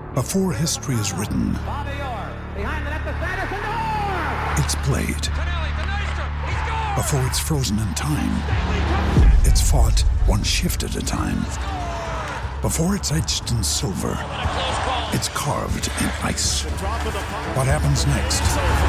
Before history is written, it's played. Before it's frozen in time, it's fought one shift at a time. Before it's etched in silver, it's carved in ice. What happens next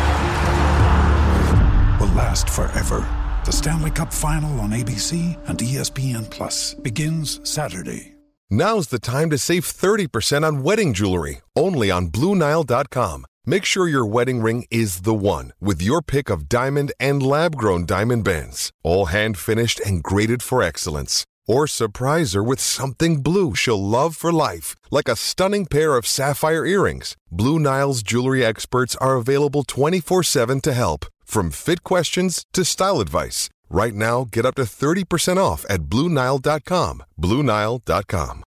will last forever. The Stanley Cup Final on ABC and ESPN Plus begins Saturday. Now's the time to save 30% on wedding jewelry, only on BlueNile.com. Make sure your wedding ring is the one, with your pick of diamond and lab-grown diamond bands, all hand-finished and graded for excellence. Or surprise her with something blue she'll love for life, like a stunning pair of sapphire earrings. Blue Nile's jewelry experts are available 24/7 to help, from fit questions to style advice. Right now, get up to 30% off at BlueNile.com. BlueNile.com.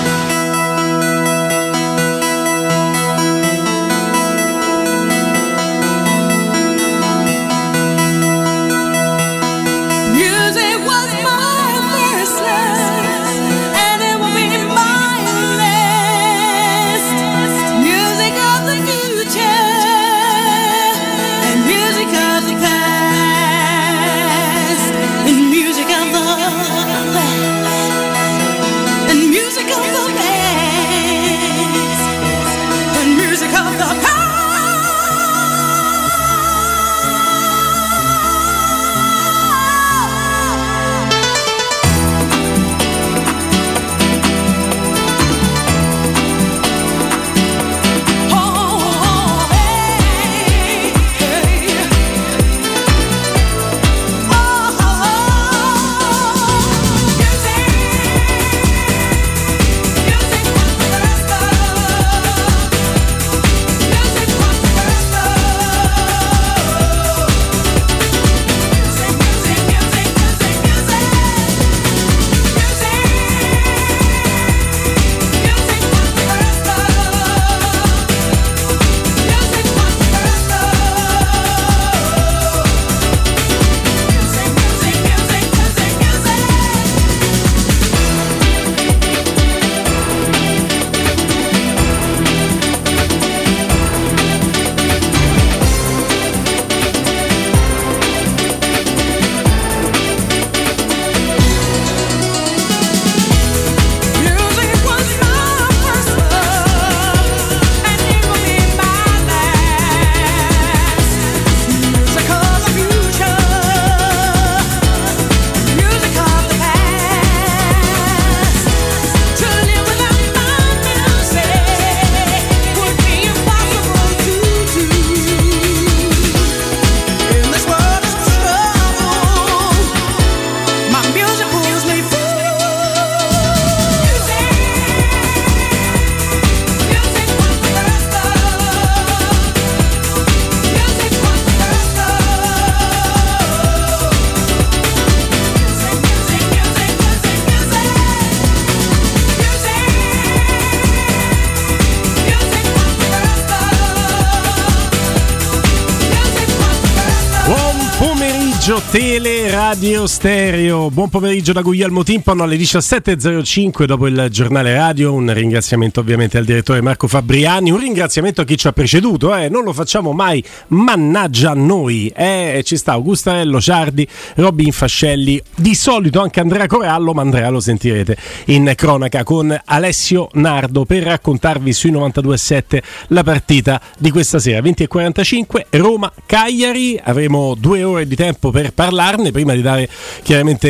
Tele Radio Stereo. Buon pomeriggio da Guglielmo Timpano alle 17.05 dopo il giornale radio. Un ringraziamento ovviamente al direttore Marco Fabriani, un ringraziamento a chi ci ha preceduto, non lo facciamo mai, mannaggia a noi, ci sta Augustarello Ciardi, Robin Fascelli, di solito anche Andrea Corallo, ma Andrea lo sentirete in cronaca con Alessio Nardo per raccontarvi sui 92.7 la partita di questa sera 20.45 Roma-Cagliari. Avremo 2 ore di tempo per parlarne, prima di dare chiaramente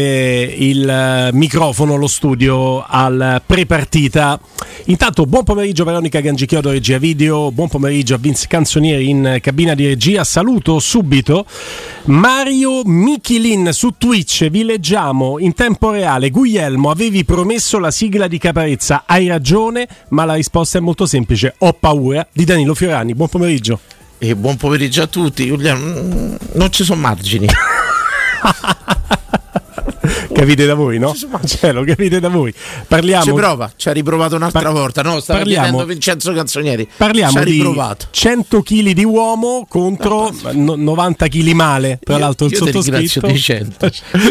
il microfono, lo studio al prepartita. Intanto buon pomeriggio Veronica Gangichiodo, regia video, buon pomeriggio a Vince Canzonieri in cabina di regia. Saluto subito Mario Michilin su Twitch, vi leggiamo in tempo reale: Guglielmo, avevi promesso la sigla di Caparezza, hai ragione, ma la risposta è molto semplice, ho paura. Di Danilo Fiorani, buon pomeriggio. E buon pomeriggio a tutti. Giuliano, non ci sono margini. Capite da voi, no? Lo capite da voi. Parliamo. Ci prova, ci ha riprovato un'altra volta. No, stava chiedendo Vincenzo Canzonieri. Parliamo di 100 kg di uomo contro 90 kg male. Tra l'altro il sottoscritto. Di 100.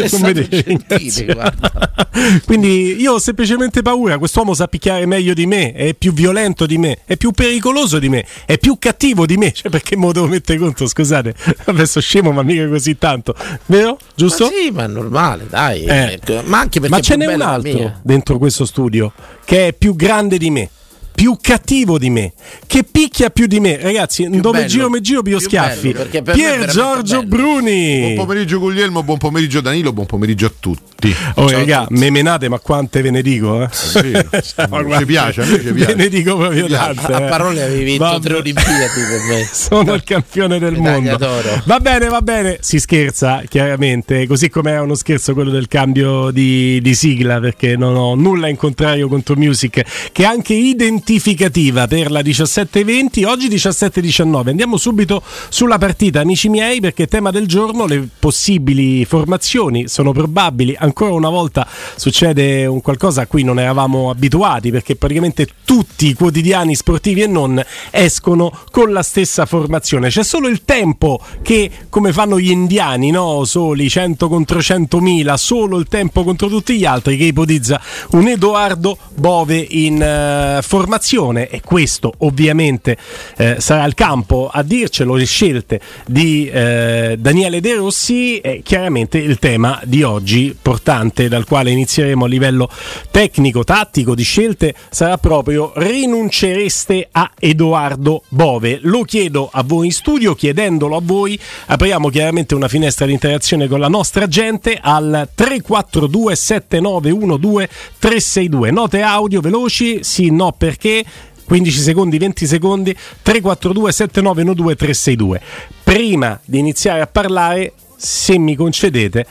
Quindi io ho semplicemente paura. Quest'uomo sa picchiare meglio di me, è più violento di me, è più pericoloso di me, è più cattivo di me. Cioè, perché me lo devo mettere conto? Scusate, adesso scemo, ma mica così tanto, vero? Giusto? Ma sì, ma è normale, dai. Ma anche perché ce n'è un altro dentro questo studio che è più grande di me, più cattivo di me, che picchia più di me. Ragazzi, dove giro me giro pio schiaffi. Pier Giorgio Bruni. Buon pomeriggio Guglielmo, buon pomeriggio Danilo, buon pomeriggio a tutti. Oh raga, me menate, ma quante ve ne dico? Sì, ci piace, a me ci piace. Ve ne dico proprio tante. A parole avevi vinto 3 Olimpiadi per me. Sono il campione del mondo. Va bene, si scherza chiaramente, così come è uno scherzo quello del cambio di sigla, perché non ho nulla in contrario contro Music, che è anche identificativa per la 17-20, oggi 17-19. Andiamo subito sulla partita, amici miei, perché tema del giorno, le possibili formazioni sono probabili. Ancora una volta succede un qualcosa a cui non eravamo abituati, perché praticamente tutti i quotidiani sportivi e non escono con la stessa formazione. C'è solo il Tempo che, come fanno gli indiani, no? Soli 100 contro 100.000, solo il Tempo contro tutti gli altri, che ipotizza un Edoardo Bove in formazione, e questo ovviamente sarà il campo a dircelo, le scelte di Daniele De Rossi. E chiaramente il tema di oggi importante, dal quale inizieremo a livello tecnico, tattico, di scelte, sarà proprio: rinuncereste a Edoardo Bove? Lo chiedo a voi in studio, chiedendolo a voi apriamo chiaramente una finestra di interazione con la nostra gente al 342 7912 362. Note audio veloci, sì, no, perché 15 secondi, 20 secondi, 342 7912 362. Prima di iniziare a parlare, se mi concedete,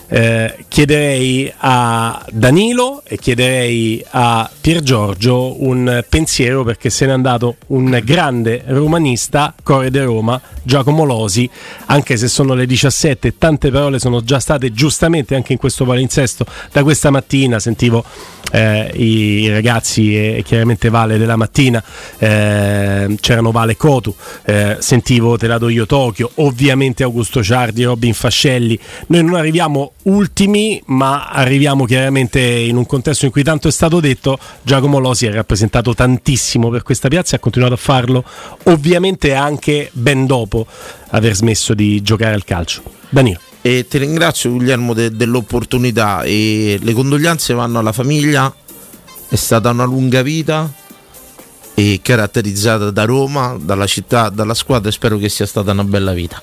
chiederei a Danilo e chiederei a Pier Giorgio un pensiero, perché se n'è andato un grande romanista, Core de Roma, Giacomo Losi. Anche se sono le 17 e tante parole sono già state giustamente anche in questo palinsesto da questa mattina, sentivo i ragazzi e chiaramente Vale della mattina, c'erano Vale Cotu, sentivo Te la do io Tokyo, ovviamente Augusto Ciardi, Robin Fascelli. Noi non arriviamo ultimi, ma arriviamo chiaramente in un contesto in cui tanto è stato detto. Giacomo Losi ha rappresentato tantissimo per questa piazza e ha continuato a farlo, ovviamente anche ben dopo aver smesso di giocare al calcio. Danilo. E ti ringrazio Guglielmo dell'opportunità, e le condoglianze vanno alla famiglia. È stata una lunga vita e caratterizzata da Roma, dalla città, dalla squadra, e spero che sia stata una bella vita.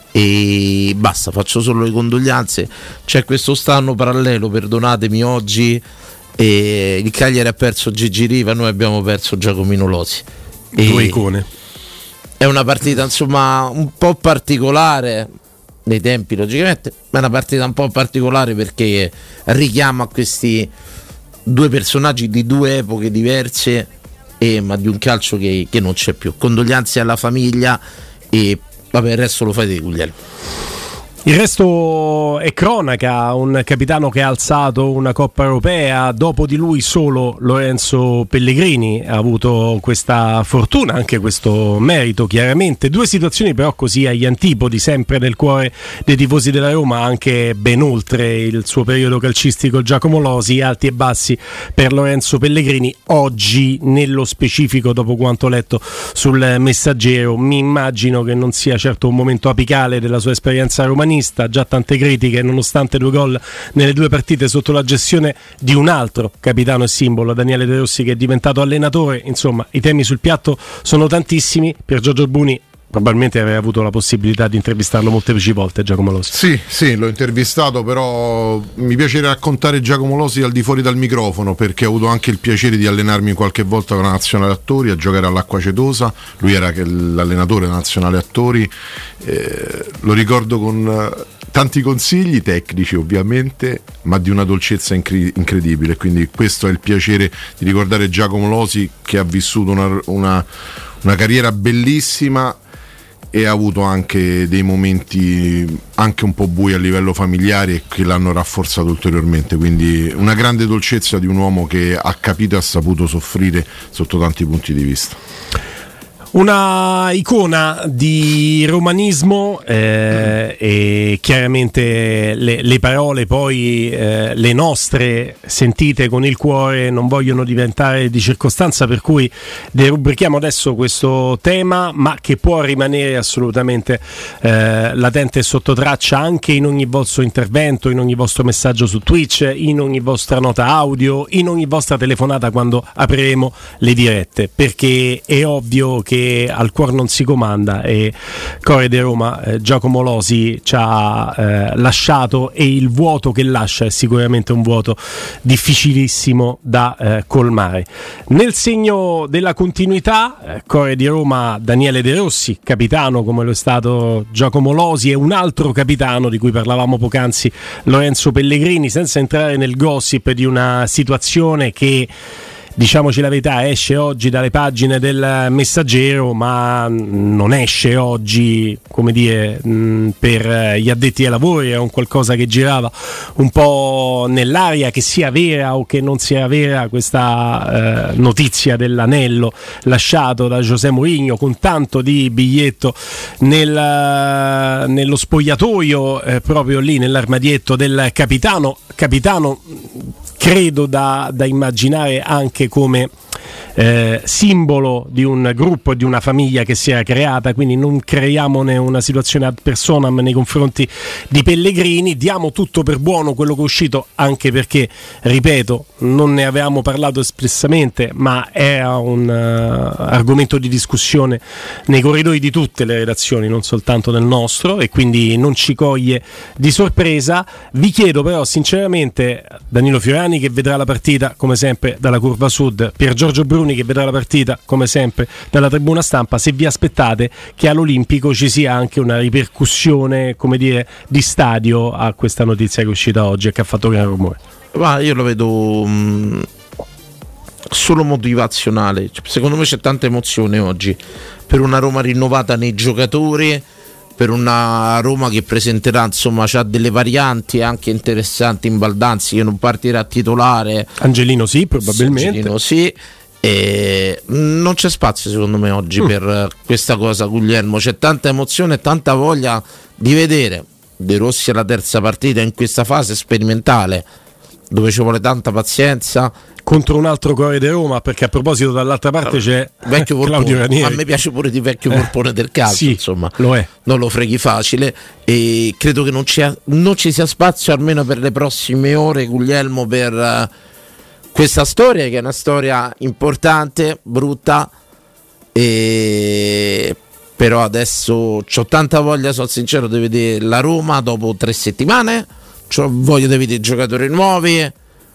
E basta, faccio solo le condoglianze. C'è questo stanno parallelo, perdonatemi, oggi il Cagliari ha perso Gigi Riva, noi abbiamo perso Giacomino Losi. Due icone. È una partita insomma un po' particolare nei tempi, logicamente, ma è una partita un po' particolare perché richiama questi due personaggi di due epoche diverse, ma di un calcio che non c'è più. Condoglianze alla famiglia e vabbè, il resto lo fate, Guglielmo. Il resto è cronaca, un capitano che ha alzato una Coppa Europea, dopo di lui solo Lorenzo Pellegrini ha avuto questa fortuna, anche questo merito chiaramente. Due situazioni però così agli antipodi, sempre nel cuore dei tifosi della Roma, anche ben oltre il suo periodo calcistico. Giacomo Losi, alti e bassi per Lorenzo Pellegrini. Oggi nello specifico, dopo quanto letto sul Messaggero, mi immagino che non sia certo un momento apicale della sua esperienza romanista. Già tante critiche nonostante 2 gol nelle 2 partite sotto la gestione di un altro capitano e simbolo, Daniele De Rossi, che è diventato allenatore. Insomma, i temi sul piatto sono tantissimi. Pier Giorgio Bruni probabilmente avrei avuto la possibilità di intervistarlo molteplici volte, Giacomo Losi. Sì, l'ho intervistato, però mi piace raccontare Giacomo Losi al di fuori dal microfono, perché ho avuto anche il piacere di allenarmi qualche volta con la nazionale attori, a giocare all'Acqua Cetosa. Lui era l'allenatore della nazionale attori, lo ricordo con tanti consigli tecnici ovviamente, ma di una dolcezza incredibile. Quindi questo è il piacere di ricordare Giacomo Losi, che ha vissuto una carriera bellissima, e ha avuto anche dei momenti anche un po' bui a livello familiare e che l'hanno rafforzato ulteriormente, quindi una grande dolcezza di un uomo che ha capito e ha saputo soffrire sotto tanti punti di vista. Una icona di romanismo e chiaramente le parole poi le nostre sentite con il cuore non vogliono diventare di circostanza, per cui derubrichiamo adesso questo tema, ma che può rimanere assolutamente latente e sotto traccia anche in ogni vostro intervento, in ogni vostro messaggio su Twitch, in ogni vostra nota audio, in ogni vostra telefonata quando apriremo le dirette, perché è ovvio che al cuore non si comanda e Core di Roma, Giacomo Losi ci ha lasciato, e il vuoto che lascia è sicuramente un vuoto difficilissimo da colmare. Nel segno della continuità, Core di Roma, Daniele De Rossi, capitano come lo è stato Giacomo Losi, e un altro capitano di cui parlavamo poc'anzi, Lorenzo Pellegrini, senza entrare nel gossip di una situazione che, diciamoci la verità, esce oggi dalle pagine del Messaggero, ma non esce oggi, come dire, per gli addetti ai lavori. È un qualcosa che girava un po' nell'aria, che sia vera o che non sia vera questa notizia dell'anello lasciato da José Mourinho, con tanto di biglietto nello spogliatoio, proprio lì nell'armadietto del capitano, credo da immaginare anche come simbolo di un gruppo e di una famiglia che si era creata, quindi non creiamone una situazione ad personam nei confronti di Pellegrini, diamo tutto per buono quello che è uscito, anche perché, ripeto, non ne avevamo parlato espressamente, ma era un argomento di discussione nei corridoi di tutte le redazioni, non soltanto nel nostro, e quindi non ci coglie di sorpresa. Vi chiedo però sinceramente, Danilo Fiorani che vedrà la partita come sempre dalla curva sud, Pier Giorgio Bruni che vedrà la partita come sempre dalla tribuna stampa, se vi aspettate che all'Olimpico ci sia anche una ripercussione, come dire, di stadio a questa notizia che è uscita oggi e che ha fatto gran rumore. Ma io lo vedo solo motivazionale, secondo me c'è tanta emozione oggi per una Roma rinnovata nei giocatori, per una Roma che presenterà, insomma, c'ha delle varianti anche interessanti in Baldanzi, che non partirà titolare. Angelino sì, probabilmente. Angelino sì. E non c'è spazio secondo me oggi per questa cosa, Guglielmo. C'è tanta emozione e tanta voglia di vedere De Rossi alla terza partita in questa fase sperimentale, dove ci vuole tanta pazienza, contro un altro Core di Roma, perché a proposito dall'altra parte c'è vecchio Claudio Ranieri. A me piace pure di vecchio Volpone del calcio, sì, insomma, lo è. Non lo freghi facile, e credo che non ci sia spazio, almeno per le prossime ore, Guglielmo, per questa storia, che è una storia importante, brutta, e però adesso ho tanta voglia, sono sincero, di vedere la Roma dopo 3 settimane, ho voglia di vedere giocatori nuovi,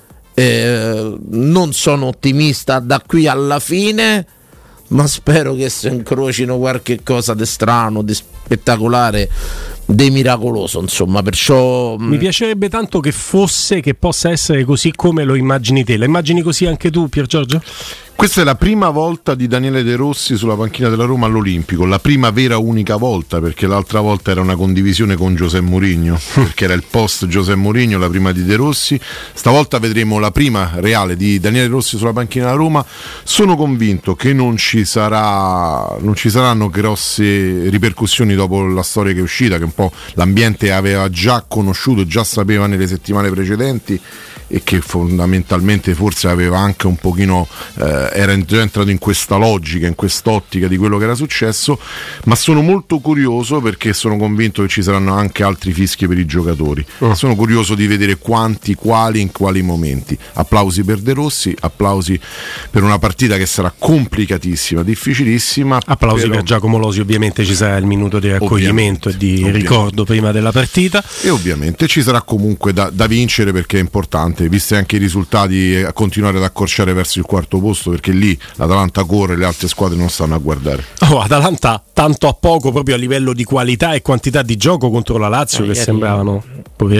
non sono ottimista da qui alla fine, ma spero che si incrocino qualche cosa di strano, di spettacolare, di miracoloso, insomma. Perciò mi piacerebbe tanto che possa essere così come lo immagini te. La immagini così anche tu, Pier Giorgio? Questa è la prima volta di Daniele De Rossi sulla panchina della Roma all'Olimpico, la prima vera unica volta, perché l'altra volta era una condivisione con José Mourinho, perché era il post José Mourinho, la prima di De Rossi. Stavolta vedremo la prima reale di Daniele De Rossi sulla panchina della Roma. Sono convinto che non ci saranno grosse ripercussioni dopo la storia che è uscita, che un po' l'ambiente aveva già conosciuto, già sapeva nelle settimane precedenti, e che fondamentalmente forse aveva anche un pochino era già entrato in questa logica, in quest'ottica di quello che era successo. Ma sono molto curioso, perché sono convinto che ci saranno anche altri fischi per i giocatori. Sono curioso di vedere quanti, quali, in quali momenti. Applausi per De Rossi, applausi per una partita che sarà complicatissima, difficilissima. Applausi per Giacomo Losi, ovviamente ci sarà il minuto di raccoglimento e di ricordo prima della partita, e ovviamente ci sarà comunque da vincere, perché è importante, visti anche i risultati, a continuare ad accorciare verso il quarto posto, perché lì l'Atalanta corre, le altre squadre non stanno a guardare. Atalanta tanto a poco proprio a livello di qualità e quantità di gioco contro la Lazio, che sembravano poverini.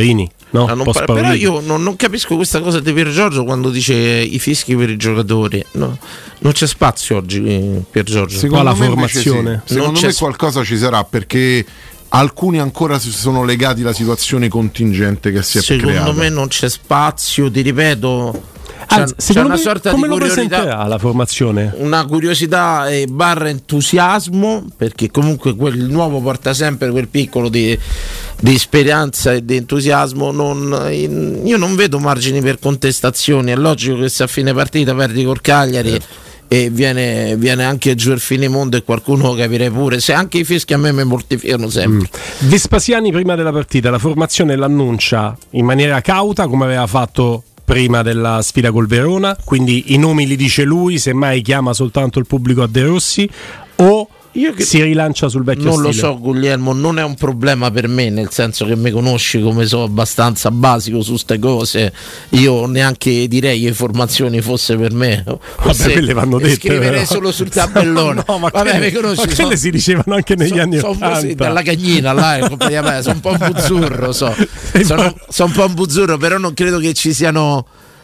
no? Però io non capisco questa cosa di Pier Giorgio quando dice i fischi per i giocatori. No, non c'è spazio oggi, Pier Giorgio. Secondo la formazione. Sì. Secondo me qualcosa ci sarà, perché alcuni ancora si sono legati alla situazione contingente che si è creata. Secondo me non c'è spazio, ti ripeto. C'è una sorta di curiosità alla formazione, una curiosità barra entusiasmo, perché comunque il nuovo porta sempre quel piccolo di speranza e di entusiasmo. Io non vedo margini per contestazioni. È logico che se a fine partita perdi col Cagliari e viene anche giù il finimondo, e qualcuno capirei pure se anche i fischi a me mi mortificano sempre. Vespasiani prima della partita la formazione l'annuncia in maniera cauta, come aveva fatto prima della sfida col Verona, quindi i nomi li dice lui, semmai chiama soltanto il pubblico a De Rossi, o si rilancia sul vecchio stile? Non lo so, Guglielmo, non è un problema per me, nel senso che mi conosci come so abbastanza basico su ste cose. Io neanche direi che informazioni fosse per me. Vabbè, quelle vanno dette, scriverei però solo sul tabellone. No, ma vabbè, mi conosci, quelle si dicevano anche negli anni 80. Dalla cagnina là, sono un po' un buzzurro, sono un po' un buzzurro, però non credo che ci siano.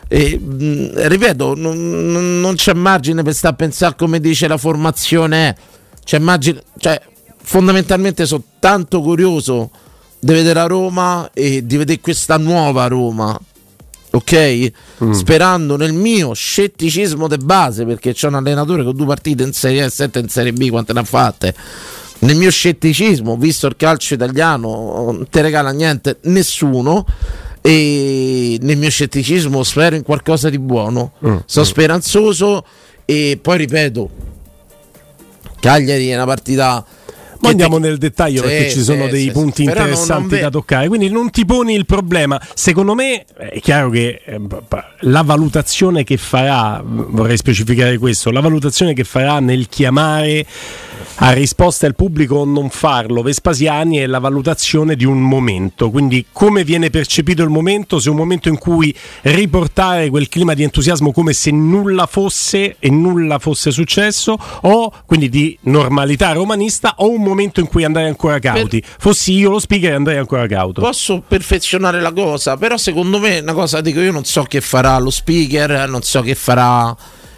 Ripeto, non c'è margine per stare a pensare come dice la formazione. Fondamentalmente sono tanto curioso di vedere la Roma e di vedere questa nuova Roma, ok? Sperando nel mio scetticismo de base, perché c'è un allenatore con 2 partite in Serie A e 7 in Serie B, quante ne ha fatte? Nel mio scetticismo, visto il calcio italiano non ti regala niente nessuno, e nel mio scetticismo spero in qualcosa di buono. Sono speranzoso, e poi ripeto, Cagliari è una partita. Ma andiamo nel dettaglio, perché ci sono dei punti interessanti da toccare, quindi non ti poni il problema. Secondo me è chiaro che la valutazione che farà, vorrei specificare questo, la valutazione che farà nel chiamare a risposta il pubblico o non farlo Vespasiani è la valutazione di un momento, quindi come viene percepito il momento, se è un momento in cui riportare quel clima di entusiasmo come se nulla fosse e nulla fosse successo, o quindi di normalità romanista, o un momento in cui andare ancora cauti. Fossi io lo speaker andrei ancora cauto. Posso perfezionare la cosa, però secondo me una cosa dico, io non so che farà lo speaker, non so che farà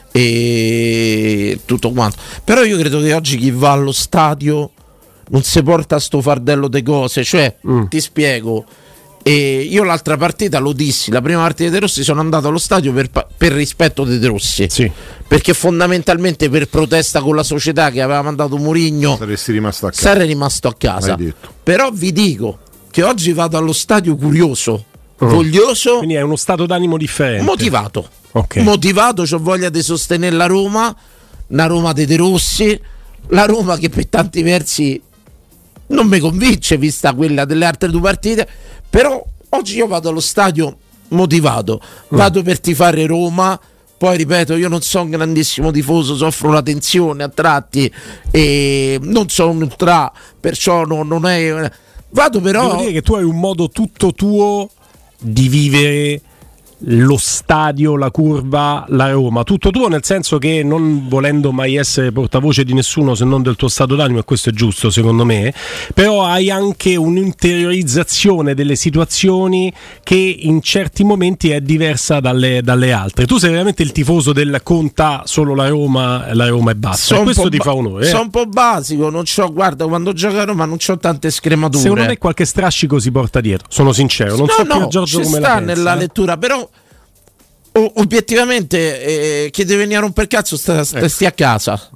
e tutto quanto, però io credo che oggi chi va allo stadio non si porta sto fardello di cose, cioè ti spiego, e io l'altra partita lo dissi, la prima partita di De Rossi sono andato allo stadio per rispetto di De Rossi, sì, perché fondamentalmente per protesta con la società che aveva mandato Mourinho sarei rimasto a casa. Però vi dico che oggi vado allo stadio curioso, voglioso, quindi è uno stato d'animo differente, motivato. Okay. Motivato, c'ho voglia di sostenere la Roma, una Roma di De Rossi, la Roma che per tanti versi non mi convince vista quella delle altre 2 partite, però oggi io vado allo stadio motivato, vado per tifare Roma. Poi ripeto, io non sono un grandissimo tifoso, soffro la tensione a tratti e non sono un ultra, perciò non è. Vado però. Devo dire che tu hai un modo tutto tuo di vivere lo stadio, la curva, la Roma, tutto tuo, nel senso che non volendo mai essere portavoce di nessuno se non del tuo stato d'animo, e questo è giusto secondo me, però hai anche un'interiorizzazione delle situazioni che in certi momenti è diversa dalle altre. Tu sei veramente il tifoso del conta solo la Roma e basta, e questo ti fa onore. Sono un po' basico, non c'ho, guarda, quando gioco a Roma non c'ho tante scremature. Secondo me qualche strascico si porta dietro, sono sincero, non so Pier Giorgio come la pensa. Nella lettura, però obiettivamente chi deve venire a romper cazzo stia a casa.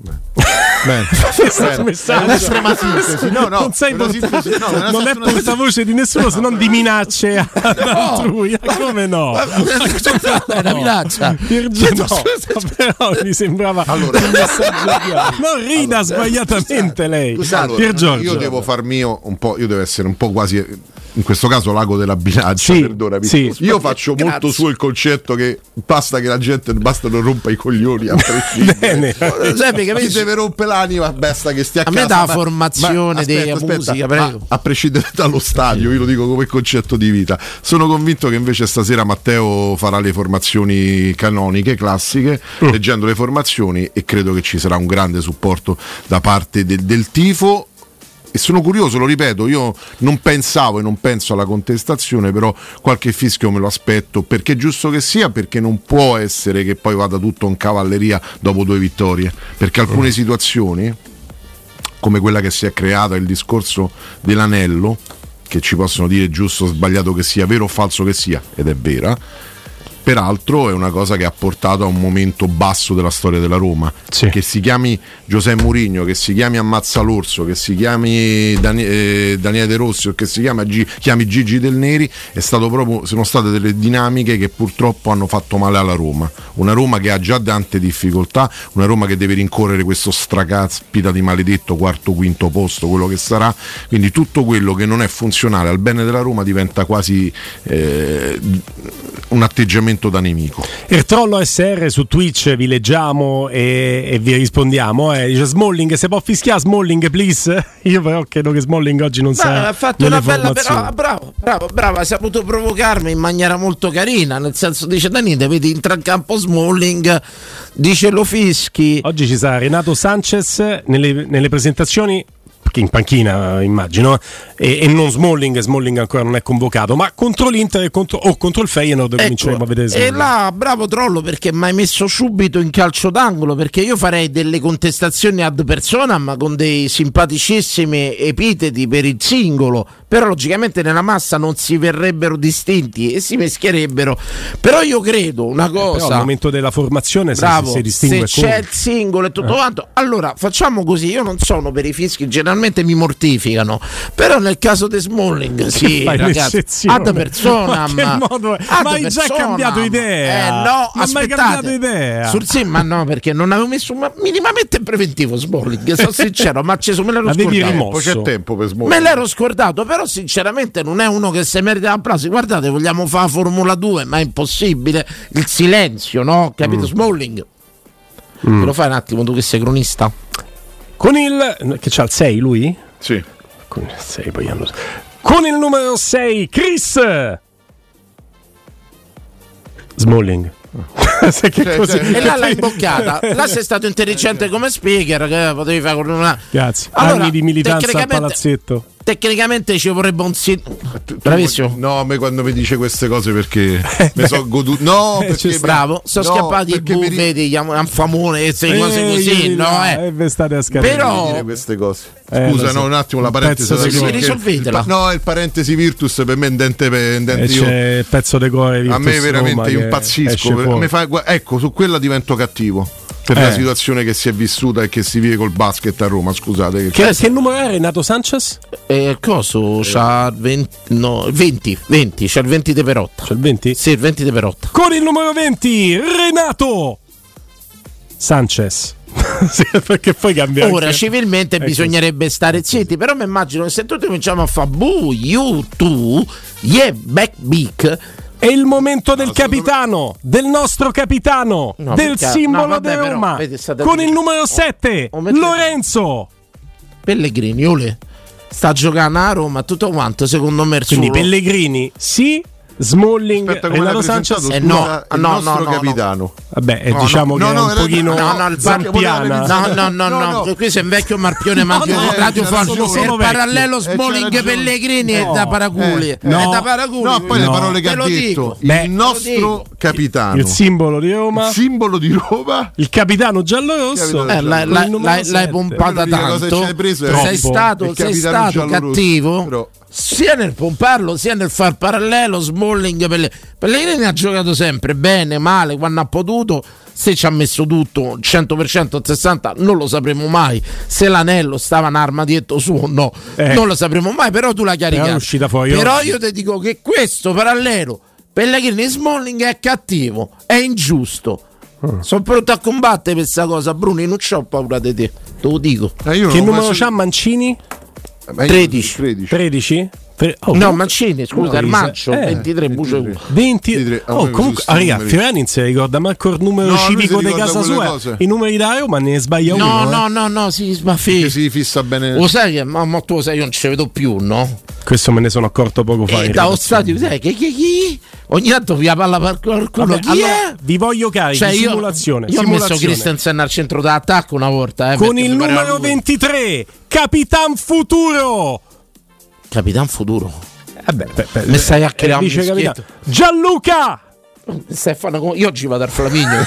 Un'estrema sintesi. Non sei non è portavoce di nessuno se non di minacce altrui. Come no? È una minaccia. Però mi sembrava un messaggio. Non rida sbagliatamente lei. Pier Giorgio. Io devo far mio un po', io devo essere un po' quasi, in questo caso, l'ago della bilancia, perdonami. Sì. Io faccio molto su il concetto che basta che la gente non rompa i coglioni a prescindere. Chi deve rompere l'anima, basta che stia a casa. Me dà formazione della musica, prego. A prescindere dallo stadio, io lo dico come concetto di vita. Sono convinto che invece stasera Matteo farà le formazioni canoniche, classiche, leggendo le formazioni, e credo che ci sarà un grande supporto da parte del tifo. e sono curioso, lo ripeto, io non pensavo e non penso alla contestazione, però qualche fischio me lo aspetto, perché è giusto che sia, perché non può essere che poi vada tutto in cavalleria dopo 2 vittorie, perché alcune situazioni, come quella che si è creata, il discorso dell'anello, che ci possono dire giusto o sbagliato che sia, vero o falso che sia, ed è vera, peraltro è una cosa che ha portato a un momento basso della storia della Roma. Sì. Che si chiami Giuseppe Mourinho, che si chiami Ammazza l'Orso, che si chiami Daniele De Rossi o che si chiami Gigi Del Neri, sono state delle dinamiche che purtroppo hanno fatto male alla Roma, una Roma che ha già tante difficoltà, una Roma che deve rincorrere questo stracaspita di maledetto quarto quinto posto, quello che sarà, quindi tutto quello che non è funzionale al bene della Roma diventa quasi un atteggiamento da nemico. Il trollo SR su Twitch vi leggiamo e vi rispondiamo. Dice Smalling, se può fischiare Smalling please. Io però credo che Smalling oggi non sa. Ha fatto una bella, però bravo, ha saputo provocarmi in maniera molto carina, nel senso, dice Danite, vedi, entra in campo Smalling, dice lo fischi. Oggi ci sarà Renato Sanchez nelle presentazioni, in panchina immagino, e non Smalling ancora non è convocato, ma contro l'Inter e contro il Feyenoord cominceremo a vedere Smalling. E là bravo trollo, perché mi hai messo subito in calcio d'angolo, perché io farei delle contestazioni ad personam con dei simpaticissimi epiteti per il singolo, però logicamente nella massa non si verrebbero distinti e si mischierebbero. Però io credo una cosa, però al momento della formazione bravo, si distingue, se c'è il singolo e tutto quanto, allora facciamo così. Io non sono per i fischi, generalmente mi mortificano, però nel caso di Smalling sì, ragazzi, ad personam, ma hai già cambiato idea? No, ma aspettate, cambiato idea? Ma no, perché non avevo messo minimamente in preventivo Smalling, sono sincero, ma me l'ero scordato. Poi c'è tempo per Smalling. Me l'ero scordato, però sinceramente non è uno che si merita applausi. Guardate, vogliamo fare Formula 2, ma è impossibile, il silenzio, no? Capito? Smalling, me lo fai un attimo, tu che sei cronista? Con il che c'ha il 6 lui? Sì. Con il 6 poi hanno. Con il numero 6 Chris Smalling. Così. E là l'hai imboccata. Là sei stato intelligente come speaker, che potevi fare con una. Grazie. Allora, anni di militanza al palazzetto. Tecnicamente ci vorrebbe un bravissimo. No, a me quando mi dice queste cose perché mi sono goduto. No, perché bravo, sono scappati i bufeti, Anfamone, queste cose così, no? State a scaricare. Però dire queste cose. Scusa, no, un attimo, la parentesi. Risolvetela. No, il parentesi Virtus per me è un dente io. C'è il pezzo di cuore Virtus. A me veramente io impazzisco. Ecco, su quella divento cattivo. Per la situazione che si è vissuta e che si vive col basket a Roma, scusate. Che numero è Renato Sanchez? Coso c'ha 20, c'ha il 20 de Perotta. C'è il 20? Sì, il 20 de Perotta. Con il numero 20 Renato Sanchez. Sì, perché poi cambia. Ora anche. Civilmente bisognerebbe stare zitti, però mi immagino che se tutti cominciamo a fare back big. È il momento del capitano, del nostro capitano, del simbolo di Roma, con il numero 7, Lorenzo Pellegrini. Ole sta giocando a Roma tutto quanto, secondo me. Quindi Pellegrini sì, Smalling, Renato Sanchez il nostro capitano. Vabbè, diciamo che è un pochino zampiana. No, qui sei un vecchio marpione radiofonico. Il parallelo Smalling Pellegrini è da paraculi. No, poi le parole che ha detto. Il nostro capitano. Il simbolo di Roma. Il capitano giallorosso. L'hai pompata tanto. Sei stato cattivo. Sia nel pomparlo sia nel far parallelo. Smalling Pellegrini ha giocato sempre bene, male, quando ha potuto. Se ci ha messo tutto 100% a 60 non lo sapremo mai. Se l'anello stava in armadietto suo no, non lo sapremo mai. Però tu la carichi. Però io ti dico che questo parallelo Pellegrini e Smalling è cattivo, è ingiusto. Sono pronto a combattere per questa cosa, Bruno. Non c'ho paura di te lo dico. Che numero c'ha Mancini? 13. No, Mancini, scusa, Armaccio, 23 Buce 23. Comunque, raga, Fiorani si ricorda manco il numero civico di casa sua. I numeri da Roma ne sbaglia uno. No, si fissa bene. Lo sai che ma tu lo sai, io non ci vedo più, no? Questo me ne sono accorto poco fa. Dallo stadio, sai chi? Ogni tanto vi palla per qualcuno. Chi è? Vi voglio carichi, simulazione. Io ho messo Christensen al centro d'attacco una volta. Con il numero 23, Capitan Futuro. Capitan Futuro. Mi stai a creare un mischietto. Gianluca Stefano, io oggi vado al Flaminio.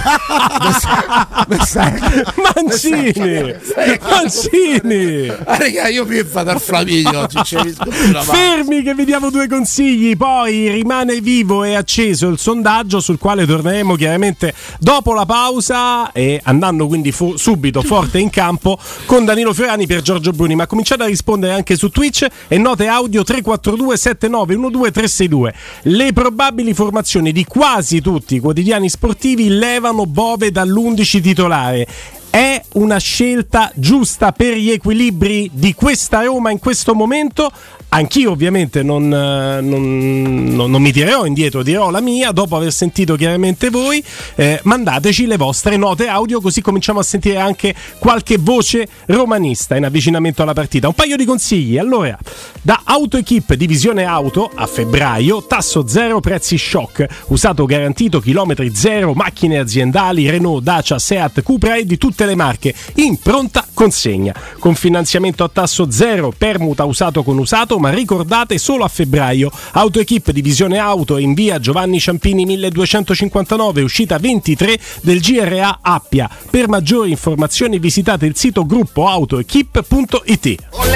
Mancini. Raga, io mi vado al Flaminio oggi. Fermi che vi diamo due consigli. Poi rimane vivo e acceso il sondaggio sul quale torneremo chiaramente dopo la pausa e andando quindi subito forte in campo con Danilo Fiorani per Giorgio Bruni. Ma cominciate a rispondere anche su Twitch e note audio 342 7912 362. Le probabili formazioni di quasi tutti i quotidiani sportivi levano Bove dall'11 titolare. È una scelta giusta per gli equilibri di questa Roma in questo momento? Anch'io ovviamente non mi tirerò indietro, dirò la mia dopo aver sentito chiaramente voi. Mandateci le vostre note audio così cominciamo a sentire anche qualche voce romanista in avvicinamento alla partita. Un paio di consigli. Allora, da AutoEquip Divisione Auto a febbraio, tasso zero, prezzi shock, usato garantito, chilometri zero, macchine aziendali Renault, Dacia, Seat, Cupra e di tutte le marche in pronta consegna con finanziamento a tasso zero, permuta usato con usato, ma ricordate solo a febbraio. AutoEquip Divisione Auto in via Giovanni Ciampini 1259, uscita 23 del GRA Appia. Per maggiori informazioni visitate il sito gruppoautoequip.it.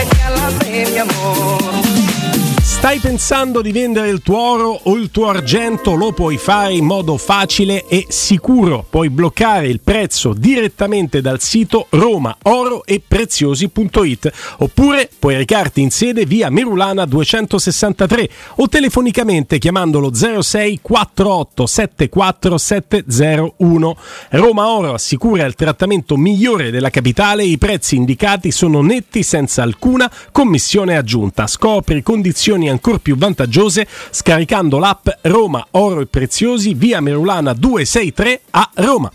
Stai pensando di vendere il tuo oro o il tuo argento? Lo puoi fare in modo facile e sicuro. Puoi bloccare il prezzo direttamente dal sito romaoroepreziosi.it oppure puoi recarti in sede via Merulana 263 o telefonicamente chiamandolo 06 48 74 701. Roma Oro assicura il trattamento migliore della capitale. I prezzi indicati sono netti senza alcuna commissione aggiunta. Scopri condizioni ancora più vantaggiose scaricando l'app Roma Oro e Preziosi, via Merulana 263 a Roma.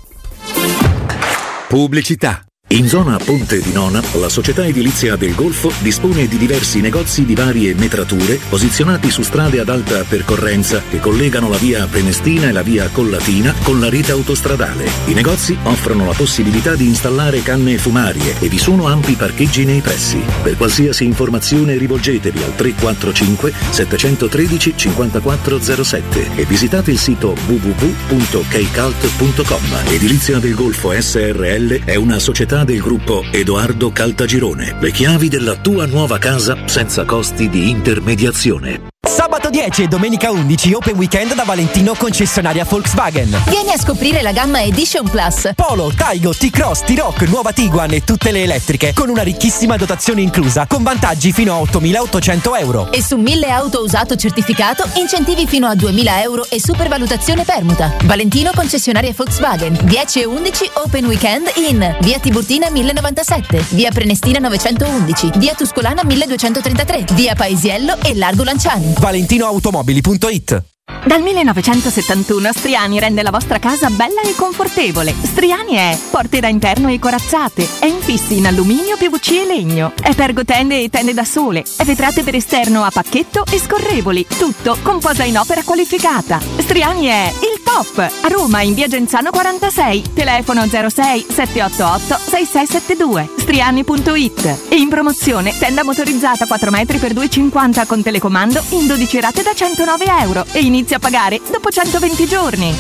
Pubblicità. In zona Ponte di Nona, la società edilizia del Golfo dispone di diversi negozi di varie metrature posizionati su strade ad alta percorrenza che collegano la via Prenestina e la via Collatina con la rete autostradale. I negozi offrono la possibilità di installare canne fumarie e vi sono ampi parcheggi nei pressi. Per qualsiasi informazione rivolgetevi al 345 713 5407 e visitate il sito www.keicalt.com. Edilizia del Golfo SRL è una società del gruppo Edoardo Caltagirone. Le chiavi della tua nuova casa senza costi di intermediazione. Sabato 10 e domenica 11 Open Weekend da Valentino concessionaria Volkswagen. Vieni a scoprire la gamma Edition Plus. Polo, Taigo, T-Cross, T-Rock, nuova Tiguan e tutte le elettriche con una ricchissima dotazione inclusa con vantaggi fino a 8.800 euro. E su 1.000 auto usato certificato incentivi fino a 2.000 euro e supervalutazione permuta. Valentino concessionaria Volkswagen. 10 e 11 Open Weekend in via Tiburtina 1097, via Prenestina 911, via Tuscolana 1233, via Paesiello e Largo Lanciani. ValentinoAutomobili.it. Dal 1971 Striani rende la vostra casa bella e confortevole. Striani è porte da interno e corazzate, è infissi in alluminio, PVC e legno, è pergotende e tende da sole, è vetrate per esterno a pacchetto e scorrevoli, tutto con posa in opera qualificata. Striani è il top! A Roma in via Genzano 46, telefono 06 788 6672, striani.it. E in promozione tenda motorizzata 4 metri per 2,50 con telecomando in 12 rate da 109 euro e inizia a pagare dopo 120 giorni.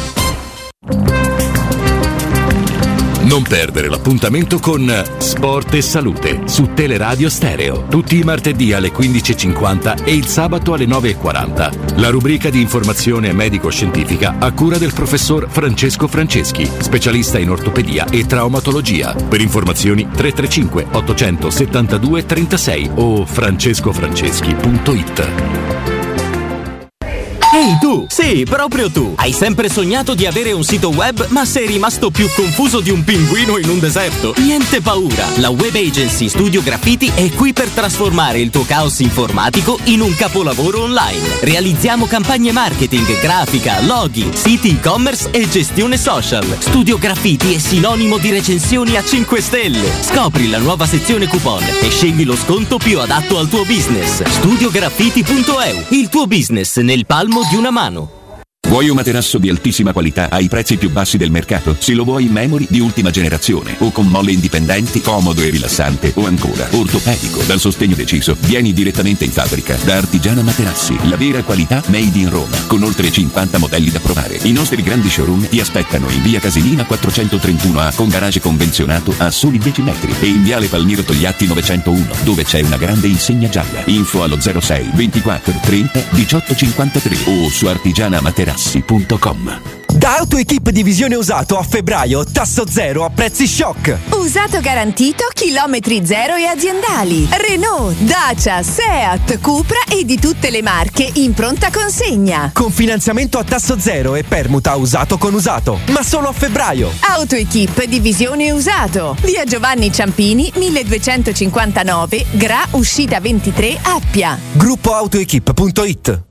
Non perdere l'appuntamento con Sport e Salute su Teleradio Stereo. Tutti i martedì alle 15.50 e il sabato alle 9.40. La rubrica di informazione medico-scientifica a cura del professor Francesco Franceschi, specialista in ortopedia e traumatologia. Per informazioni 335 872 36 o francescofranceschi.it. Ehi tu! Sì, proprio tu! Hai sempre sognato di avere un sito web, ma sei rimasto più confuso di un pinguino in un deserto? Niente paura! La web agency Studio Graffiti è qui per trasformare il tuo caos informatico in un capolavoro online. Realizziamo campagne marketing, grafica, login, siti e-commerce e gestione social. Studio Graffiti è sinonimo di recensioni a 5 stelle. Scopri la nuova sezione coupon e scegli lo sconto più adatto al tuo business. Studiograffiti.eu, il tuo business nel palmo di una mano. Vuoi un materasso di altissima qualità ai prezzi più bassi del mercato? Se lo vuoi in memory di ultima generazione o con molle indipendenti, comodo e rilassante, o ancora ortopedico dal sostegno deciso, vieni direttamente in fabbrica da Artigiana Materassi, la vera qualità made in Roma, con oltre 50 modelli da provare. I nostri grandi showroom ti aspettano in via Casilina 431A con garage convenzionato a soli 10 metri e in viale Palmiro Togliatti 901 dove c'è una grande insegna gialla. Info allo 06 24 30 18 53 o su artigianamaterassi.com. Da AutoEquip Divisione Usato a febbraio, tasso zero a prezzi shock. Usato garantito, chilometri zero e aziendali. Renault, Dacia, Seat, Cupra e di tutte le marche in pronta consegna. Con finanziamento a tasso zero e permuta usato con usato. Ma solo a febbraio. AutoEquip Divisione Usato. Via Giovanni Ciampini, 1259, Gra, uscita 23, Appia. Gruppo AutoEquip.it.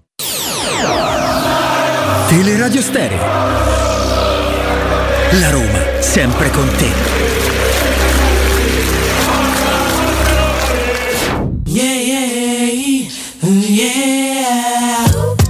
Teleradio Stereo. La Roma, sempre con te. Yeah, yeah, yeah.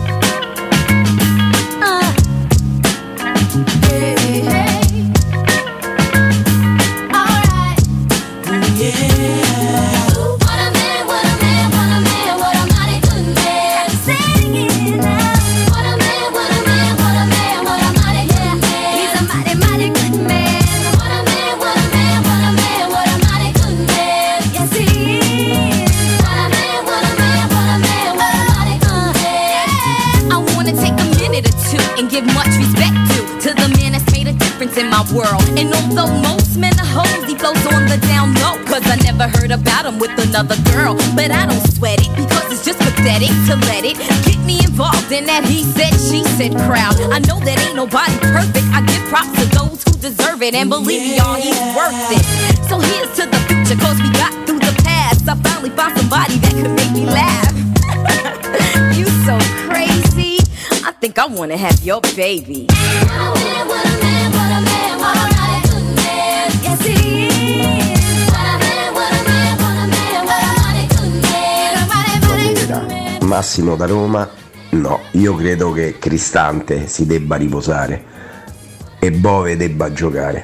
In my world, and although most men are hoes, he flows on the down low, cause I never heard about him with another girl. But I don't sweat it, because it's just pathetic to let it get me involved in that he said, she said crowd. I know that ain't nobody perfect, I give props to those who deserve it, and believe me, y'all, he's worth it. So here's to the future, cause we got through the past. I finally found somebody that could make me laugh. You so crazy, I think I wanna have your baby. Massimo da Roma, no, io credo che Cristante si debba riposare e Bove debba giocare.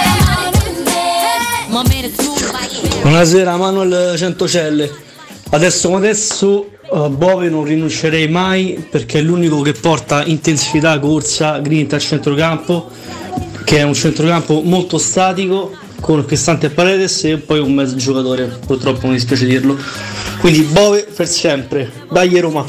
Buonasera, Manuel Centocelle. Adesso Bove non rinuncerei mai, perché è l'unico che porta intensità, corsa, grinta al centrocampo, che è un centrocampo molto statico con Cristante e Paredes e poi un mezzo giocatore, purtroppo mi dispiace dirlo. Quindi Bove per sempre, dai Roma.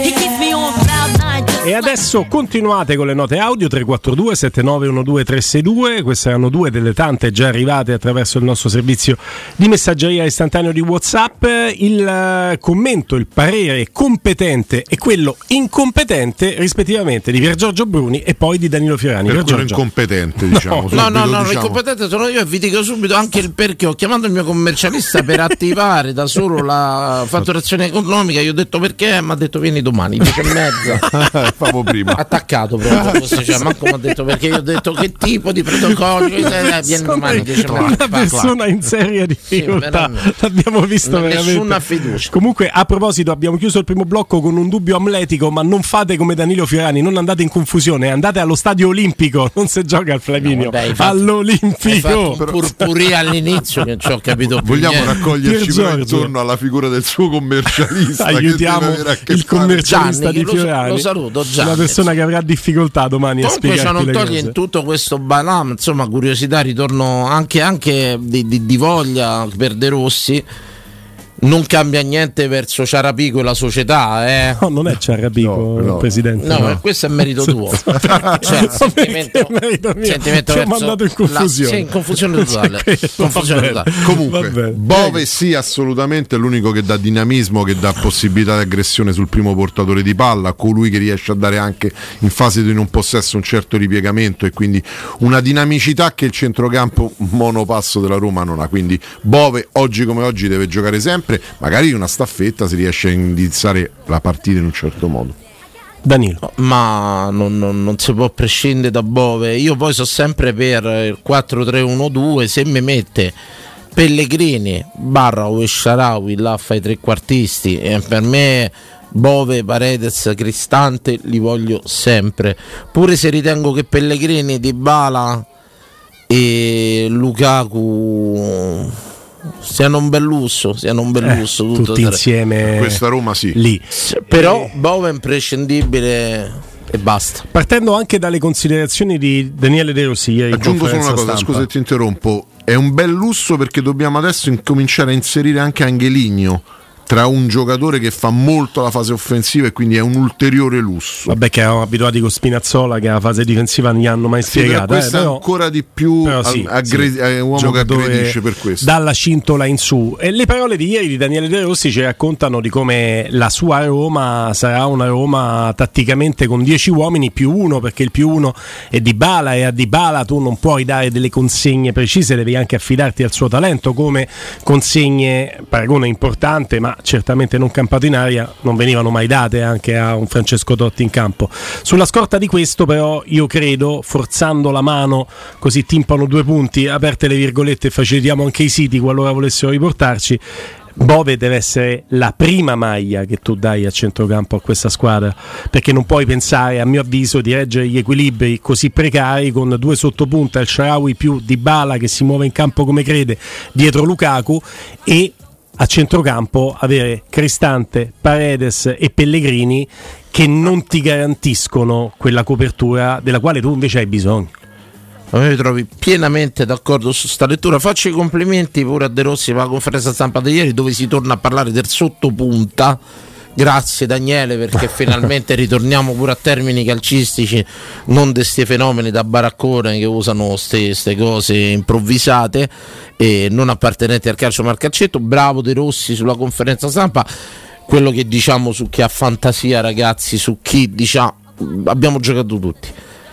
E adesso continuate con le note audio 342 7912 362. Queste erano due delle tante già arrivate attraverso il nostro servizio di messaggeria istantaneo di WhatsApp. Il commento, il parere competente e quello incompetente rispettivamente di Pier Giorgio Bruni e poi di Danilo Fiorani. Per quello incompetente, diciamo. No, diciamo. l'incompetente sono io e vi dico subito anche il perché. Ho chiamato il mio commercialista per attivare da solo la fatturazione economica. Io ho detto perché, mi ha detto vieni domani 10:30. Famo prima. Attaccato proprio, cioè, manco mi ha detto perché io ho detto che tipo di protocollo viene domani 10:30. Una persona in seria difficoltà, sì, l'abbiamo visto veramente. Nessuna fiducia. Comunque, a proposito, abbiamo chiuso il primo blocco con un dubbio amletico, ma non fate come Danilo Fiorani, non andate in confusione, andate allo stadio olimpico, non si gioca al Flaminio, all'Olimpico. Purpurì all'inizio che ci ho capito più. Vogliamo raccoglierci però intorno alla figura del suo commercialista. Aiutiamo il commercialista Gianni, di Fiorani. Lo saluto Gianni. Una persona che avrà difficoltà domani comunque a spiegarti le cose. Non toglie in tutto questo balam, insomma, curiosità, ritorno anche di voglia per De Rossi. non cambia niente verso Ciarapico e la società, No, non è Ciarapico il presidente. No, questo è merito tuo. Cioè, il sentimento ti ho mandato in confusione. In confusione totale. Comunque, Bove sì, assolutamente è l'unico che dà dinamismo, che dà possibilità di aggressione sul primo portatore di palla, colui che riesce a dare anche in fase di non possesso un certo ripiegamento e quindi una dinamicità che il centrocampo monopasso della Roma non ha. Quindi Bove oggi come oggi deve giocare sempre, magari una staffetta si riesce a indirizzare la partita in un certo modo. Danilo. Ma non si può prescindere da Bove. Io poi so sempre per il 4-3-1-2, se mi mette Pellegrini barra o Shaarawy là fa i trequartisti, e per me Bove, Paredes, Cristante li voglio sempre, pure se ritengo che Pellegrini, Dybala e Lukaku siano un bel lusso, tutti insieme questa Roma sì. Lì. Però Bove è imprescindibile e basta. Partendo anche dalle considerazioni di Daniele De Rossi ieri, aggiungo solo una cosa, stampa. scusa se ti interrompo, è un bel lusso perché dobbiamo adesso incominciare a inserire anche Angeligno tra un giocatore che fa molto la fase offensiva e quindi è un ulteriore lusso. Vabbè, che eravamo abituati con Spinazzola che la fase difensiva non gli hanno mai spiegata. Questa è ancora di più è un uomo che aggredisce per questo. Dalla cintola in su. E le parole di ieri di Daniele De Rossi ci raccontano di come la sua Roma sarà una Roma tatticamente con 10 uomini più uno, perché il più uno è Dybala e a Dybala tu non puoi dare delle consegne precise, devi anche affidarti al suo talento, come consegne, paragone importante ma certamente non campato in aria, non venivano mai date anche a un Francesco Totti in campo. Sulla scorta di questo però io credo, forzando la mano così timpano 2 punti, aperte le virgolette e facilitiamo anche i siti qualora volessero riportarci, Bove deve essere la prima maglia che tu dai a centrocampo a questa squadra, perché non puoi pensare, a mio avviso, di reggere gli equilibri così precari con 2 sottopunta, il Shaarawy più Dybala che si muove in campo come crede dietro Lukaku, e a centrocampo avere Cristante, Paredes e Pellegrini che non ti garantiscono quella copertura della quale tu invece hai bisogno. A me mi trovi pienamente d'accordo su sta lettura. Faccio i complimenti pure a De Rossi per la conferenza stampa di ieri, dove si torna a parlare del sottopunta. Grazie Daniele, perché finalmente ritorniamo pure a termini calcistici, non di questi fenomeni da baraccone che usano queste cose improvvisate e non appartenenti al calcio ma al calcetto. Bravo De Rossi sulla conferenza stampa, quello che diciamo su chi ha fantasia, ragazzi, su chi diciamo abbiamo giocato tutti.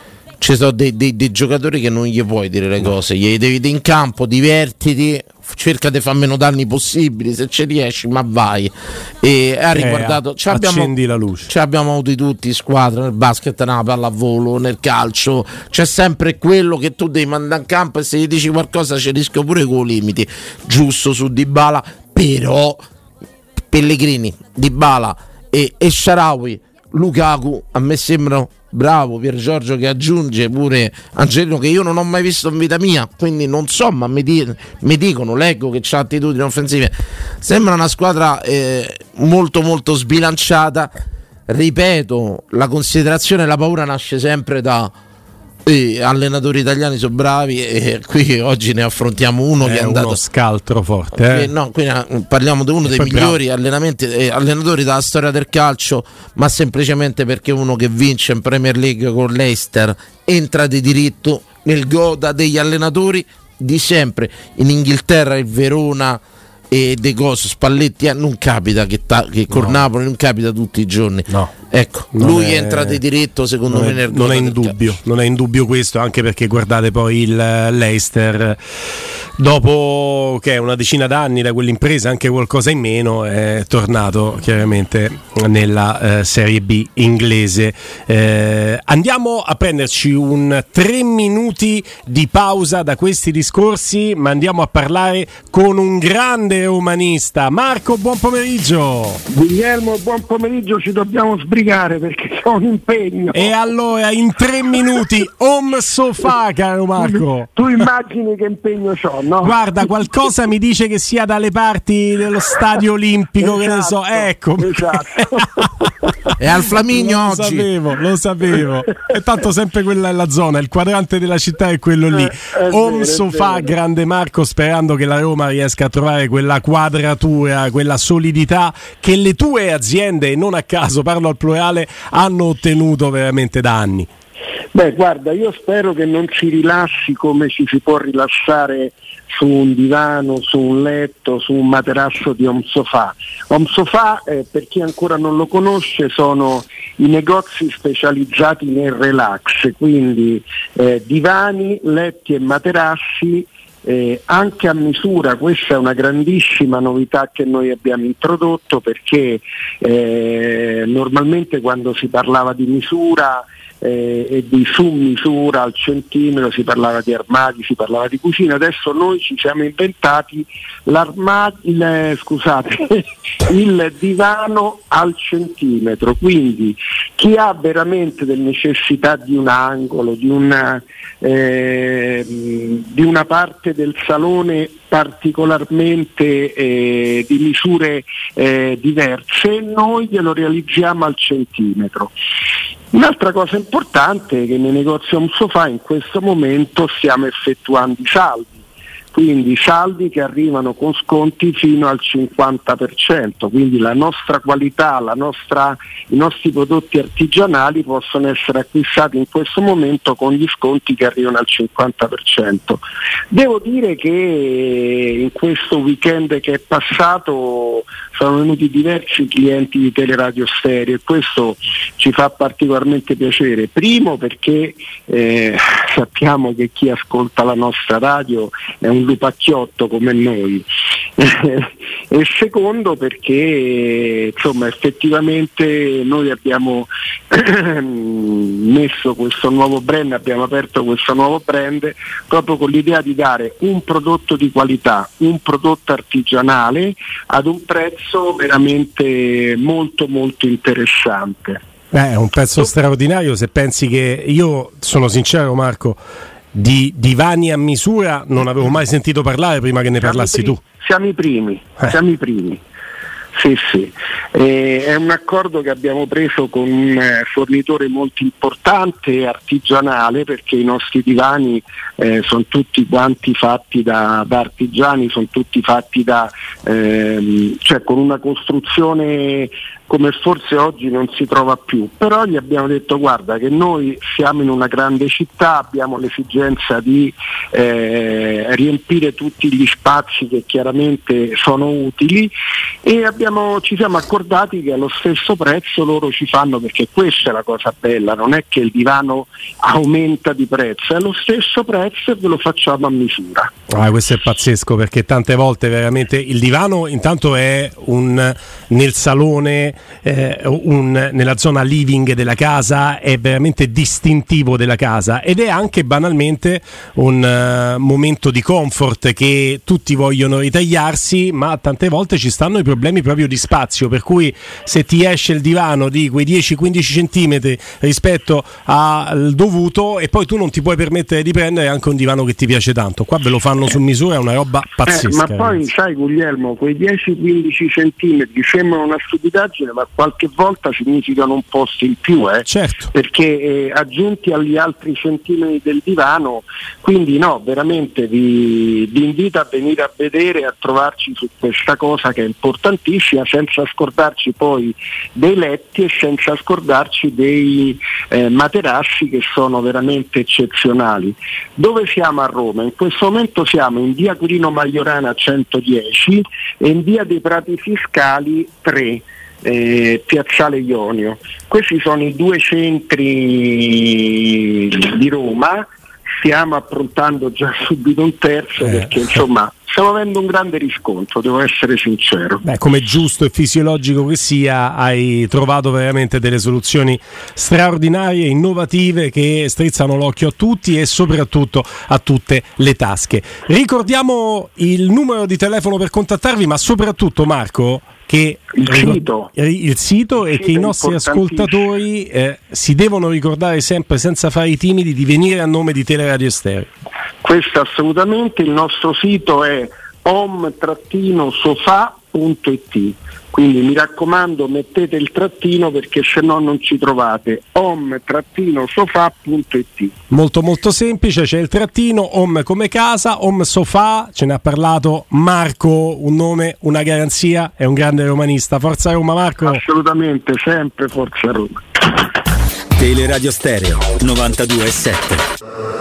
Ci sono dei giocatori che non gli puoi dire le cose, gli devi dire in campo, divertiti, cerca di fare meno danni possibili, se ci riesci, ma vai. E ha riguardato, accendi la luce. Ci abbiamo avuti tutti in squadra, nel basket, nella pallavolo, nel calcio, c'è sempre quello che tu devi mandare in campo e se gli dici qualcosa ci rischio pure con i limiti, giusto su Dybala, però Pellegrini, Dybala e Shaarawy, Lukaku a me sembrano. Bravo Pier Giorgio che aggiunge pure Angelino, che io non ho mai visto in vita mia, quindi non so, ma mi dicono, leggo che c'ha attitudini offensive. Sembra una squadra molto molto sbilanciata. Ripeto, la considerazione, la paura nasce sempre da allenatori italiani sono bravi e qui oggi ne affrontiamo uno che è andato uno scaltro forte. No, qui parliamo di uno dei migliori allenatori della storia del calcio, ma semplicemente perché uno che vince in Premier League con l'Leicester entra di diritto nel goda degli allenatori di sempre. In Inghilterra il Verona e De Cos, Spalletti non capita che con Napoli non capita tutti i giorni. No. Ecco, lui entra di diritto secondo me nel non è in dubbio, non è in dubbio questo, anche perché guardate poi il Leicester dopo che è una decina d'anni da quell'impresa, anche qualcosa in meno, è tornato chiaramente nella Serie B inglese. Andiamo a prenderci un 3 minuti di pausa da questi discorsi, ma andiamo a parlare con un grande romanista. Marco, buon pomeriggio. Guglielmo, buon pomeriggio, ci dobbiamo sbrigare perché c'ho un impegno. E allora in 3 minuti home sofà, caro Marco. Tu immagini che impegno c'ho, no? Guarda, qualcosa mi dice che sia dalle parti dello stadio olimpico, che ne so, ecco. Esatto. È al Flaminio oggi. Lo sapevo. E tanto sempre quella è la zona, il quadrante della città è quello lì. Home Sofa, grande Marco, sperando che la Roma riesca a trovare quella quadratura, quella solidità che le tue aziende, e non a caso parlo al plurale, hanno ottenuto veramente da anni. Beh, guarda, io spero che non si rilassi come ci si può rilassare su un divano, su un letto, su un materasso di Home Sofa. Home Sofa, per chi ancora non lo conosce, sono i negozi specializzati nel relax, quindi divani, letti e materassi anche a misura. Questa è una grandissima novità che noi abbiamo introdotto, perché normalmente quando si parlava di misura e di su misura al centimetro si parlava di armadi, si parlava di cucina. Adesso noi ci siamo inventati il divano al centimetro, quindi chi ha veramente delle necessità di un angolo, di una parte del salone particolarmente di misure diverse, noi glielo realizziamo al centimetro. Un'altra cosa importante è che nei negozi Home Sofa in questo momento stiamo effettuando i saldi, quindi saldi che arrivano con sconti fino al 50%, quindi la nostra qualità, i nostri prodotti artigianali possono essere acquistati in questo momento con gli sconti che arrivano al 50%. Devo dire che in questo weekend che è passato sono venuti diversi clienti di Teleradio Stereo e questo ci fa particolarmente piacere. Primo perché sappiamo che chi ascolta la nostra radio è un lupacchiotto come noi e secondo perché insomma effettivamente noi abbiamo messo questo nuovo brand, abbiamo aperto questo nuovo brand proprio con l'idea di dare un prodotto di qualità, un prodotto artigianale ad un prezzo veramente molto molto interessante. È un pezzo straordinario, se pensi che io sono sincero Marco, di divani a misura non avevo mai sentito parlare prima che ne parlassi tu. Siamo i primi. Sì. È un accordo che abbiamo preso con un fornitore molto importante e artigianale, perché i nostri divani sono tutti quanti fatti da artigiani, sono tutti fatti cioè con una costruzione come forse oggi non si trova più, però gli abbiamo detto guarda che noi siamo in una grande città, abbiamo l'esigenza di riempire tutti gli spazi che chiaramente sono utili e ci siamo accordati che allo stesso prezzo loro ci fanno, perché questa è la cosa bella, non è che il divano aumenta di prezzo, è allo stesso prezzo e ve lo facciamo a misura. Questo è pazzesco, perché tante volte veramente il divano intanto è nel salone, nella zona living della casa, è veramente distintivo della casa ed è anche banalmente un momento di comfort che tutti vogliono ritagliarsi, ma tante volte ci stanno i problemi proprio di spazio, per cui se ti esce il divano di quei 10-15 centimetri rispetto al dovuto e poi tu non ti puoi permettere di prendere anche un divano che ti piace tanto, qua ve lo fanno su misura, è una roba pazzesca. Ma poi sai Guglielmo, quei 10-15 centimetri sembrano una stupidaggine, ma qualche volta significano un posto in più, certo. Perché aggiunti agli altri centimetri del divano, quindi no, veramente vi invito a venire a vedere e a trovarci su questa cosa che è importantissima, senza scordarci poi dei letti e senza scordarci dei materassi che sono veramente eccezionali. Dove siamo a Roma? In questo momento siamo in via Quirino Maiorana 110 e in via dei Prati Fiscali 3, Piazzale Ionio. Questi sono i due centri di Roma, stiamo approntando già subito un terzo perché insomma stiamo avendo un grande riscontro, devo essere sincero. Come giusto e fisiologico che sia, hai trovato veramente delle soluzioni straordinarie, innovative, che strizzano l'occhio a tutti e soprattutto a tutte le tasche. Ricordiamo il numero di telefono per contattarvi, ma soprattutto Marco che il sito e che i nostri ascoltatori si devono ricordare sempre, senza fare i timidi, di venire a nome di Teleradio Stereo. Questo assolutamente. Il nostro sito è home-sofa.it, quindi mi raccomando mettete il trattino perché se no non ci trovate. home-sofa.it. Molto molto semplice, c'è il trattino, home come casa, home sofa, ce ne ha parlato Marco, un nome, una garanzia, è un grande romanista. Forza Roma, Marco. Assolutamente, sempre Forza Roma. Teleradio Stereo 92.7.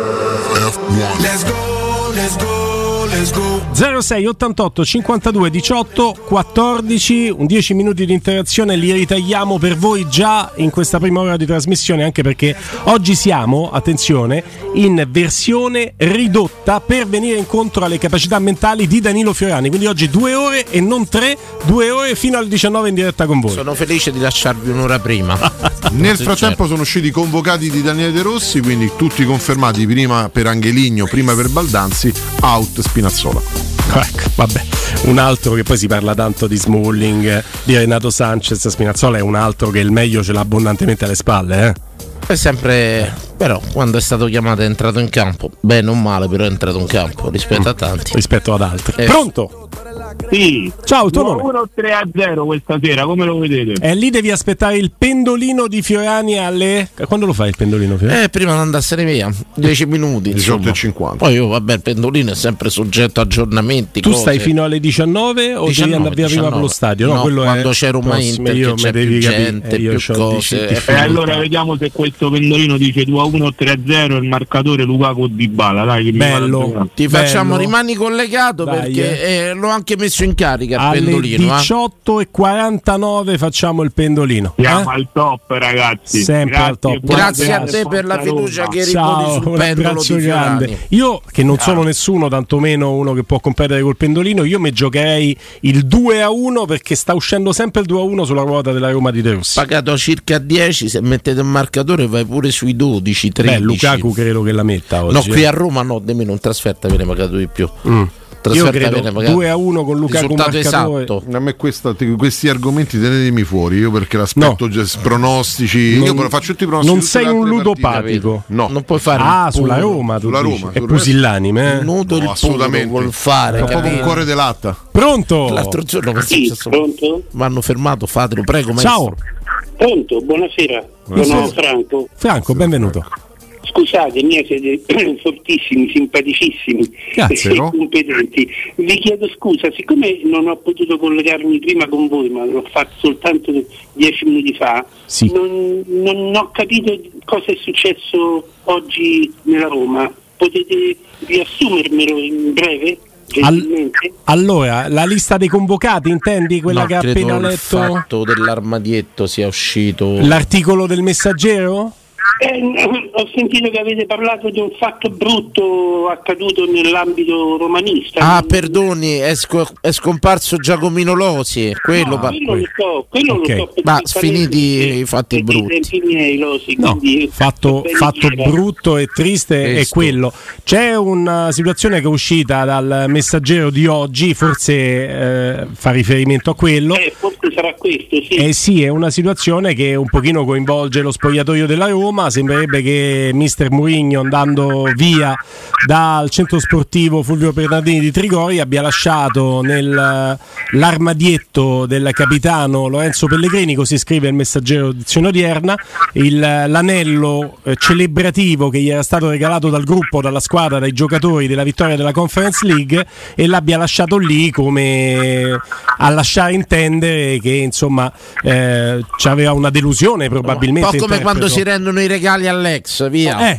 Let's go, let's go, let's go. 06 88 52 18 14, un 10 minuti di interazione li ritagliamo per voi già in questa prima ora di trasmissione, anche perché oggi siamo, attenzione, in versione ridotta per venire incontro alle capacità mentali di Danilo Fiorani, quindi oggi 2 ore e non 3, 2 ore fino alle 19 in diretta con voi. Sono felice di lasciarvi un'ora prima. Nel frattempo sono usciti i convocati di Daniele De Rossi, quindi tutti confermati, prima per Angeligno, prima per Baldanzi, out Spinazzola. Ecco, vabbè, un altro che poi si parla tanto di Smalling, di Renato Sanchez, Spinazzola è un altro che il meglio ce l'ha abbondantemente alle spalle, È sempre, però quando è stato chiamato è entrato in campo, beh non male, però è entrato in campo rispetto a tanti, rispetto ad altri. Pronto? Sì. Ciao, il tuo nome? 1-3-0 questa sera, come lo vedete? E lì devi aspettare il pendolino di Fiorani alle... Quando lo fai il pendolino, Fiorani? Prima di andarsene via, 10 minuti 18:50. Poi vabbè, il pendolino è sempre soggetto a aggiornamenti. Tu stai fino alle 19 o 19, devi andare via prima per lo stadio? No, quello quando è c'è Roma Inter, io c'è più gente, più cose. Allora vediamo se questo pendolino dice 2-1-3-0 il marcatore Lukaku Dybala, dai, bello. Ti facciamo, rimani collegato, dai, perché l'ho anche messo in carica il alle pendolino. 18:49 facciamo il pendolino. Siamo al top, ragazzi. Sempre al top. Grazie a te per la fiducia che riponi sul pendolo di grande. Io che non sono nessuno, tantomeno uno che può competere col pendolino, io mi giocherei il 2-1 perché sta uscendo sempre il 2-1 sulla ruota della Roma di De Rossi. Pagato circa 10, se mettete un marcatore vai pure sui 12, 13. Lukaku credo che la metta oggi. No, qui a Roma no, nemmeno in trasferta viene pagato di più. Io credo 2-1 con Lukaku marcatore. Esatto. A me questi argomenti tenetemi fuori, io perché l'aspetto pronostici, io faccio tutti i pronostici. Non sei un ludopatico. No, non puoi fare sulla Roma, sulla Roma, è pusillanime, nudo assolutamente vuol fare, è proprio un cuore de latta. Pronto? L'altro giorno pronto? Mi hanno fermato, fatelo, prego, ciao. Pronto, buonasera. Sono Franco, benvenuto. Scusate, siete fortissimi, simpaticissimi e competenti. Vi chiedo scusa, siccome non ho potuto collegarmi prima con voi, ma l'ho fatto soltanto 10 minuti fa, sì. non ho capito cosa è successo oggi nella Roma. Potete riassumermelo in breve? Allora, la lista dei convocati, intendi quella che ha appena letto? Il fatto dell'armadietto sia uscito. L'articolo del Messaggero? Ho sentito che avete parlato di un fatto brutto accaduto nell'ambito romanista. Perdoni, è scomparso Giacomino Losi. Quello lo so. Ma finiti i fatti brutti. Fatto brutto e triste è quello. C'è una situazione che è uscita dal Messaggero di oggi, forse fa riferimento a quello. Forse sarà questo, sì. Sì, è una situazione che un pochino coinvolge lo spogliatoio della Roma. Sembrerebbe che mister Mourinho, andando via dal centro sportivo Fulvio Bernardini di Trigori, abbia lasciato nell'armadietto del capitano Lorenzo Pellegrini, così scrive il Messaggero edizione odierna, l'anello celebrativo che gli era stato regalato dal gruppo, dalla squadra, dai giocatori della vittoria della Conference League, e l'abbia lasciato lì come a lasciare intendere che insomma c'aveva una delusione probabilmente. Un po' come quando si rendono i regali all'ex, via.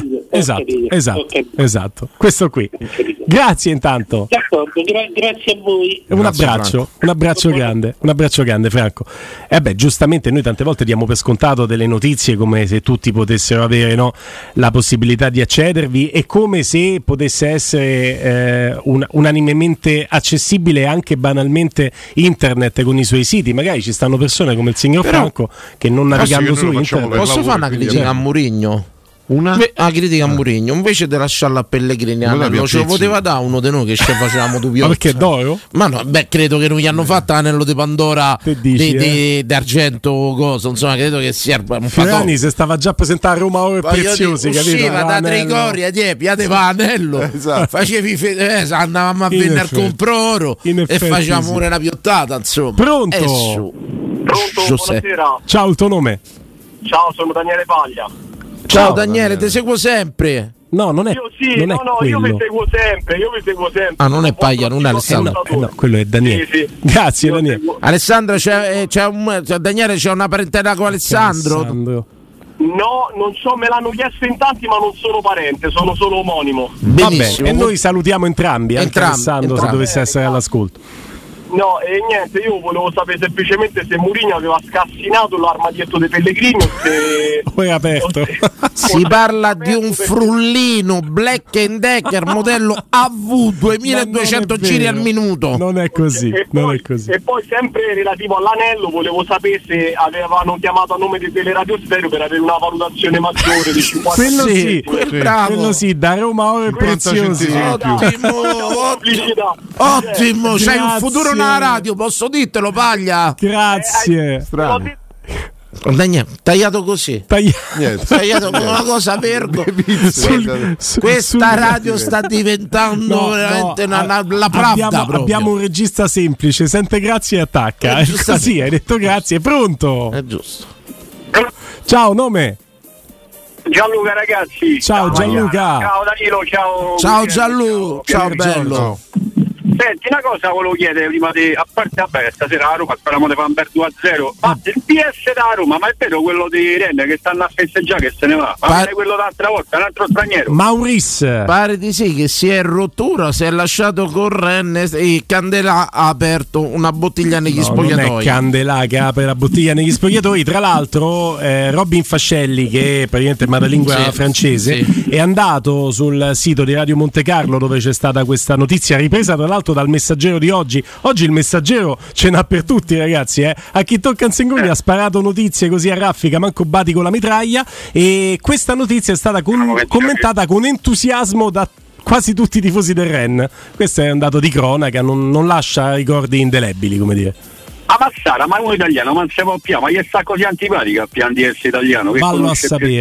Esatto, questo qui. Grazie intanto. D'accordo, grazie a voi. Un abbraccio grande, Franco. Giustamente noi tante volte diamo per scontato delle notizie come se tutti potessero avere, no, la possibilità di accedervi, e come se potesse essere unanimemente accessibile anche banalmente internet con i suoi siti. Magari ci stanno persone come il signor Franco che non navigando su internet. Posso fare una critica a Mourinho? La critica a Mourinho, invece di lasciarla a Pellegrini, ce lo poteva dare uno di noi che ci facevamo due. Ma perché d'oro? Ma no, credo che non gli hanno fatto l'anello di Pandora di argento, cosa, insomma, credo che sia un po'. Fiorani si stava già a presentare a Roma ore preziosi, capito? Usciva da Trigoria, piateva l'anello, facevi andavamo a vendere al comproro e facevamo pure una piottata, insomma. Pronto? Buonasera. Ciao, il tuo nome? Ciao, sono Daniele Paglia. Ciao Daniele, ti seguo sempre. No, non è. Io vi seguo sempre. Ah, non è Paglia, non è Alessandro. No, quello è Daniele. Sì. Grazie, Daniele. Alessandro, Daniele c'è una parentela con Alessandro. No, non so, me l'hanno chiesto in tanti, ma non sono parente, sono solo omonimo. Benissimo. E noi salutiamo entrambi, anche Alessandro, se dovesse essere all'ascolto. No, e niente, io volevo sapere semplicemente se Mourinho aveva scassinato l'armadietto dei Pellegrini o se... Poi è aperto. Si parla di un frullino Black & Decker modello AV 2200 giri al minuto. Non è così, e poi sempre relativo all'anello volevo sapere se avevano chiamato a nome di Teleradio Stereo per avere una valutazione maggiore di 50. Quello sì, da Roma ore preziosi. Ottimo, c'hai un futuro nella radio, posso dirtelo, Paglia? Grazie. Daniele, tagliato così, tagliato come una cosa verde. Questa radio sta diventando veramente la pravda. Abbiamo un regista semplice, sente grazie e attacca. È così, hai detto grazie, pronto? È giusto. Ciao, nome? Gianluca, ragazzi. Ciao Gianluca. Ciao Danilo, ciao Gianluca. Ciao bello. Senti, una cosa volevo chiedere prima di, a parte stasera a Roma speriamo di fare un bel 2-0, ma il PS da Roma, ma è vero quello di Rennes che stanno a festeggiare che se ne va, ma è quello d'altra volta, un altro straniero? Maurice. Pare di sì, che si è rottura, si è lasciato con Rennes e Candelà ha aperto una bottiglia negli spogliatoi. Non è Candelà che apre la bottiglia negli spogliatoi, tra l'altro Robin Fascelli, che è praticamente madrelingua francese, è andato sul sito di Radio Monte Carlo dove c'è stata questa notizia ripresa tra l'altro dal Messaggero di oggi. Oggi il Messaggero ce n'ha per tutti, ragazzi, a chi tocca in Singoni ha sparato notizie così a raffica, manco bati con la mitraglia, e questa notizia è stata commentata con entusiasmo da quasi tutti i tifosi del Rennes. Questo è un dato di cronaca, non lascia ricordi indelebili, come dire. Ma Sara, ma è un italiano, ma non si può più, ma gli sta così antipatica pian di essere italiano. Che vallo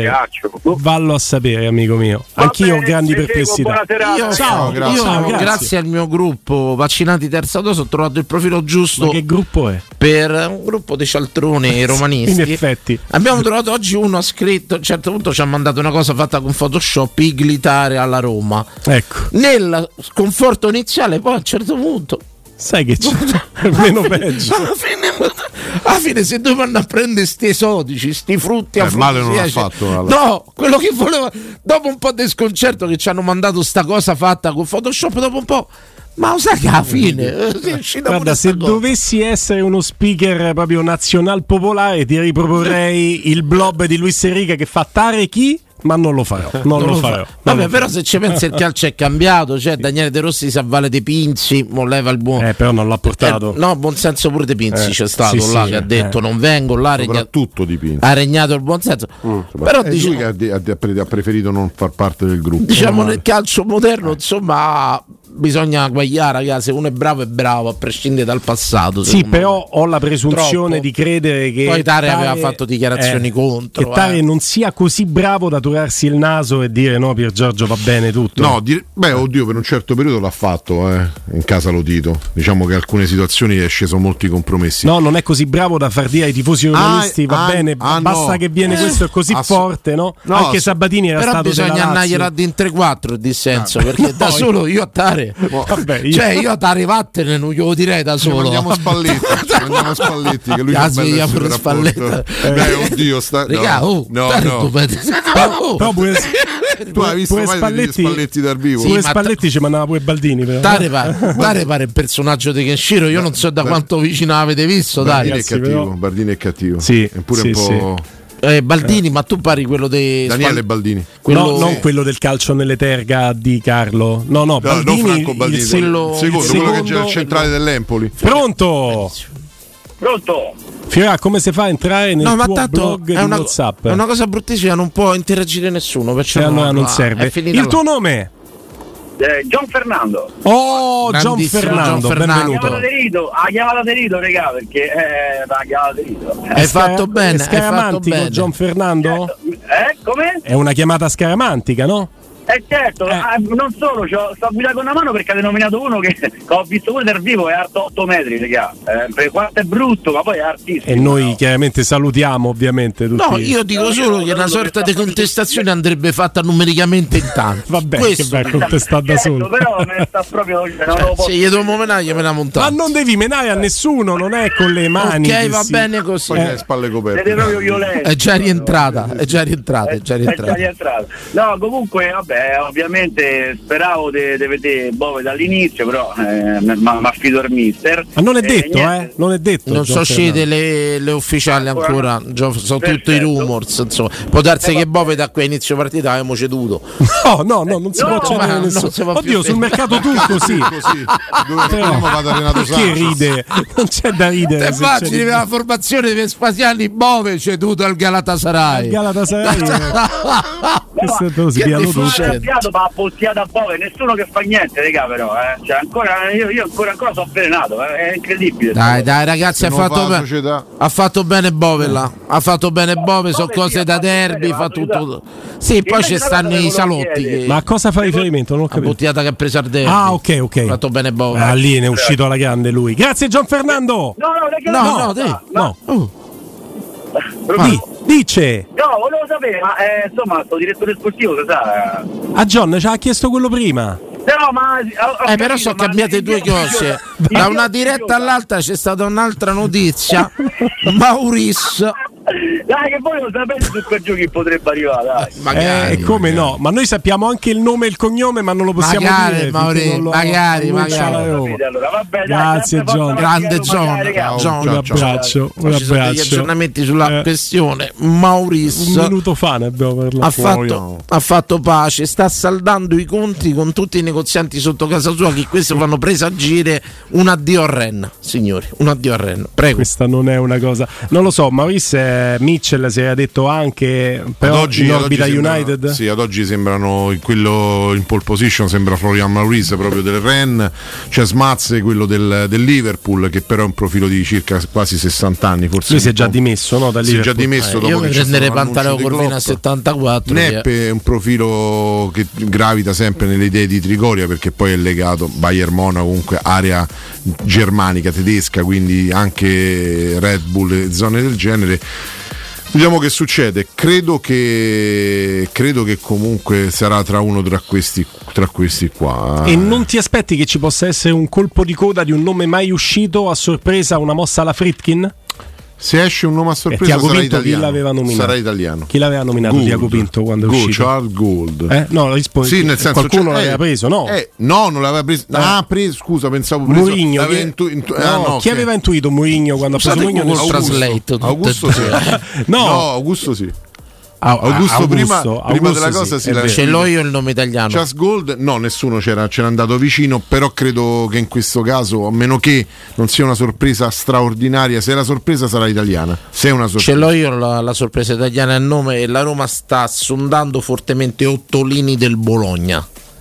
a sapere, amico mio. Anch'io ho grandi perplessità. Ciao, grazie al mio gruppo Vaccinati Terza Dose ho trovato il profilo giusto. Ma che gruppo è? Per un gruppo di cialtroni romanisti. In effetti abbiamo trovato oggi uno, ha scritto, a un certo punto ci ha mandato una cosa fatta con Photoshop, iglitare alla Roma. Ecco. Nel sconforto iniziale, poi a un certo punto sai che c'è meno peggio. Alla fine se dovevano a prendere sti esodici, sti frutti a male non ha fatto. No, quello che voleva, dopo un po' di sconcerto che ci hanno mandato sta cosa fatta con Photoshop, dopo un po', ma lo sai che alla fine guarda, se dovessi essere uno speaker proprio nazional popolare ti riproporrei il blob di Luis Enrique che fa tare chi? Ma non lo farò. Vabbè, però se ci pensi il calcio è cambiato, cioè Daniele De Rossi si avvale dei Pinzi, non leva il buon. Però non l'ha portato. No, buon senso pure dei Pinzi c'è stato che ha detto non vengo, là soprattutto di Pinzi. Ha regnato il buon senso. Però è lui che ha preferito non far parte del gruppo. Diciamo nel calcio moderno, insomma, bisogna guagliare, ragazzi. Uno è bravo, a prescindere dal passato. Sì, però ho la presunzione di credere che poi Tare aveva fatto dichiarazioni contro. Che Tare non sia così bravo da turarsi il naso e dire no, Pier Giorgio va bene tutto. No, oddio, per un certo periodo l'ha fatto in casa Lotito. Diciamo che alcune situazioni è sceso molti compromessi. No, non è così bravo da far dire ai tifosi romanisti va bene, basta che viene questo è così forte, no? Anche Sabatini era stato della Lazio. Però bisogna andare in 3-4 il dissenso, perché da solo io a Tare io a Tare vattene non glielo direi da solo. Andiamo a Spalletti che lui ha pure Spalletti. Oddio, però tu hai visto Spalletti dal vivo? Pure Spalletti ci mandava pure Baldini. Tare pare il personaggio di Kenshiro. Io non so da quanto vicino l'avete visto. Bardini è cattivo. Sì, eppure un po'. Baldini, ma tu pari quello di Daniele Baldini, non quello del calcio nelle terga di Carlo. No, Baldini, non Franco Baldini, il secondo quello che c'è al centrale dell'Empoli. Pronto? Fiora, come si fa a entrare nel tuo blog di WhatsApp? È una cosa bruttissima, non può interagire nessuno, perciò allora non serve. Il tuo nome? John Fernando. Oh, John Fernando, benvenuto. Ha chiamato Derito, regà, perché ha chiamato Derito. Hai fatto bene, scaramantico, John Fernando? Come? È una chiamata scaramantica, no? Certo, non solo, sto guidando con una mano perché avete nominato uno che ho visto pure dal vivo, è alto 8 metri, raga. Per quanto è brutto, ma poi è altissimo. E noi chiaramente salutiamo ovviamente tutti. No, io dico solo che una sorta di contestazione andrebbe fatta numericamente in tanto. Vabbè, questo che vai a contestare da solo. Però me sta proprio non lo posso. Se gli devo menare, me la montare. Ma non devi menare a nessuno, non è con le mani. Ok, va bene così. Poi le spalle coperte. Siete proprio violenti. È già rientrata. No, comunque, vabbè, ovviamente speravo di vedere Bove dall'inizio, però mi affido al mister. Ma non è detto, non è detto. Non so uscite le ufficiali ancora, sono tutti i rumors, insomma. Può darsi che Bove da qui a inizio partita avevamo ceduto. No, non si può cedere nessuno. Oddio, sul mercato turco sì. Perché ride? Non c'è da ridere. Immagini la formazione di Vespasiani, Bove ceduto al Galatasaray. Questo è lo spiano tutto. Ma appozziato a Bove, nessuno che fa niente, raga, però cioè, ancora io ancora sono avvelenato, è incredibile. Dai ragazzi, ha fatto bene Bove là. Ha fatto bene Bove, sono cose da derby, fa tutto. Sì, poi ci stanno i salotti. Ma a cosa fa riferimento? Non ho capito. La bottigliata che ha preso al derby. Ah, ok. Ha fatto bene Bove. Lì ne è uscito alla grande lui. Grazie Gian Fernando. No. Dice. No, volevo sapere, ma insomma, sto direttore sportivo, lo sa? A John ci ha chiesto quello prima. No, ma però sono cambiate due cose. Da una diretta all'altra c'è stata un'altra notizia. Maurice. Dai, che voi lo sapete su quel gioco che potrebbe arrivare, dai. Come no? Ma noi sappiamo anche il nome e il cognome, ma non lo possiamo dire. Magari. Allora, vabbè, grazie John. Grande John. Un abbraccio. Ci sono degli aggiornamenti sulla questione. Maurice un minuto fa ne abbiamo parlato. Ha fatto pace, sta saldando i conti con tutti i negozianti sotto casa sua, che questo fanno presagire un addio a Rennes, signori, un addio a Rennes. Prego. Questa non è una cosa, non lo so. Maurice Mitchell si era detto anche però in orbita United. Sì, ad oggi sembrano quello in pole position sembra Florian Maurice proprio del Rennes, c'è Smaz, quello del Liverpool, che però è un profilo di circa quasi 60 anni, forse. Lui si è già dimesso, no? Si è già dimesso dopo io che mi prendere Pantaleo Corvina a 74. Neppe è un profilo che gravita sempre nelle idee di Trigoria, perché poi è legato Bayern Monaco, comunque area germanica tedesca, quindi anche Red Bull e zone del genere. Vediamo che succede. Credo che comunque sarà tra questi qua. E non ti aspetti che ci possa essere un colpo di coda di un nome mai uscito a sorpresa, una mossa alla Fritkin? Se esce un nome a sorpresa sarà italiano. Chi l'aveva nominato? Sarà italiano. Chi l'aveva nominato? Tiago Pinto quando è uscito? Charles Gould. No, rispondi. Sì, nel senso qualcuno l'aveva preso, no? No, non l'aveva preso. Scusa, pensavo preso. Mourinho. Chi aveva intuito Mourinho quando ha preso Mourinho? Augusto sì. No, Augusto sì. Augusto prima della cosa sì, ce l'ho io il nome italiano. Charles Gould, no, nessuno c'era andato vicino, però credo che in questo caso, a meno che non sia una sorpresa straordinaria, se la sorpresa sarà italiana. Se è una sorpresa. Ce l'ho io la sorpresa italiana il nome, e la Roma sta sondando fortemente Ottolini del Bologna.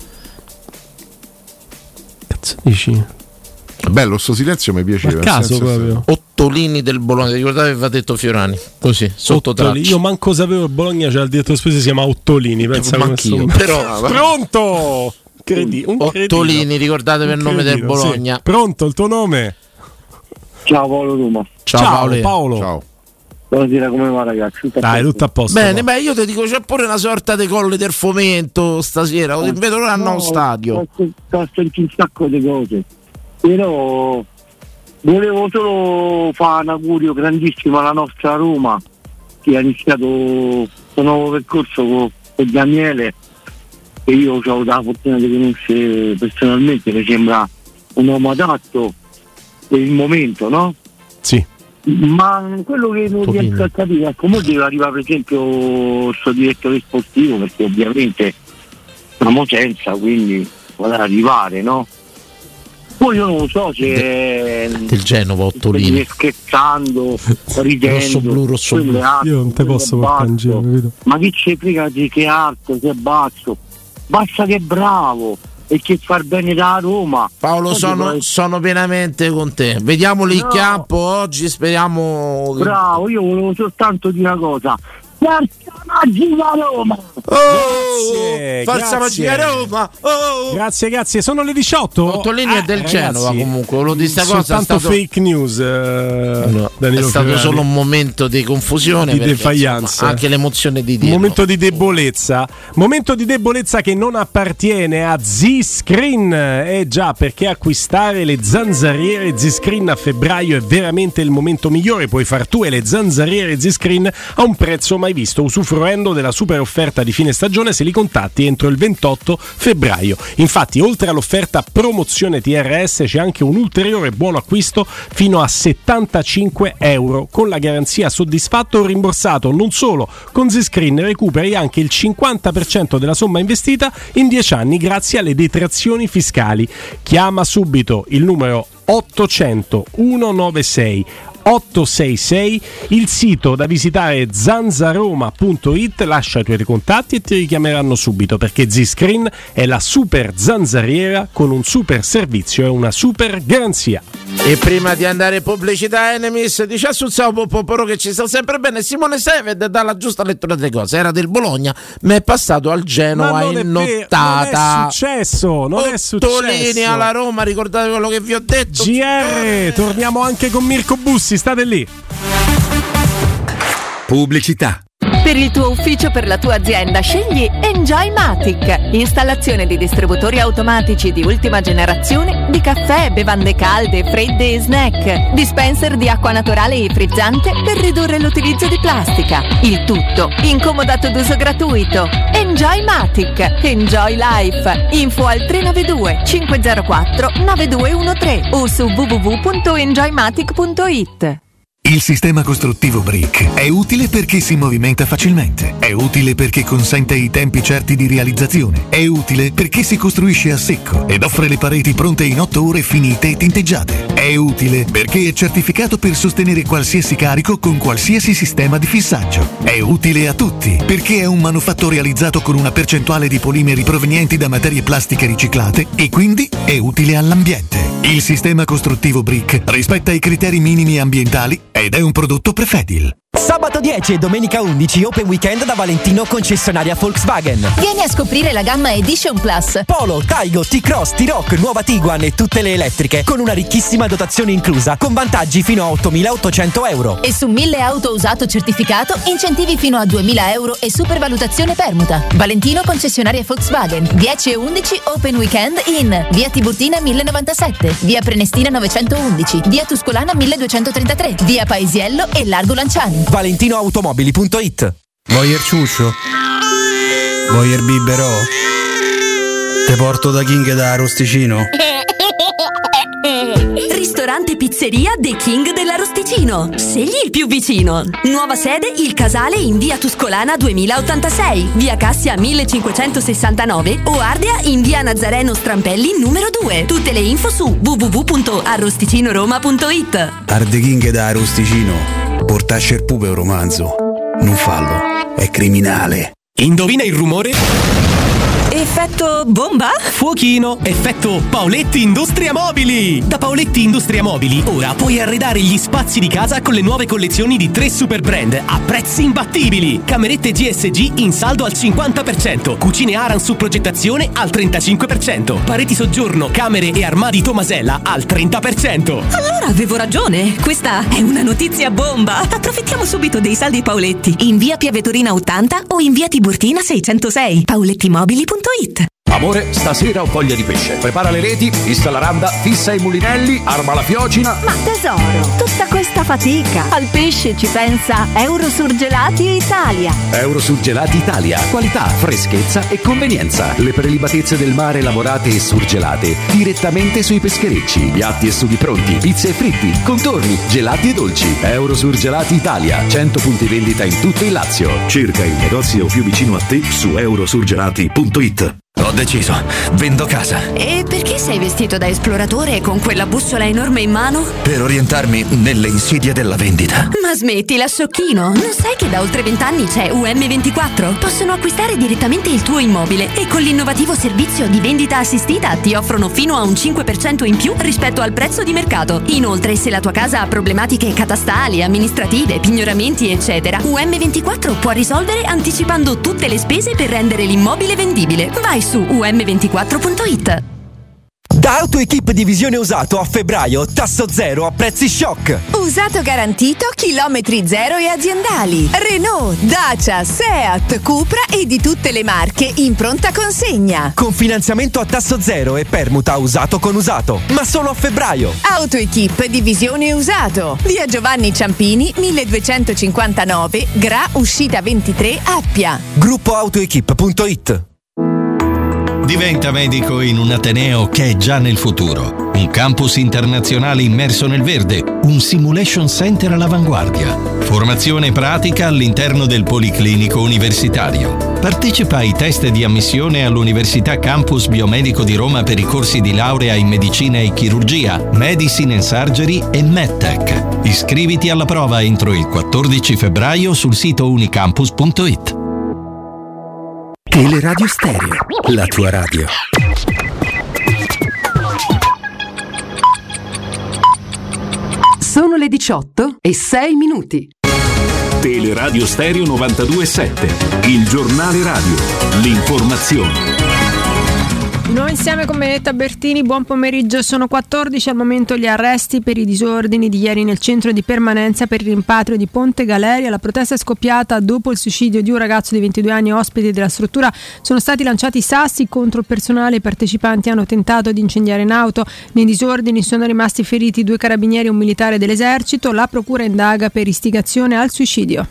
Cazzo dici? Bello, sto silenzio mi piaceva. A caso proprio. Ottolini del Bologna, ricordate che aveva detto Fiorani? Così, sotto traccia. Io manco sapevo il Bologna c'era il direttore spese, si chiama Ottolini, pensa anch'io. Però pronto! Ottolini, ricordatevi il nome del Bologna. Sì. Pronto, il tuo nome? Ciao Paolo Roma. Ciao Paolo. Ciao. Buonasera, come va ragazzi? Dai, tutto a posto. Bene, io ti dico, c'è pure una sorta di colle del fomento stasera, vedo al nuovo stadio. Sto sentendo un sacco di cose. Però volevo solo fare un augurio grandissimo alla nostra Roma, che ha iniziato questo nuovo percorso con Daniele, che io ho avuto la fortuna di conoscere personalmente. Mi sembra un uomo adatto per il momento, no? Sì. Ma quello che non riesco a capire è come deve arrivare per esempio il suo direttore sportivo, perché ovviamente siamo senza, quindi vuole arrivare, no? Poi io non lo so se del Genova, Ottolini, scherzando, ridendo, rosso blu, rosso blu. Io non te posso portare in giro, capito? Ma chi ci frega di che arte, che basso, basta che è bravo e che far bene da Roma. Paolo, sono pienamente con te. Vediamoli in campo oggi, speriamo. Bravo, io volevo soltanto dire una cosa. Forza Magia Roma! Forza Magia Roma! Grazie, sono le 18. Ottolini è del Genova, comunque, quello di sta cosa soltanto è stato fake news. È stato solo un momento di confusione, di perché, defiance, insomma, anche l'emozione di dirlo. Momento di debolezza che non appartiene a Z-Screen. Già, perché acquistare le zanzariere Z-Screen a febbraio è veramente il momento migliore. Puoi far tu e le zanzariere Z-Screen a un prezzo mai visto, usufruendo della super offerta di fine stagione se li contatti entro il 28 febbraio. Infatti, oltre all'offerta promozione TRS, c'è anche un ulteriore buono acquisto fino a €75 con la garanzia soddisfatto o rimborsato. Non solo, con Z-Screen recuperi anche il 50% della somma investita in 10 anni grazie alle detrazioni fiscali. Chiama subito il numero 800 196 866, il sito da visitare zanzaroma.it, lascia i tuoi contatti e ti richiameranno subito, perché Z-Screen è la super zanzariera con un super servizio e una super garanzia. E prima di andare in pubblicità, Enemies dice sul Poporo che ci sta sempre bene. Simone Seved dalla giusta lettura delle cose, era del Bologna ma è passato al Genova in nottata. Non è successo. Ottolini alla Roma, ricordate quello che vi ho detto. GR, torniamo anche con Mirko Bussi, state lì. Pubblicità. Per il tuo ufficio, per la tua azienda, scegli Enjoymatic. Installazione di distributori automatici di ultima generazione di caffè, bevande calde, fredde e snack. Dispenser di acqua naturale e frizzante per ridurre l'utilizzo di plastica. Il tutto incomodato d'uso gratuito. Enjoymatic. Enjoy Life. Info al 392 504 9213 o su www.enjoymatic.it. Il sistema costruttivo Brick è utile perché si movimenta facilmente, è utile perché consente i tempi certi di realizzazione, è utile perché si costruisce a secco ed offre le pareti pronte in 8 ore finite e tinteggiate, è utile perché è certificato per sostenere qualsiasi carico con qualsiasi sistema di fissaggio, è utile a tutti perché è un manufatto realizzato con una percentuale di polimeri provenienti da materie plastiche riciclate e quindi è utile all'ambiente. Il sistema costruttivo Brick rispetta i criteri minimi ambientali ed è un prodotto Prefedil. Sabato 10 e domenica 11 Open Weekend da Valentino, concessionaria Volkswagen. Vieni a scoprire la gamma Edition Plus. Polo, Taigo, T-Cross, T-Rock, nuova Tiguan e tutte le elettriche con una ricchissima dotazione inclusa con vantaggi fino a €8.800. E su 1000 auto usato certificato incentivi fino a €2.000 e supervalutazione permuta. Valentino, concessionaria Volkswagen. 10 e 11 Open Weekend in via Tiburtina 1097, via Prenestina 911, via Tuscolana 1233, via Paesiello e Largo Lanciani. ValentinoAutomobili.it. Voyer ciuscio? Voyer biberò? Te porto da King da Arosticino? Ristorante Pizzeria The King dell'Arosticino. Scegli il più vicino. Nuova sede Il Casale in via Tuscolana 2086, via Cassia 1569 o Ardea in via Nazareno Strampelli numero 2. Tutte le info su www.arrosticinoroma.it. Arde King da Arosticino. Portasce il pupe un romanzo. Non fallo, è criminale. Indovina il rumore? Effetto bomba? Fuochino, effetto Paoletti Industria Mobili. Da Paoletti Industria Mobili ora puoi arredare gli spazi di casa con le nuove collezioni di 3 super brand a prezzi imbattibili. Camerette GSG in saldo al 50%, cucine Aran su progettazione al 35%, pareti soggiorno, camere e armadi Tomasella al 30%. Allora avevo ragione, questa è una notizia bomba. Approfittiamo subito dei saldi Paoletti in via Piavetorina 80 o in via Tiburtina 606. paolettimobili.it. Amore, stasera ho voglia di pesce. Prepara le reti, fissa la randa, fissa i mulinelli, arma la fiocina. Ma tesoro, tutta questa fatica. Al pesce ci pensa Eurosurgelati Italia. Eurosurgelati Italia. Qualità, freschezza e convenienza. Le prelibatezze del mare lavorate e surgelate direttamente sui pescherecci. Piatti e sughi pronti, pizze e fritti, contorni, gelati e dolci. Eurosurgelati Italia. 100 punti vendita in tutto il Lazio. Cerca il negozio più vicino a te su eurosurgelati.it. Ho deciso, vendo casa. E perché sei vestito da esploratore con quella bussola enorme in mano? Per orientarmi nelle insidie della vendita. Ma smettila, sciocchino! Non sai che da oltre 20 anni c'è UM24? Possono acquistare direttamente il tuo immobile e con l'innovativo servizio di vendita assistita ti offrono fino a un 5% in più rispetto al prezzo di mercato. Inoltre, se la tua casa ha problematiche catastali, amministrative, pignoramenti, eccetera, UM24 può risolvere anticipando tutte le spese per rendere l'immobile vendibile. Vai su um24.it. Da AutoEquip Divisione Usato a febbraio, tasso zero a prezzi shock. Usato garantito, chilometri zero e aziendali. Renault, Dacia, Seat, Cupra e di tutte le marche in pronta consegna. Con finanziamento a tasso zero e permuta usato con usato. Ma solo a febbraio. AutoEquip Divisione Usato. Via Giovanni Ciampini, 1259, Gra, uscita 23, Appia. Gruppo AutoEquip.it. Diventa medico in un ateneo che è già nel futuro. Un campus internazionale immerso nel verde, un simulation center all'avanguardia. Formazione pratica all'interno del Policlinico Universitario. Partecipa ai test di ammissione all'Università Campus Biomedico di Roma per i corsi di laurea in medicina e chirurgia, medicine and surgery e medtech. Iscriviti alla prova entro il 14 febbraio sul sito unicampus.it. Teleradio Stereo, la tua radio. Sono le 18:06. Teleradio Stereo 92.7, il giornale radio, l'informazione. Di nuovo insieme con Benedetta Bertini, buon pomeriggio. Sono 14 al momento gli arresti per i disordini di ieri nel centro di permanenza per il rimpatrio di Ponte Galeria. La protesta è scoppiata dopo il suicidio di un ragazzo di 22 anni ospite della struttura. Sono stati lanciati sassi contro il personale, i partecipanti hanno tentato di incendiare in auto. Nei disordini sono rimasti feriti 2 carabinieri e un militare dell'esercito. La procura indaga per istigazione al suicidio.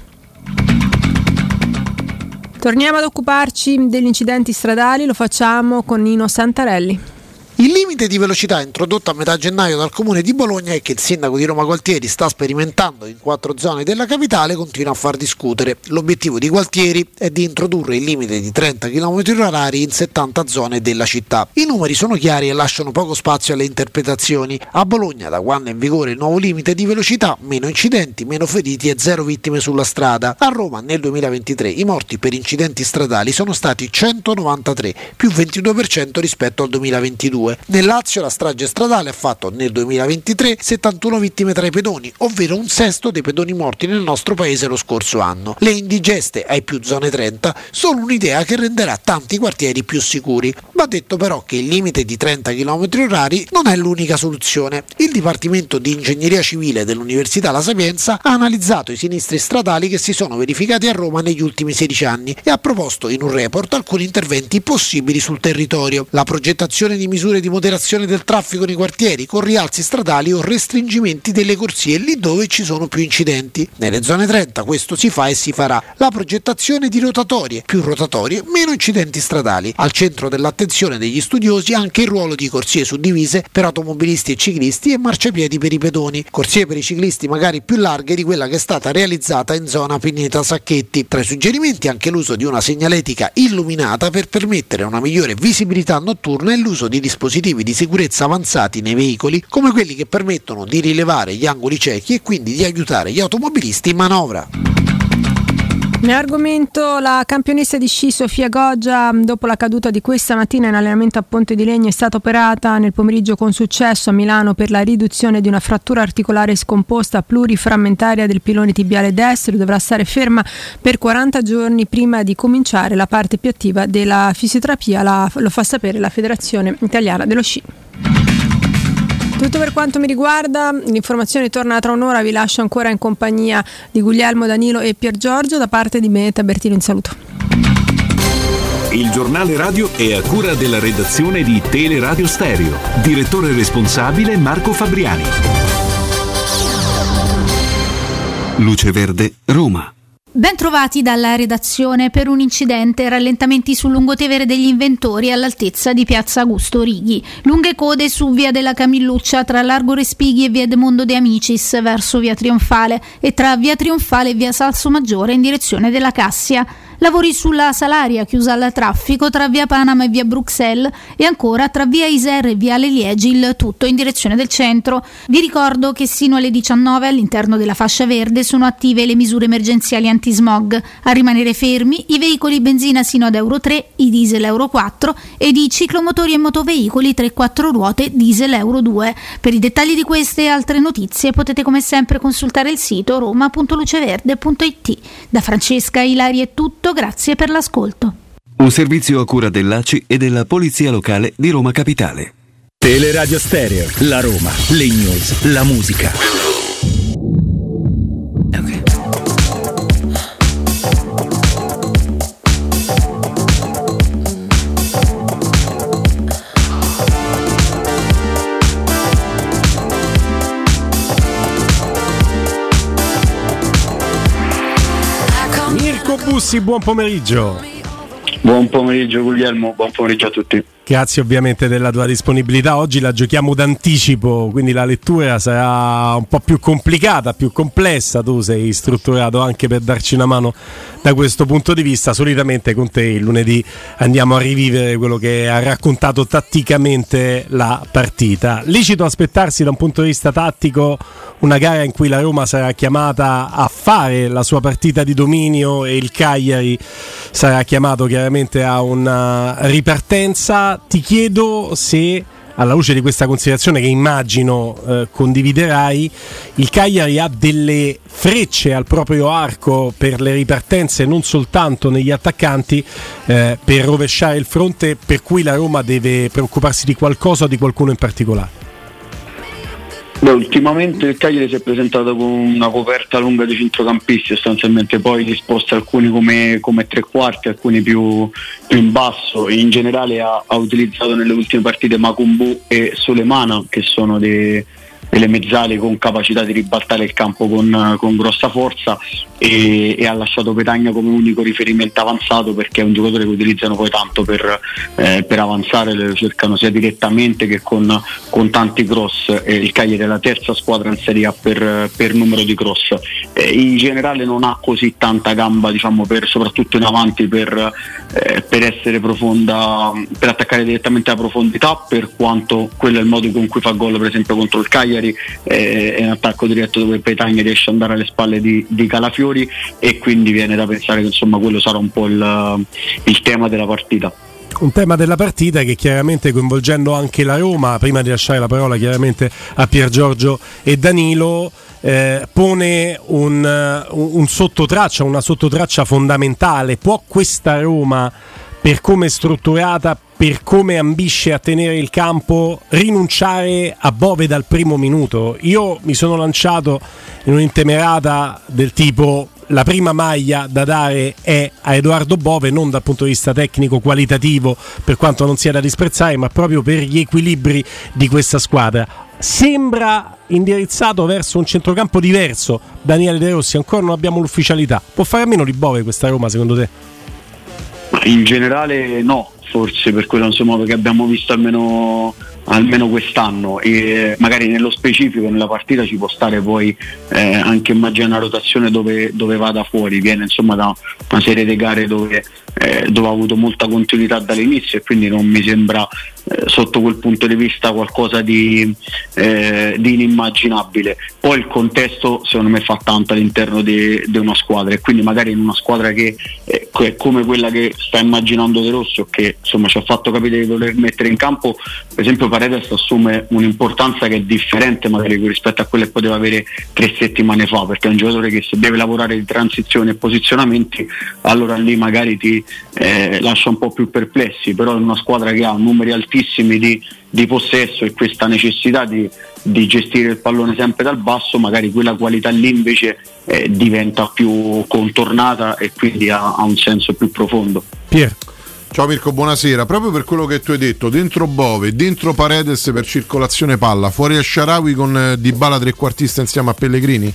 Torniamo ad occuparci degli incidenti stradali, lo facciamo con Nino Santarelli. Il limite di velocità introdotto a metà gennaio dal Comune di Bologna e che il sindaco di Roma Gualtieri sta sperimentando in 4 zone della capitale continua a far discutere. L'obiettivo di Gualtieri è di introdurre il limite di 30 km/h in 70 zone della città. I numeri sono chiari e lasciano poco spazio alle interpretazioni. A Bologna, da quando è in vigore il nuovo limite di velocità, meno incidenti, meno feriti e 0 vittime sulla strada. A Roma nel 2023 i morti per incidenti stradali sono stati 193, più 22% rispetto al 2022. Nel Lazio la strage stradale ha fatto nel 2023 71 vittime tra i pedoni, ovvero un sesto dei pedoni morti nel nostro paese lo scorso anno. Le indigeste ai più zone 30 sono un'idea che renderà tanti quartieri più sicuri. Va detto però che il limite di 30 km/h non è l'unica soluzione. Il Dipartimento di Ingegneria Civile dell'Università La Sapienza ha analizzato i sinistri stradali che si sono verificati a Roma negli ultimi 16 anni e ha proposto in un report alcuni interventi possibili sul territorio. La progettazione di misure di moderazione del traffico nei quartieri con rialzi stradali o restringimenti delle corsie lì dove ci sono più incidenti. Nelle zone 30 questo si fa e si farà. La progettazione di rotatorie, più rotatorie, meno incidenti stradali. Al centro dell'attenzione degli studiosi anche il ruolo di corsie suddivise per automobilisti e ciclisti e marciapiedi per i pedoni. Corsie per i ciclisti magari più larghe di quella che è stata realizzata in zona Pineta Sacchetti. Tra i suggerimenti anche l'uso di una segnaletica illuminata per permettere una migliore visibilità notturna e l'uso di dispositivi di sicurezza avanzati nei veicoli come quelli che permettono di rilevare gli angoli ciechi e quindi di aiutare gli automobilisti in manovra. Ne argomento la campionessa di sci Sofia Goggia, dopo la caduta di questa mattina in allenamento a Ponte di Legno, è stata operata nel pomeriggio con successo a Milano per la riduzione di una frattura articolare scomposta pluriframmentaria del pilone tibiale destro. Dovrà stare ferma per 40 giorni prima di cominciare la parte più attiva della fisioterapia, lo fa sapere la Federazione Italiana dello Sci. Tutto per quanto mi riguarda, l'informazione torna tra un'ora, vi lascio ancora in compagnia di Guglielmo, Danilo e Pier Giorgio. Da parte di Benedetta Bertino in saluto. Il giornale radio è a cura della redazione di Teleradio Stereo. Direttore responsabile Marco Fabriani. Luce Verde, Roma. Ben trovati dalla redazione. Per un incidente, rallentamenti sul lungotevere degli Inventori all'altezza di piazza Augusto Righi. Lunghe code su via della Camilluccia tra Largo Respighi e via Edmondo De Amicis verso via Trionfale e tra via Trionfale e via Salsomaggiore in direzione della Cassia. lavori sulla Salaria chiusa al traffico tra via Panama e via Bruxelles e ancora tra via Isère e viale Liegi, il tutto in direzione del centro. Vi ricordo che sino alle 19 all'interno della fascia verde sono attive le misure emergenziali antismog. A rimanere fermi i veicoli benzina sino ad Euro 3, i diesel Euro 4 ed i ciclomotori e motoveicoli 3-4 ruote diesel Euro 2. Per i dettagli di queste e altre notizie potete come sempre consultare il sito roma.luceverde.it. Da Francesca Ilari è tutto, grazie per l'ascolto. Un servizio a cura dell'ACI e della Polizia Locale di Roma Capitale. Teleradio Stereo, la Roma, le news, la musica. Mirko Bussi, buon pomeriggio. Buon pomeriggio Guglielmo, buon pomeriggio a tutti. Grazie ovviamente della tua disponibilità. Oggi la giochiamo d'anticipo, quindi la lettura sarà un po' più complicata, più complessa. Tu sei strutturato anche per darci una mano da questo punto di vista. Solitamente con te il lunedì andiamo a rivivere quello che ha raccontato tatticamente la partita. Licito aspettarsi da un punto di vista tattico una gara in cui la Roma sarà chiamata a fare la sua partita di dominio e il Cagliari sarà chiamato chiaramente a una ripartenza. Ti chiedo se, alla luce di questa considerazione che immagino condividerai, il Cagliari ha delle frecce al proprio arco per le ripartenze, non soltanto negli attaccanti, per rovesciare il fronte, per cui la Roma deve preoccuparsi di qualcosa o di qualcuno in particolare. Beh, ultimamente il Cagliari si è presentato con una coperta lunga di centrocampisti, sostanzialmente poi disposti alcuni come tre quarti, alcuni più in basso. In generale ha utilizzato nelle ultime partite Makumbu e Sulemana, che sono delle mezzali con capacità di ribaltare il campo con grossa forza, e ha lasciato Petagna come unico riferimento avanzato, perché è un giocatore che utilizzano poi tanto per avanzare, lo cercano sia direttamente che con tanti cross. Il Cagliari è la terza squadra in Serie A per numero di cross. In generale non ha così tanta gamba, diciamo, soprattutto in avanti per essere profonda, per attaccare direttamente alla profondità, per quanto quello è il modo con cui fa gol per esempio contro il Cagliari. È un attacco diretto dove Petagna riesce ad andare alle spalle di Calafiori, e quindi viene da pensare che insomma quello sarà un po' il tema della partita. Un tema della partita che chiaramente, coinvolgendo anche la Roma, prima di lasciare la parola chiaramente a Piergiorgio e Danilo, pone un sottotraccia, una sottotraccia fondamentale. Può questa Roma, per come è strutturata, per come ambisce a tenere il campo, rinunciare a Bove dal primo minuto? Io mi sono lanciato in un'intemerata del tipo: la prima maglia da dare è a Edoardo Bove, non dal punto di vista tecnico qualitativo, per quanto non sia da disprezzare, ma proprio per gli equilibri di questa squadra. Sembra indirizzato verso un centrocampo diverso Daniele De Rossi, ancora non abbiamo l'ufficialità. Può fare a meno di Bove questa Roma, secondo te? In generale no, forse per quello insomma che abbiamo visto almeno quest'anno, e magari nello specifico nella partita ci può stare poi anche immaginare una rotazione dove vada fuori. Viene insomma da una serie di gare dove ha avuto molta continuità dall'inizio, e quindi non mi sembra sotto quel punto di vista qualcosa di inimmaginabile. Poi il contesto secondo me fa tanto all'interno di una squadra, e quindi magari in una squadra che è come quella che sta immaginando De Rossi, che insomma ci ha fatto capire di voler mettere in campo, per esempio Paredes assume un'importanza che è differente magari rispetto a quella che poteva avere 3 settimane fa, perché è un giocatore che se deve lavorare di transizione e posizionamenti, allora lì magari ti lascia un po' più perplessi. Però in una squadra che ha numeri altissimi di possesso e questa necessità di gestire il pallone sempre dal basso, magari quella qualità lì invece diventa più contornata e quindi ha un senso più profondo. Pier. Ciao Mirko, buonasera. Proprio per quello che tu hai detto, dentro Bove, dentro Paredes per circolazione palla, fuori Al-Shaarawy con Dybala trequartista insieme a Pellegrini?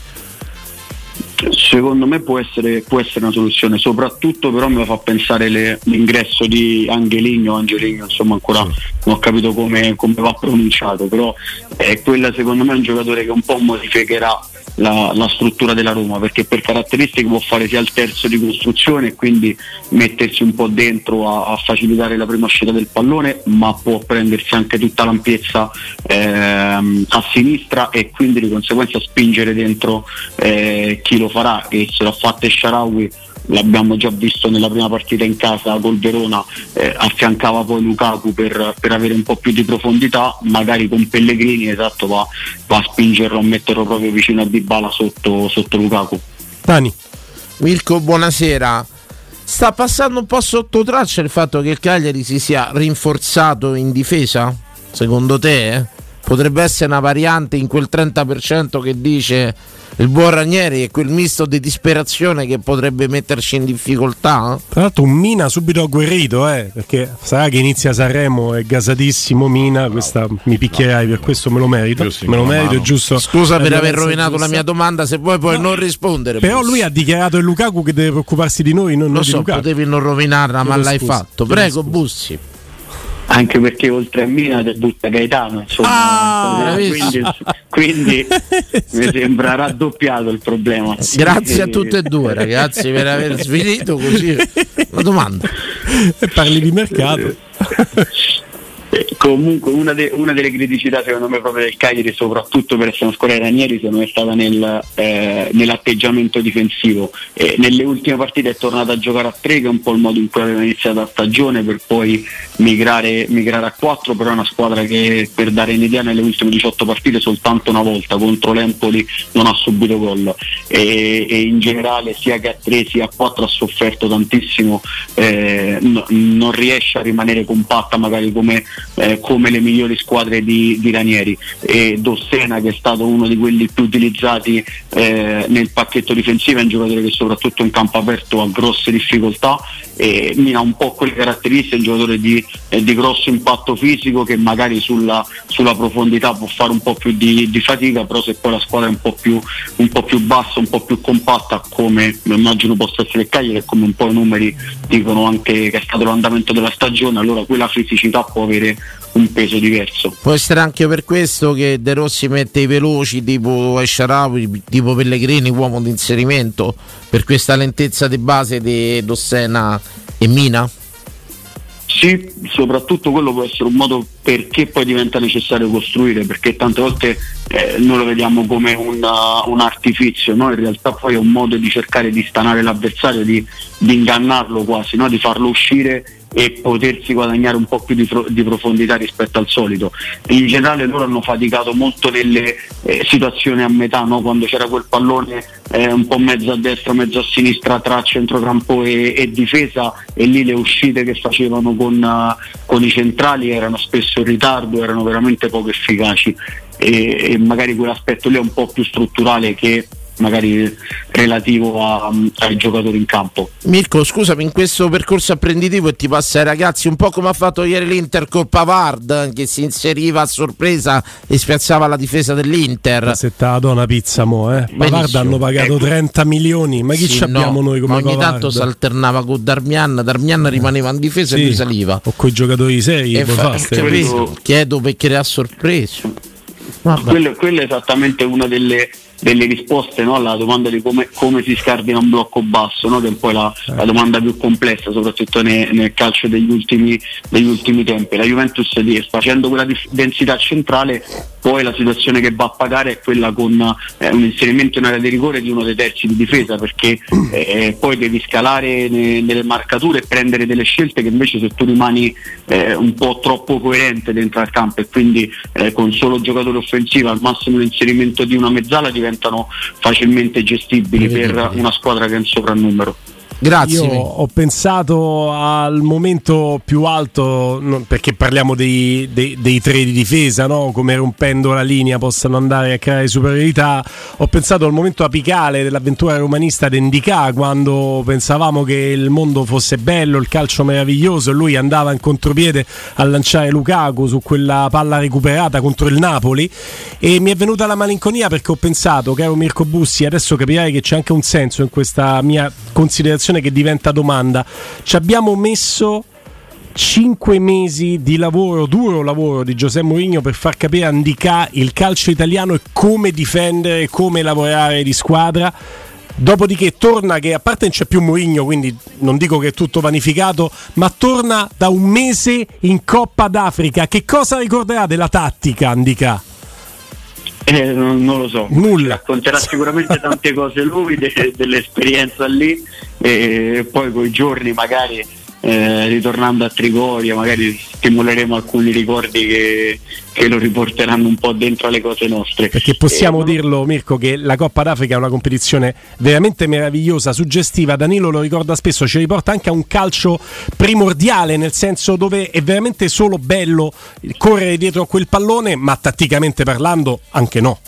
Secondo me può essere una soluzione, soprattutto però me lo fa pensare l'ingresso di Angeligno, insomma ancora non ho capito come va pronunciato, però quella secondo me è un giocatore che un po' modificherà la struttura della Roma, perché per caratteristiche può fare sia il terzo di costruzione e quindi mettersi un po' dentro a facilitare la prima uscita del pallone, ma può prendersi anche tutta l'ampiezza a sinistra e quindi di conseguenza spingere dentro chi lo farà, e se l'ha fatta Shaarawy, l'abbiamo già visto nella prima partita in casa col Verona, affiancava poi Lukaku per avere un po' più di profondità, magari con Pellegrini, esatto, va a spingerlo, a metterlo proprio vicino a Dybala sotto Lukaku. Dani. Mirko, buonasera. Sta passando un po' sotto traccia il fatto che il Cagliari si sia rinforzato in difesa? Secondo te? Potrebbe essere una variante in quel 30% che dice il buon Ranieri, e quel misto di disperazione che potrebbe metterci in difficoltà? Tra l'altro un Mina subito agguerrito, perché sarà che inizia Sanremo, è gasatissimo Mina, questa mi picchierai, per questo me lo merito. Me lo merito, è giusto. Scusa per aver rovinato la mia domanda, se vuoi puoi non rispondere. Però lui ha dichiarato il Lukaku che deve preoccuparsi di noi, non lo di so, Lukaku. potevi non rovinarla, ma l'hai fatto. Prego, Bussi. Anche perché oltre a Mina debutta Gaetano, insomma, quindi mi sembra raddoppiato il problema. Grazie a tutte e due, ragazzi, per aver svilito così la domanda. E parli di mercato. Comunque una delle criticità secondo me proprio del Cagliari, soprattutto per essere una squadra di Ranieri, secondo me è stata nell'atteggiamento difensivo. Nelle ultime partite è tornato a giocare a 3, che è un po' il modo in cui aveva iniziato la stagione, per poi migrare a 4, però è una squadra che, per dare un'idea, nelle ultime 18 partite soltanto una volta contro l'Empoli non ha subito gol, e in generale sia che a 3 sia a 4 ha sofferto tantissimo, non riesce a rimanere compatta magari come le migliori squadre di Ranieri. E Dossena, che è stato uno di quelli più utilizzati nel pacchetto difensivo, è un giocatore che soprattutto in campo aperto ha grosse difficoltà, e Mina ha un po' quelle caratteristiche, è un giocatore di grosso impatto fisico, che magari sulla profondità può fare un po' più di fatica, però se poi la squadra è un po' più bassa, un po' più compatta, come immagino possa essere il Cagliari, e come un po' i numeri dicono anche che è stato l'andamento della stagione, allora quella fisicità può avere un peso diverso. Può essere anche per questo che De Rossi mette i veloci tipo Shaarawy, tipo Pellegrini, uomo di inserimento, per questa lentezza di base di Dossena e Mina? Sì, soprattutto quello può essere un modo perché poi diventa necessario costruire, perché tante volte noi lo vediamo come un artifizio, no? In realtà poi è un modo di cercare di stanare l'avversario, di ingannarlo quasi, no? Di farlo uscire e potersi guadagnare un po' più di profondità rispetto al solito. In generale loro hanno faticato molto nelle situazioni a metà, no? Quando c'era quel pallone un po' mezzo a destra, mezzo a sinistra tra centrocampo e difesa, e lì le uscite che facevano con i centrali erano spesso in ritardo, erano veramente poco efficaci, e magari quell'aspetto lì è un po' più strutturale che magari relativo ai giocatori in campo. Mirko, scusami, in questo percorso apprenditivo, e ti passa ai ragazzi un po' come ha fatto ieri l'Inter con Pavard, che si inseriva a sorpresa e spiazzava la difesa dell'Inter. Se te la do una pizza Pavard hanno pagato 30 milioni, ma chi ci abbiamo noi come ogni Pavard? Tanto si alternava con Darmian rimaneva in difesa e lui saliva, o con i giocatori seri. Chiedo perché ha sorpreso. Quello è esattamente una delle risposte, no, alla domanda di come si scardina un blocco basso, no, che è un po' la domanda più complessa, soprattutto nel calcio degli ultimi tempi. La Juventus, facendo quella densità centrale, poi la situazione che va a pagare è quella con un inserimento in area di rigore di uno dei terzi di difesa, perché poi devi scalare nelle marcature e prendere delle scelte che invece, se tu rimani un po' troppo coerente dentro al campo, e quindi con solo giocatore offensivo, al massimo l'inserimento di una mezzala, diventano facilmente gestibili per una squadra che è in soprannumero. Grazie. Io ho pensato al momento più alto, perché parliamo dei tre di difesa, no? Come rompendo la linea possano andare a creare superiorità. Ho pensato al momento apicale dell'avventura romanista di Ndicà, quando pensavamo che il mondo fosse bello, il calcio meraviglioso, e lui andava in contropiede a lanciare Lukaku su quella palla recuperata contro il Napoli, e mi è venuta la malinconia, perché ho pensato, caro Mirko Bussi, adesso capirai che c'è anche un senso in questa mia considerazione che diventa domanda: ci abbiamo messo 5 mesi di lavoro, duro lavoro di José Mourinho per far capire a Ndicà il calcio italiano e come difendere, come lavorare di squadra. Dopodiché torna, che a parte non c'è più Mourinho, quindi non dico che è tutto vanificato, ma torna da un mese in Coppa d'Africa. Che cosa ricorderà della tattica, Ndicà? Non lo so, nulla. Racconterà sicuramente tante cose lui dell'esperienza lì, e poi coi giorni magari ritornando a Trigoria magari stimoleremo alcuni ricordi che lo riporteranno un po' dentro alle cose nostre, perché possiamo dirlo, Mirko, che la Coppa d'Africa è una competizione veramente meravigliosa, suggestiva. Danilo lo ricorda spesso, ci riporta anche a un calcio primordiale, nel senso dove è veramente solo bello correre dietro a quel pallone, ma tatticamente parlando anche no.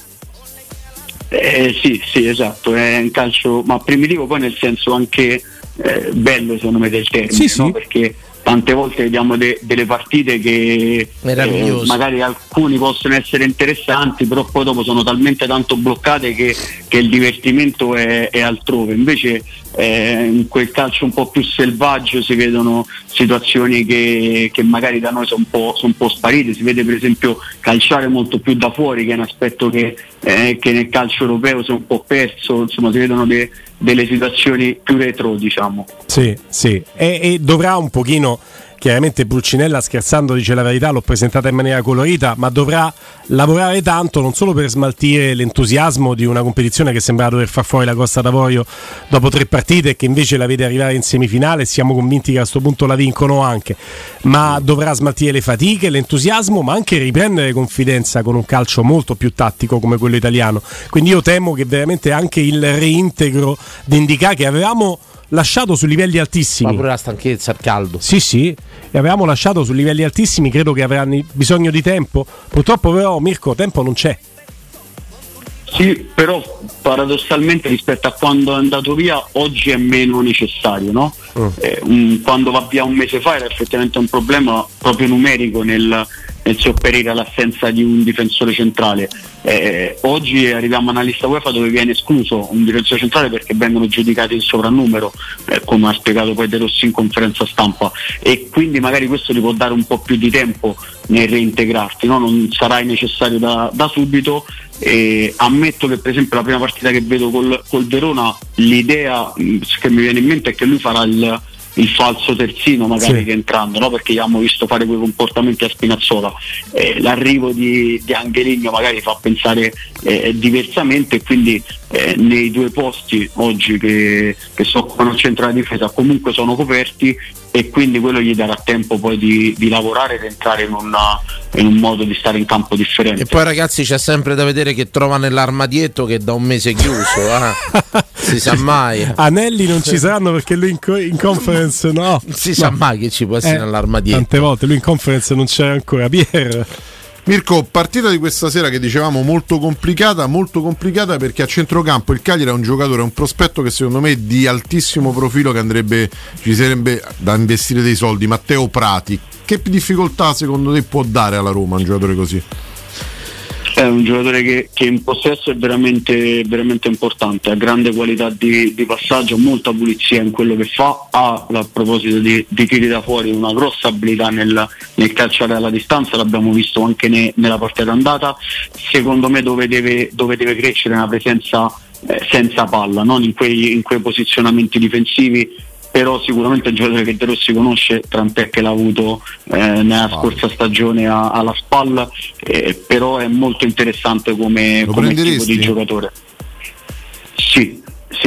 Sì, esatto, è un calcio ma primitivo, poi nel senso anche bello secondo me del termine, sì. No? Perché tante volte vediamo delle partite che magari alcuni possono essere interessanti, però poi dopo sono talmente tanto bloccate che il divertimento è altrove. Invece in quel calcio un po' più selvaggio si vedono situazioni che magari da noi sono un po' sparite. Si vede per esempio calciare molto più da fuori, che è un aspetto che nel calcio europeo si è un po' perso. Insomma, si vedono delle situazioni più retro, diciamo. Sì, e dovrà un pochino, chiaramente Pulcinella scherzando dice la verità, l'ho presentata in maniera colorita, ma dovrà lavorare tanto non solo per smaltire l'entusiasmo di una competizione che sembrava dover far fuori la Costa d'Avorio dopo 3 partite e che invece la vede arrivare in semifinale, siamo convinti che a questo punto la vincono anche, ma dovrà smaltire le fatiche, l'entusiasmo, ma anche riprendere confidenza con un calcio molto più tattico come quello italiano. Quindi io temo che veramente anche il reintegro di Ndicà, che avevamo lasciato su livelli altissimi, ma pure la stanchezza, il caldo, sì, e avevamo lasciato su livelli altissimi, credo che avranno bisogno di tempo. Purtroppo però, Mirko, tempo non c'è. Sì, però paradossalmente rispetto a quando è andato via oggi è meno necessario, no? Quando va via un mese fa era effettivamente un problema proprio numerico nel sopperire all'assenza di un difensore centrale. Oggi arriviamo a una lista UEFA dove viene escluso un difensore centrale perché vengono giudicati il sovrannumero, come ha spiegato poi De Rossi in conferenza stampa, e quindi magari questo ti può dare un po' più di tempo nel reintegrarti, no? Non sarai necessario da subito. Ammetto che per esempio la prima partita che vedo col Verona, l'idea che mi viene in mente è che lui farà il falso terzino magari rientrando, no? Perché gli abbiamo visto fare quei comportamenti a Spinazzola. L'arrivo di Angeligno magari fa pensare diversamente, e quindi nei 2 posti oggi che si occupano al centro della difesa comunque sono coperti, e quindi quello gli darà tempo poi di lavorare ed entrare in un modo di stare in campo differente. E poi ragazzi c'è sempre da vedere che trova nell'armadietto, che da un mese chiuso, si sa mai. Anelli non ci saranno perché lui in conference no. Si sa mai che ci può essere nell'armadietto. Tante volte lui in conference non c'era ancora. Pier. Mirko, partita di questa sera che dicevamo molto complicata perché a centrocampo il Cagliari è un giocatore, un prospetto che secondo me è di altissimo profilo, che ci sarebbe da investire dei soldi. Matteo Prati, che difficoltà secondo te può dare alla Roma un giocatore così? È un giocatore che in possesso è veramente, veramente importante, ha grande qualità di passaggio, molta pulizia in quello che fa, ha, a proposito di tiri da fuori, una grossa abilità nel calciare alla distanza, l'abbiamo visto anche nella partita d'andata. Secondo me dove deve crescere è una presenza senza palla, non in quei posizionamenti difensivi, però sicuramente è un giocatore che De Rossi conosce, tant'è che l'ha avuto nella scorsa stagione alla spalla, però è molto interessante come tipo di giocatore. Sì,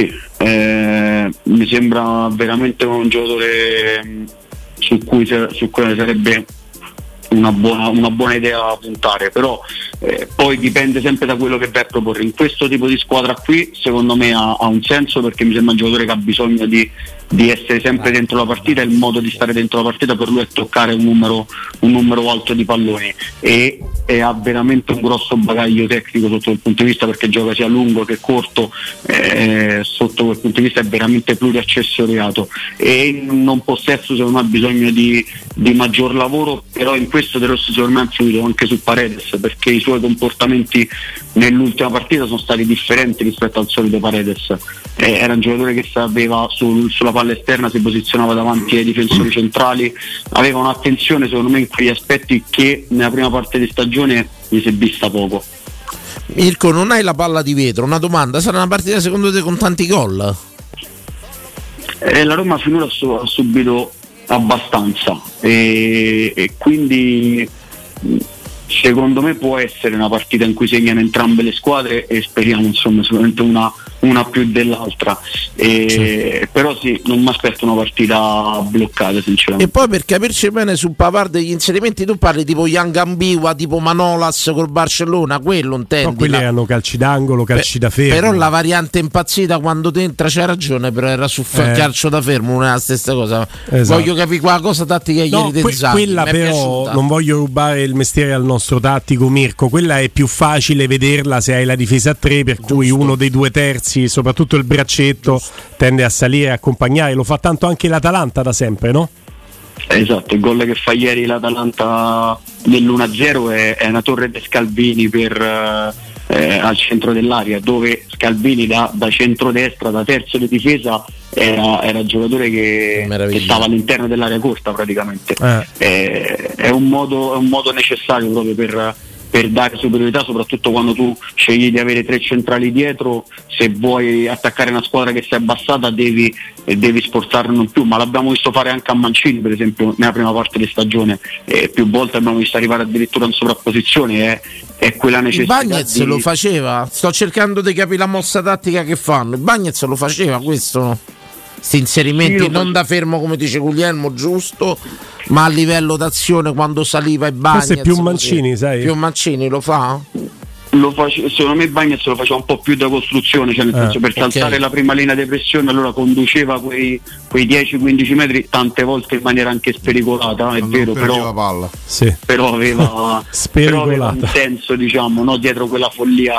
mi sembra veramente un giocatore su cui sarebbe una buona idea puntare, però poi dipende sempre da quello che vai a proporre. In questo tipo di squadra qui secondo me ha un senso, perché mi sembra un giocatore che ha bisogno di essere sempre dentro la partita, e il modo di stare dentro la partita per lui è toccare un numero alto di palloni, e ha veramente un grosso bagaglio tecnico sotto quel punto di vista, perché gioca sia lungo che corto, sotto quel punto di vista è veramente pluriaccessoriato, e in un possesso secondo me ha bisogno di maggior lavoro, però in questo questo De Rossi secondo me ha influito anche su Paredes, perché i suoi comportamenti nell'ultima partita sono stati differenti rispetto al solito Paredes. Era un giocatore che sapeva sulla palla esterna, si posizionava davanti ai difensori centrali, aveva un'attenzione secondo me in quegli aspetti che nella prima parte di stagione gli si è vista poco. Mirko, non hai la palla di vetro, una domanda: sarà una partita secondo te con tanti gol? La Roma finora ha subito abbastanza e quindi secondo me può essere una partita in cui segnano entrambe le squadre e speriamo insomma sicuramente una più dell'altra, però sì, non mi aspetto una partita bloccata sinceramente. E poi, per capirci bene su Pavard degli inserimenti, tu parli tipo Young Ambiwa, tipo Manolas col Barcellona, quello intendi? No, quelli erano calci d'angolo, calci da fermo. Però la variante impazzita quando ti entra, c'hai ragione, però era su calcio da fermo, non è la stessa cosa. Esatto. Voglio capire qua cosa tattica ieri del Zaghi. Quella però non voglio rubare il mestiere al nostro tattico Mirko, quella è più facile vederla se hai la difesa a 3, per cui uno dei 2 terzi, soprattutto il braccetto, tende a salire e accompagnare. Lo fa tanto anche l'Atalanta da sempre, no? Esatto, il gol che fa ieri l'Atalanta nell'1-0 è una torre di Scalvini al centro dell'area, dove Scalvini da centrodestra, da terzo di difesa, era il giocatore che stava all'interno dell'area corta praticamente. È un modo necessario proprio per dare superiorità, soprattutto quando tu scegli di avere 3 centrali dietro. Se vuoi attaccare una squadra che si è abbassata devi sforzarne in più, ma l'abbiamo visto fare anche a Mancini per esempio nella prima parte di stagione, più volte abbiamo visto arrivare addirittura in sovrapposizione. È quella necessità. Il Bagnez lo faceva, sto cercando di capire la mossa tattica che fanno. Il Bagnez lo faceva questo, questi inserimenti non da fermo come dice Guglielmo, giusto, ma a livello d'azione quando saliva i Bagnez. Questo è più Mancini, sai? Più Mancini lo fa? Secondo me Bagnez lo faceva un po' più da costruzione, cioè nel senso, per saltare la prima linea di pressione, allora conduceva quei 10-15 metri, tante volte in maniera anche spericolata, è vero, però palla. Sì. Però aveva un senso, diciamo, no? Dietro quella follia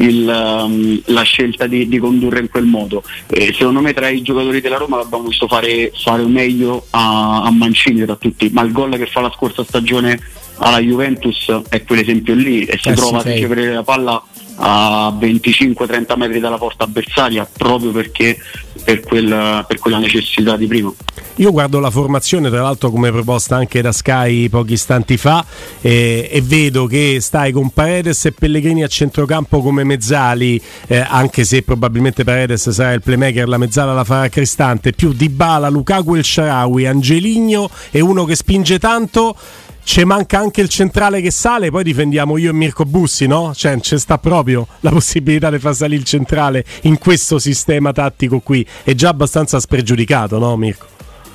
la scelta di condurre in quel modo. Secondo me tra i giocatori della Roma l'abbiamo visto fare meglio a Mancini tra tutti, ma il gol che fa la scorsa stagione alla Juventus è quell'esempio lì, e si trova a ricevere la palla a 25-30 metri dalla porta avversaria proprio perché per quella necessità di prima. Io guardo la formazione, tra l'altro come proposta anche da Sky pochi istanti fa, e vedo che stai con Paredes e Pellegrini a centrocampo come mezzali, anche se probabilmente Paredes sarà il playmaker, la mezzala la farà Cristante, più Dybala, Lukaku, El Shaarawy, Angelino e uno che spinge tanto. Ci manca anche il centrale che sale, poi difendiamo io e Mirko Bussi, no? Cioè c'è sta proprio la possibilità di far salire il centrale in questo sistema tattico qui. È già abbastanza spregiudicato, no Mirko?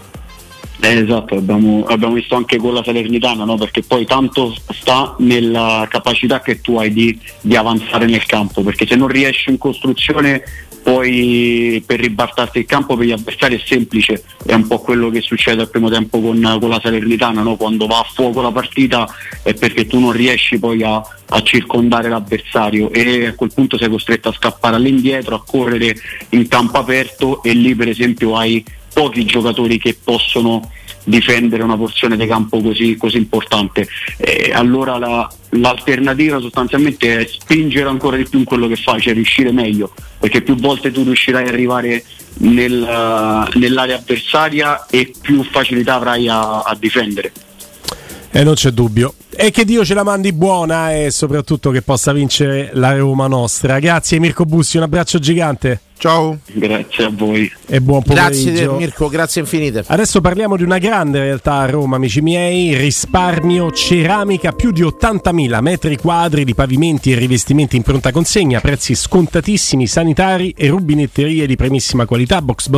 Esatto, abbiamo visto anche con la Salernitana, no? Perché poi tanto sta nella capacità che tu hai di avanzare nel campo, perché se non riesci in costruzione poi per ribaltarti il campo per gli avversari è semplice. È un po' quello che succede al primo tempo con la Salernitana, no? Quando va a fuoco la partita è perché tu non riesci poi a circondare l'avversario, e a quel punto sei costretto a scappare all'indietro, a correre in campo aperto, e lì per esempio hai pochi giocatori che possono difendere una porzione di campo così importante. Allora l'alternativa sostanzialmente è spingere ancora di più in quello che fai, cioè riuscire meglio, perché più volte tu riuscirai ad arrivare nell'area avversaria e più facilità avrai a difendere. Non c'è dubbio. E che Dio ce la mandi buona, e soprattutto che possa vincere la Roma nostra. Grazie Mirko Bussi, un abbraccio gigante. Ciao. Grazie a voi. E buon pomeriggio. Grazie Mirko, grazie infinite. Adesso parliamo di una grande realtà a Roma, amici miei. Risparmio Ceramica, più di 80.000 metri quadri di pavimenti e rivestimenti in pronta consegna, prezzi scontatissimi, sanitari e rubinetterie di primissima qualità, box,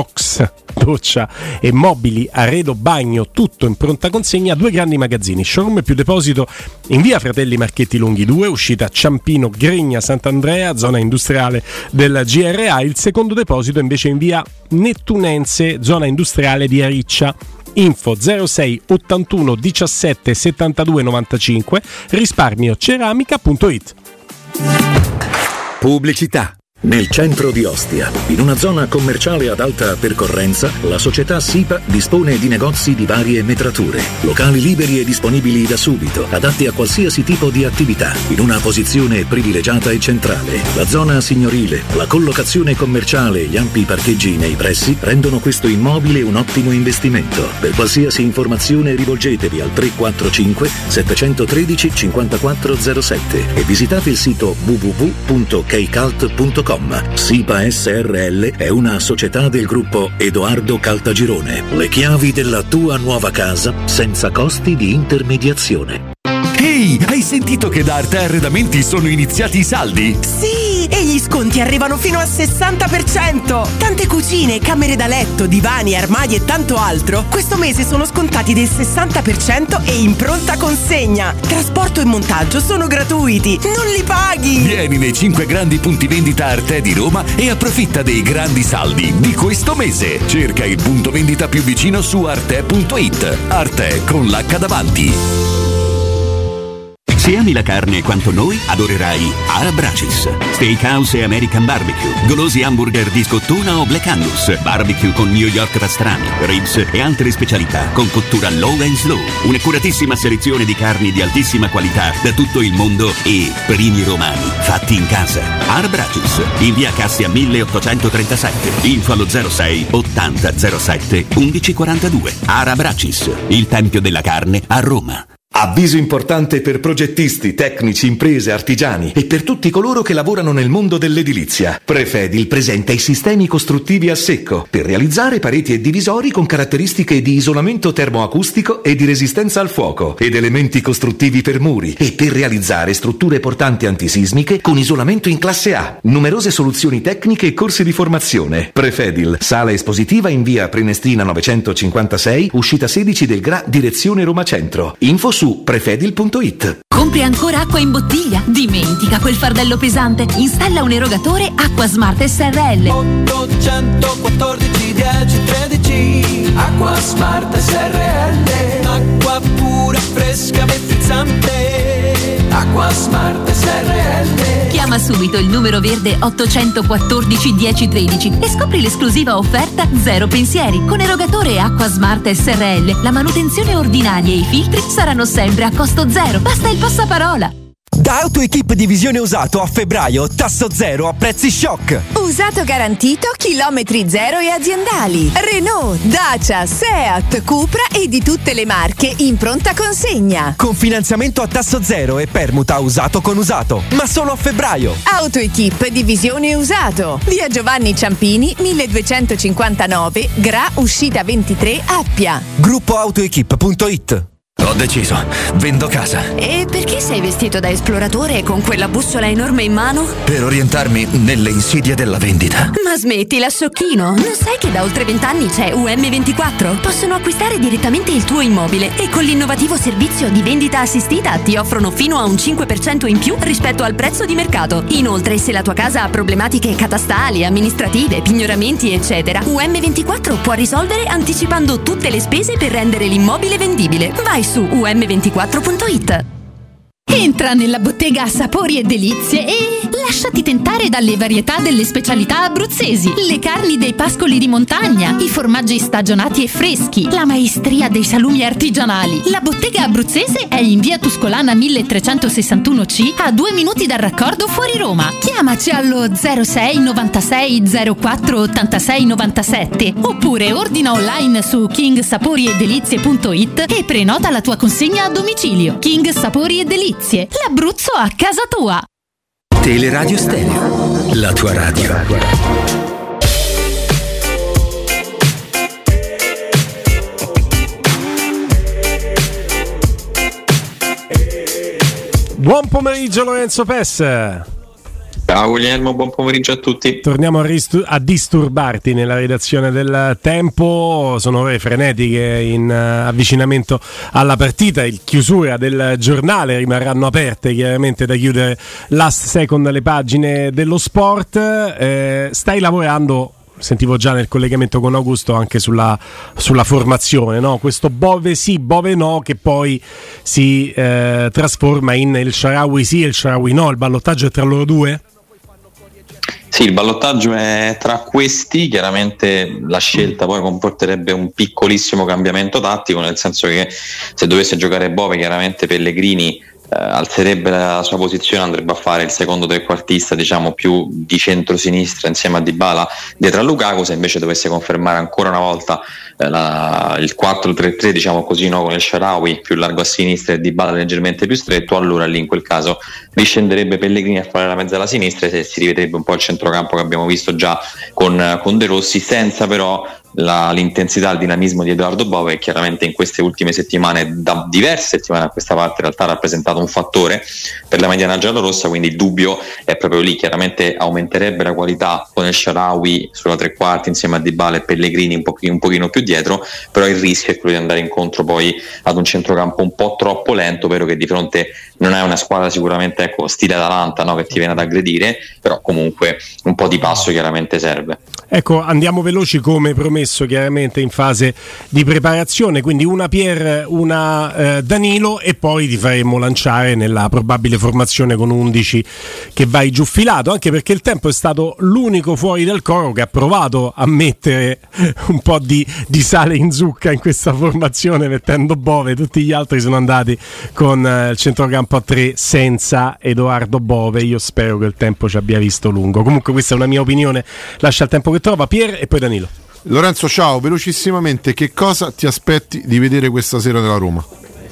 doccia e mobili, arredo, bagno, tutto in pronta consegna. 2 grandi magazzini, showroom più deposito in via Fratelli Marchetti Lunghi 2, uscita Ciampino Gregna Sant'Andrea, zona industriale del GRA. Il secondo deposito invece in via Nettunense, zona industriale di Ariccia. Info 06 81 17 72 95, risparmioceramica.it. Pubblicità. Nel centro di Ostia, in una zona commerciale ad alta percorrenza, la società SIPA dispone di negozi di varie metrature, locali liberi e disponibili da subito, adatti a qualsiasi tipo di attività, in una posizione privilegiata e centrale. La zona signorile, la collocazione commerciale e gli ampi parcheggi nei pressi rendono questo immobile un ottimo investimento. Per qualsiasi informazione rivolgetevi al 345 713 5407 e visitate il sito www.keicalt.com. SIPA SRL è una società del gruppo Edoardo Caltagirone. Le chiavi della tua nuova casa senza costi di intermediazione. Ehi, hai sentito che da Arte Arredamenti sono iniziati i saldi? Sì, e gli sconti arrivano fino al 60%. Tante cucine, camere da letto, divani, armadi e tanto altro questo mese sono scontati del 60% e in pronta consegna. Trasporto e montaggio sono gratuiti, non li paghi. Vieni nei 5 grandi punti vendita Arte di Roma e approfitta dei grandi saldi di questo mese. Cerca il punto vendita più vicino su arte.it. Arte con l'H davanti. Se ami la carne quanto noi, adorerai Arabracis. Steakhouse e American Barbecue, golosi hamburger di scottuna o Black Angus, barbecue con New York pastrami, ribs e altre specialità con cottura low and slow. Un'accuratissima selezione di carni di altissima qualità da tutto il mondo e primi romani fatti in casa. Arabracis, in via Cassia 1837, info allo 06 80 07 1142. Arabracis, il tempio della carne a Roma. Avviso importante per progettisti, tecnici, imprese, artigiani e per tutti coloro che lavorano nel mondo dell'edilizia. Prefedil presenta i sistemi costruttivi a secco per realizzare pareti e divisori con caratteristiche di isolamento termoacustico e di resistenza al fuoco ed elementi costruttivi per muri e per realizzare strutture portanti antisismiche con isolamento in classe A. Numerose soluzioni tecniche e corsi di formazione. Prefedil, sala espositiva in via Prenestina 956, uscita 16 del GRA, direzione Roma Centro. Info su prefedil.it. Compri ancora acqua in bottiglia? Dimentica quel fardello pesante. Installa un erogatore Acqua Smart SRL. 814 10 13. Acqua Smart SRL. Acqua pura, fresca, frizzante. Acqua Smart SRL. Chiama subito il numero verde 814 1013 e scopri l'esclusiva offerta Zero Pensieri. Con erogatore Acqua Smart SRL la manutenzione ordinaria e i filtri saranno sempre a costo zero. Basta il passaparola. Da AutoEquip Divisione Usato a febbraio, tasso zero a prezzi shock. Usato garantito, chilometri zero e aziendali. Renault, Dacia, Seat, Cupra e di tutte le marche in pronta consegna. Con finanziamento a tasso zero e permuta usato con usato. Ma solo a febbraio. AutoEquip Divisione Usato. Via Giovanni Ciampini, 1259, GRA, uscita 23, Appia. Gruppo AutoEquip.it. Ho deciso, vendo casa. E perché sei vestito da esploratore con quella bussola enorme in mano? Per orientarmi nelle insidie della vendita. Ma smettila, sciocchino! Non sai che da oltre 20 anni c'è UM24? Possono acquistare direttamente il tuo immobile e con l'innovativo servizio di vendita assistita ti offrono fino a un 5% in più rispetto al prezzo di mercato. Inoltre, se la tua casa ha problematiche catastali, amministrative, pignoramenti, eccetera, UM24 può risolvere anticipando tutte le spese per rendere l'immobile vendibile. Vai su um24.it. Entra nella bottega Sapori e Delizie e lasciati tentare dalle varietà delle specialità abruzzesi, le carni dei pascoli di montagna, i formaggi stagionati e freschi, la maestria dei salumi artigianali. La bottega abruzzese è in via Tuscolana 1361C, a 2 minuti dal raccordo fuori Roma. Chiamaci allo 06 96 04 86 97 oppure ordina online su kingsaporiedelizie.it e prenota la tua consegna a domicilio. King Sapori e Delizie, l'Abruzzo a casa tua. Teleradio Stereo, la tua radio. Buon pomeriggio Lorenzo Pes. Ciao Guglielmo, buon pomeriggio a tutti. Torniamo a disturbarti nella redazione del Tempo. Sono ore frenetiche in avvicinamento alla partita. Il chiusura del giornale rimarranno aperte chiaramente da chiudere last second le pagine dello sport. Stai lavorando, sentivo già nel collegamento con Augusto, anche sulla formazione, no? Questo Bove sì, Bove no, che poi si trasforma in il Shaarawy sì e il Shaarawy no. Il ballottaggio è tra loro due? Sì, il ballottaggio è tra questi, chiaramente la scelta poi comporterebbe un piccolissimo cambiamento tattico, nel senso che se dovesse giocare Bove, chiaramente Pellegrini alzerebbe la sua posizione, andrebbe a fare il secondo trequartista, diciamo più di centrosinistra insieme a Dybala dietro a Lukaku. Se invece dovesse confermare ancora una volta il 4-3-3, diciamo così, no, con il Shaarawy più largo a sinistra e Dybala leggermente più stretto, allora lì in quel caso riscenderebbe Pellegrini a fare la mezzala sinistra e si rivedrebbe un po' il centrocampo che abbiamo visto già con De Rossi, senza però l'intensità, il dinamismo di Edoardo Bove, che chiaramente in queste ultime settimane, da diverse settimane a questa parte, in realtà ha rappresentato un fattore per la mediana giallorossa. Quindi il dubbio è proprio lì. Chiaramente aumenterebbe la qualità con il Shaarawy sulla tre quarti insieme a Dybala e Pellegrini un pochino più dietro, però il rischio è quello di andare incontro poi ad un centrocampo un po' troppo lento, vero che di fronte non è una squadra sicuramente, ecco, stile Atalanta, no, che ti viene ad aggredire, però comunque un po' di passo chiaramente serve. Ecco, andiamo veloci come promesso, chiaramente in fase di preparazione, quindi una Pier, una Danilo, e poi ti faremo lanciare nella probabile formazione con 11 che vai giù filato, anche perché il tempo è stato l'unico fuori dal coro che ha provato a mettere un po' di sale in zucca in questa formazione mettendo Bove. Tutti gli altri sono andati con il centrocampo a 3 senza Edoardo Bove. Io spero che il tempo ci abbia visto lungo. Comunque questa è una mia opinione, lascia il tempo che trova. Pier e poi Danilo. Lorenzo, ciao, velocissimamente, che cosa ti aspetti di vedere questa sera della Roma?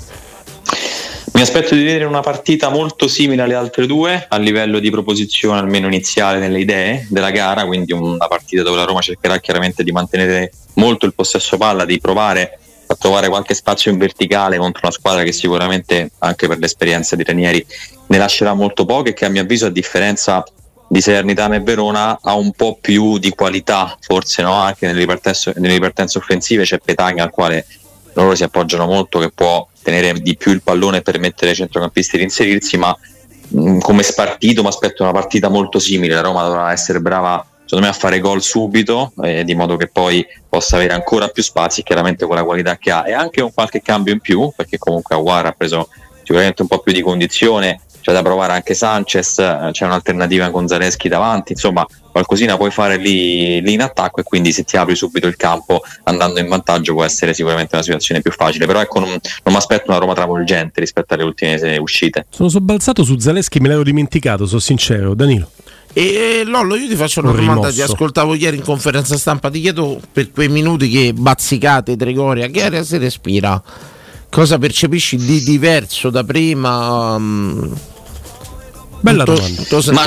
Mi aspetto di vedere una partita molto simile alle altre due a livello di proposizione, almeno iniziale nelle idee della gara, quindi una partita dove la Roma cercherà chiaramente di mantenere molto il possesso palla, di provare a trovare qualche spazio in verticale contro una squadra che sicuramente, anche per l'esperienza di Ranieri, ne lascerà molto poco e che, a mio avviso, a differenza di Salernitana e Verona, ha un po' più di qualità, forse, no? Anche nelle ripartenze offensive. C'è Petagna, al quale loro si appoggiano molto, che può tenere di più il pallone e permettere ai centrocampisti di inserirsi, ma come spartito mi aspetto una partita molto simile. La Roma dovrà essere brava, secondo me, a fare gol subito, di modo che poi possa avere ancora più spazi, chiaramente con la qualità che ha, e anche un qualche cambio in più, perché comunque Aouar ha preso sicuramente un po' più di condizione. C'è da provare anche Sanchez, c'è un'alternativa con Zaleschi davanti, insomma qualcosina puoi fare lì in attacco, e quindi se ti apri subito il campo andando in vantaggio può essere sicuramente una situazione più facile. Però ecco, non mi aspetto una Roma travolgente rispetto alle ultime uscite. Sono sobbalzato su Zaleschi, me l'ero dimenticato, sono sincero. Danilo. E Lollo, io ti faccio una domanda, ti ascoltavo ieri in conferenza stampa, ti chiedo, per quei minuti che bazzicate Trigoria, che aria si respira? Cosa percepisci di diverso da prima? Bella domanda. Ma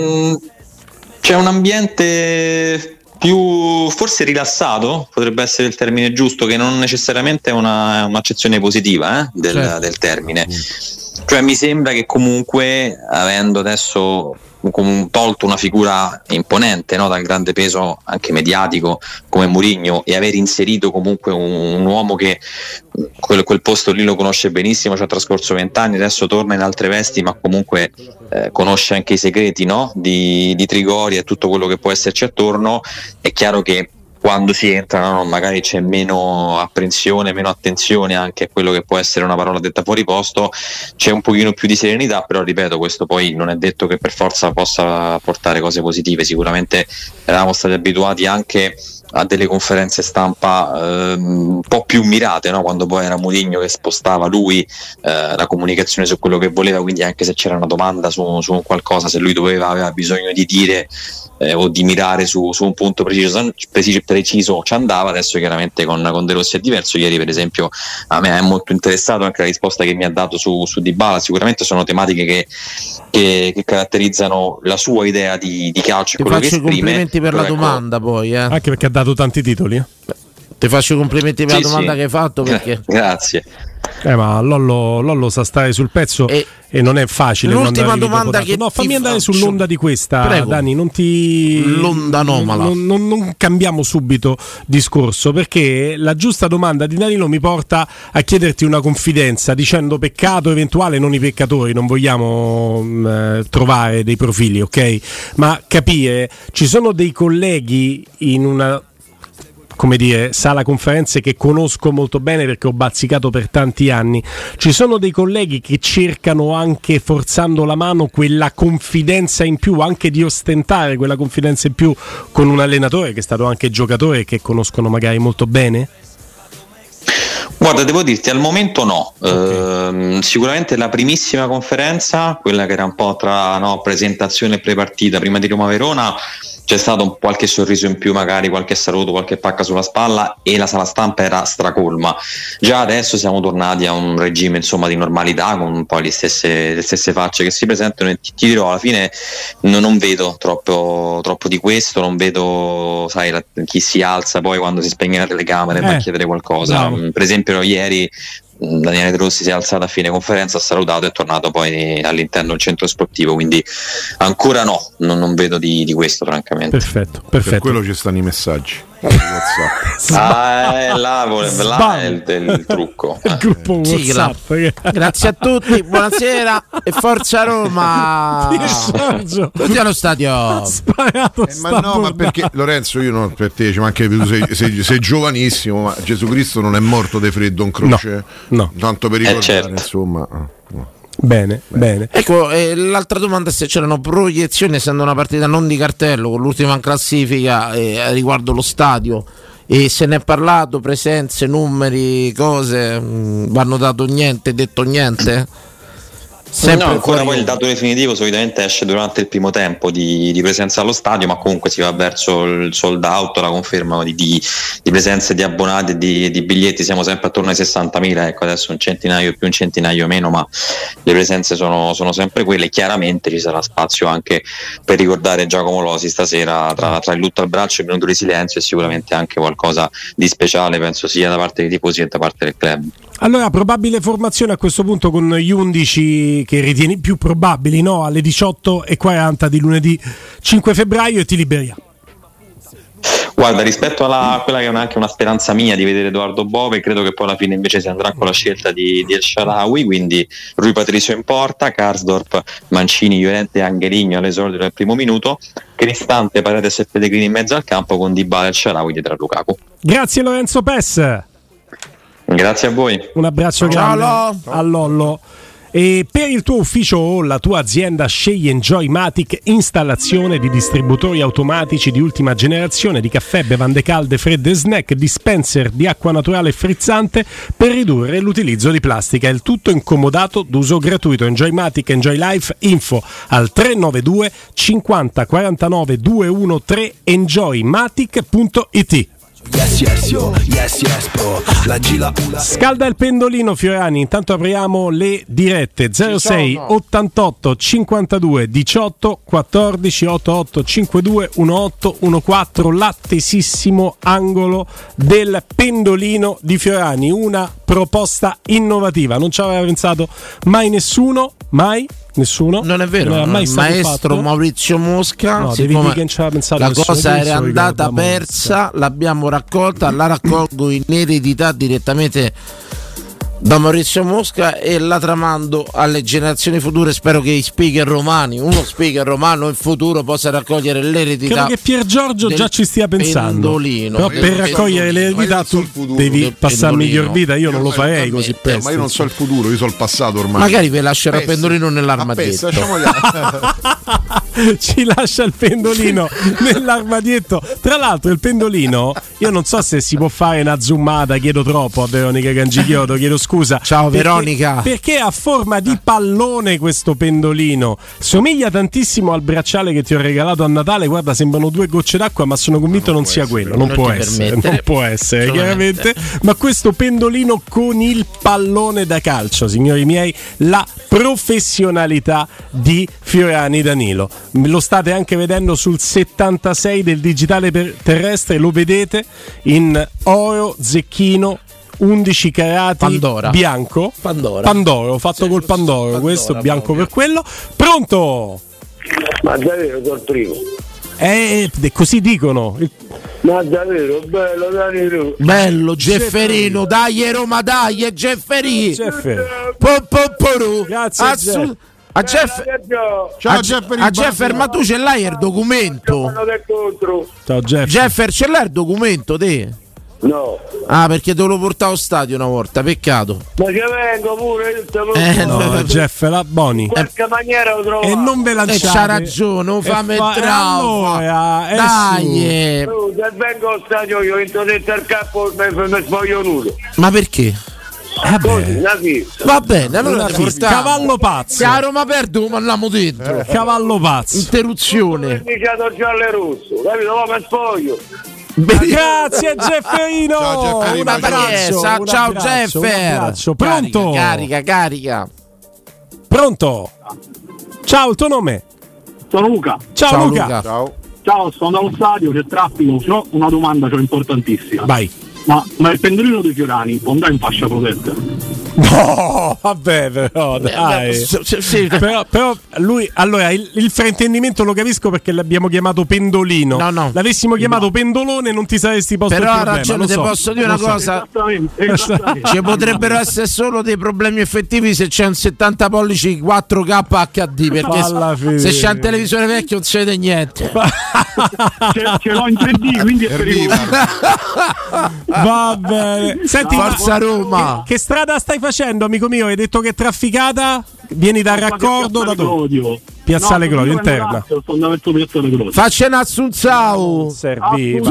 c'è un ambiente più, forse, rilassato, potrebbe essere il termine giusto, che non necessariamente è un'accezione positiva del termine. Cioè mi sembra che comunque, avendo adesso tolto una figura imponente, no, dal grande peso anche mediatico come Mourinho, e aver inserito comunque un uomo che quel posto lì lo conosce benissimo, ci ha trascorso 20 anni, adesso torna in altre vesti, ma comunque conosce anche i segreti, no, di Trigoria e tutto quello che può esserci attorno. È chiaro che quando si entra, no, magari c'è meno apprensione, meno attenzione anche a quello che può essere una parola detta fuori posto, c'è un pochino più di serenità, però ripeto, questo poi non è detto che per forza possa portare cose positive. Sicuramente eravamo stati abituati anche a delle conferenze stampa un po' più mirate, no? Quando poi era Mourinho che spostava lui la comunicazione su quello che voleva, quindi anche se c'era una domanda su un qualcosa, se lui aveva bisogno di dire o di mirare su un punto preciso ci andava. Adesso chiaramente con De Rossi è diverso. Ieri per esempio a me è molto interessato anche la risposta che mi ha dato su Dybala. Sicuramente sono tematiche che caratterizzano la sua idea di calcio, quello che esprime. Complimenti per la domanda, poi anche perché ha dato tanti titoli. Ti faccio complimenti per la domanda che hai fatto, perché grazie. Ma Lollo sa stare sul pezzo e non è facile. L'ultima domanda che fammi andare sull'onda di questa. Prego. Dani, non ti l'onda anomala. Non cambiamo subito discorso, perché la giusta domanda di Danilo mi porta a chiederti una confidenza, dicendo peccato eventuale, non i peccatori, non vogliamo trovare dei profili, ok? Ma capire, ci sono dei colleghi in una come dire, sala conferenze che conosco molto bene perché ho bazzicato per tanti anni. Ci sono dei colleghi che cercano, anche forzando la mano, quella confidenza in più, anche di ostentare quella confidenza in più con un allenatore che è stato anche giocatore e che conoscono magari molto bene? Guarda, devo dirti, al momento no. Sicuramente la primissima conferenza, quella che era un po' tra presentazione e prepartita prima di Roma-Verona, c'è stato un qualche sorriso in più, magari qualche saluto, qualche pacca sulla spalla, e la sala stampa era stracolma. Già adesso siamo tornati a un regime, insomma, di normalità, con un po' le stesse facce che si presentano, e ti dirò, alla fine non vedo troppo di questo, non vedo, sai, chi si alza poi quando si spegne la telecamera e va a chiedere qualcosa. Per esempio ieri Daniele De Rossi si è alzato a fine conferenza, ha salutato e è tornato poi all'interno del centro sportivo, quindi ancora non vedo di questo, francamente. Perfetto. Per quello ci stanno i messaggi. Là è il trucco. Il gruppo WhatsApp. Grazie a tutti, buonasera e forza Roma. Tutti allo stadio. Sparato ma perché Lorenzo, io non per te, ma anche tu sei giovanissimo, ma Gesù Cristo non è morto di freddo in croce, no. Tanto per ricordare, certo. insomma. Bene. Ecco, l'altra domanda è se c'erano proiezioni, essendo una partita non di cartello, con l'ultima in classifica, riguardo lo stadio, e se ne è parlato, presenze, numeri, cose, vanno dato niente, detto niente? No, ancora poi il dato definitivo solitamente esce durante il primo tempo di presenza allo stadio, ma comunque si va verso il sold out, la conferma di presenze di abbonati e di biglietti. Siamo sempre attorno ai 60.000, ecco, adesso un centinaio più, un centinaio meno, ma le presenze sono sempre quelle. Chiaramente ci sarà spazio anche per ricordare Giacomo Losi stasera, tra il lutto al braccio e il minuto di silenzio, e sicuramente anche qualcosa di speciale, penso sia da parte dei tifosi che da parte del club. Allora, probabile formazione a questo punto con gli 11 che ritieni più probabili, no? Alle 18:40 di lunedì 5 febbraio, e ti liberiamo. Guarda, rispetto a quella che è anche una speranza mia di vedere Edoardo Bove, credo che poi alla fine invece si andrà con la scelta di El Shaarawy, quindi Rui Patricio in porta, Karsdorp, Mancini, Llorente e Angelino all'esordio del primo minuto, Cristante, Paredes e Pellegrini in mezzo al campo, con Dybala e El Shaarawy dietro a Lukaku. Grazie Lorenzo Pes. Grazie a voi. Un abbraccio grande a Lollo. E per il tuo ufficio o la tua azienda scegli Enjoymatic, installazione di distributori automatici di ultima generazione di caffè, bevande calde, fredde e snack, dispenser di acqua naturale e frizzante per ridurre l'utilizzo di plastica. Il tutto incomodato d'uso gratuito. Enjoymatic, Enjoy Life, info al 392 50 49 213 enjoymatic.it. Scalda il pendolino Fiorani. Intanto apriamo le dirette 06 88 52 18 14 88 52 18 14. L'attesissimo angolo del pendolino di Fiorani, una proposta innovativa, non ci aveva pensato mai nessuno, nessuno. Non è vero, non era mai stato maestro fatto. Maurizio Mosca, No, devi dire che non ci aveva pensato la nessuno. cosa era Questo andata ricorda persa, Mosca. l'abbiamo raccolta, la raccolgo in eredità direttamente da Maurizio Mosca e la tramando alle generazioni future. Spero che uno speaker romano in futuro possa raccogliere l'eredità. Credo che Pier Giorgio già ci stia pensando. Pendolino. Però per raccogliere l'eredità tu devi passare miglior vita. Io non lo farei così presto. Ma io non so il futuro, io so il passato ormai. Magari vi lascerò il pendolino nell'armadietto. Ci lascia il pendolino nell'armadietto. Tra l'altro il pendolino, io non so se si può fare una zoomata, chiedo troppo a Veronica Cangichiodo, chiedo scusa. Ciao Veronica. Perché ha forma di pallone questo pendolino, somiglia tantissimo al bracciale che ti ho regalato a Natale. Guarda, sembrano 2 gocce d'acqua, ma sono convinto non sia quello. Non può essere chiaramente. Ma questo pendolino con il pallone da calcio, signori miei, la professionalità di Fiorani Danilo. Lo state anche vedendo sul 76 del digitale terrestre, lo vedete in oro zecchino 11 carati Pandora. bianco Pandoro fatto col Pandoro, questo bianco proprio. Per quello. Pronto? Ma davvero sono il primo. Così dicono. Ma davvero bello Danilo. Bello Gefferino, dai Roma, dai Gefferino. Grazie a Jeffer, ma tu ce l'hai il documento? Ciao Jeffer, ce l'hai il documento te? No. Ah, perché te lo portavo allo stadio una volta, peccato. Ma che vengo pure, no, Jeff, la Boni. In qualche maniera lo trovo. E non ve lanciate. E c'ha ragione, lo fa mettere. Allora, dai. Se vengo allo stadio io entro dentro al campo mi spoglio nudo. Ma perché? Va bene, allora cavallo pazzo. Se a Roma perdo, ma andiamo dentro. Cavallo pazzo. Interruzione. Iniziato giallo e rosso, capito? Ma mi spoglio. Grazie Gefferino. Un abbraccio. Ciao Jeffer. Pronto? Carica. Pronto? Ciao, il tuo nome? Sono Luca. Ciao Luca. Ciao, sono dallo stadio, c'è traffico, c'ho una domanda importantissima. Vai. Ma il pendolino dei Fiorani può andare in fascia protetta? No, vabbè, però dai. Sì. Però lui, allora, il fraintendimento lo capisco perché l'abbiamo chiamato pendolino. No. L'avessimo chiamato pendolone non ti saresti posto però il problema. Però ha ragione, ti posso dire una cosa. Esattamente. Ci potrebbero essere solo dei problemi effettivi se c'è un 70 pollici 4K HD, perché se c'è un televisore vecchio non si vede niente. Ce l'ho in 3D, quindi è pericoloso. Va bene. Senti, Forza Roma. Che strada stai facendo, amico mio? Hai detto che è trafficata? Vieni dal raccordo da dove? Piazzale Clodio, interna. Faccia un assunzao. Serviva.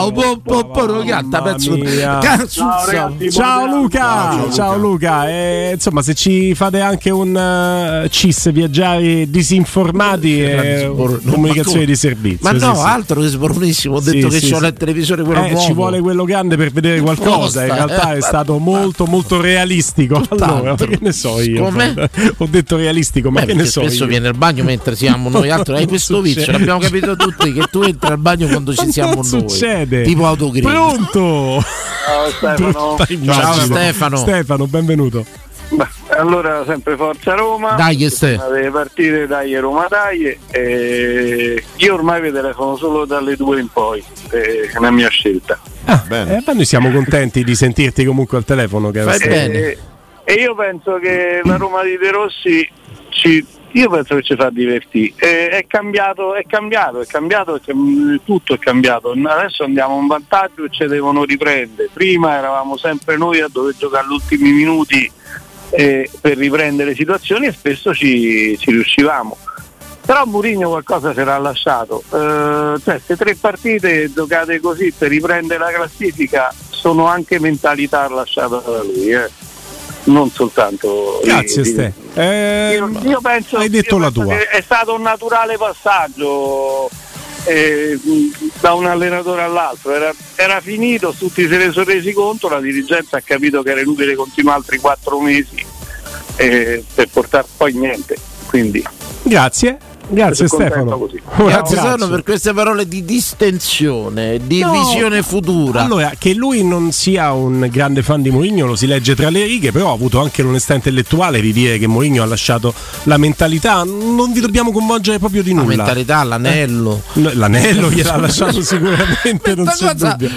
Ciao Luca. Ciao Luca. Insomma, se ci fate anche un CIS, viaggiare disinformati e comunicazione di servizio. Ma no, altro che sbornissimo. Ho detto che c'ho il televisore quello nuovo. Ci vuole quello grande per vedere qualcosa. In realtà è stato molto molto realistico. Allora, che ne so io? Come? Ho detto realistico, ma che ne so spesso io? Viene al bagno mentre siamo noi altri. Hai questo vizio, l'abbiamo capito tutti, che tu entri al bagno quando ci siamo noi. Succede. Tipo autogrill. Pronto? Ciao Stefano. Stefano, benvenuto. Beh, allora sempre Forza Roma. Dai deve partire, dai Roma dai. Io ormai vi telefono solo dalle 2 in poi, è la mia scelta. Bene. Ma noi siamo contenti di sentirti comunque al telefono. Che bene. E io penso che la Roma di De Rossi io penso che ci fa divertire. È cambiato perché tutto è cambiato. Adesso andiamo in vantaggio e ci devono riprendere. Prima eravamo sempre noi a dover giocare agli ultimi minuti per riprendere le situazioni e spesso ci riuscivamo. Però Mourinho qualcosa si era lasciato. Queste 3 partite giocate così per riprendere la classifica sono anche mentalità lasciata da lui. Non soltanto. Grazie Ste. Io penso, hai detto la tua. Che è stato un naturale passaggio da un allenatore all'altro. Era finito, tutti se ne sono resi conto, la dirigenza ha capito che era inutile continuare altri 4 mesi per portare poi niente. Quindi Grazie Stefano. Grazie Stefano per queste parole di distensione, di visione futura. Allora, che lui non sia un grande fan di Mourinho lo si legge tra le righe, però ha avuto anche l'onestà intellettuale di dire che Mourinho ha lasciato la mentalità. Non vi dobbiamo coinvolgere proprio di nulla. La mentalità, l'anello. L'anello gliel'ha lasciato sicuramente, non c'è dubbio.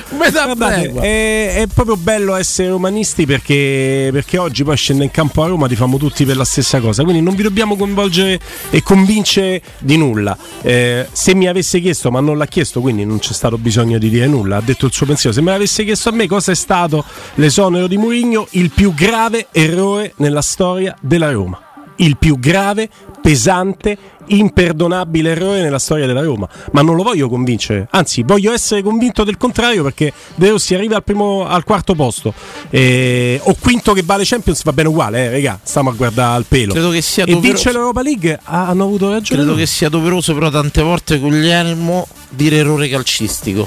È proprio bello essere romanisti perché oggi poi scende in campo a Roma, tifamo tutti per la stessa cosa, quindi non vi dobbiamo coinvolgere e convincere di nulla. Se mi avesse chiesto, ma non l'ha chiesto, quindi non c'è stato bisogno di dire nulla, ha detto il suo pensiero. Se me l'avesse chiesto a me cosa è stato l'esonero di Mourinho, il più grave errore nella storia della Roma, il più grave, pesante, imperdonabile errore nella storia della Roma, ma non lo voglio convincere, anzi voglio essere convinto del contrario, perché De Rossi arriva al 4º posto o quinto che vale Champions, va bene uguale, regà, stiamo a guardare al pelo. Credo che sia e vince l'Europa League, hanno avuto ragione. Credo che sia doveroso però tante volte Guglielmo dire errore calcistico,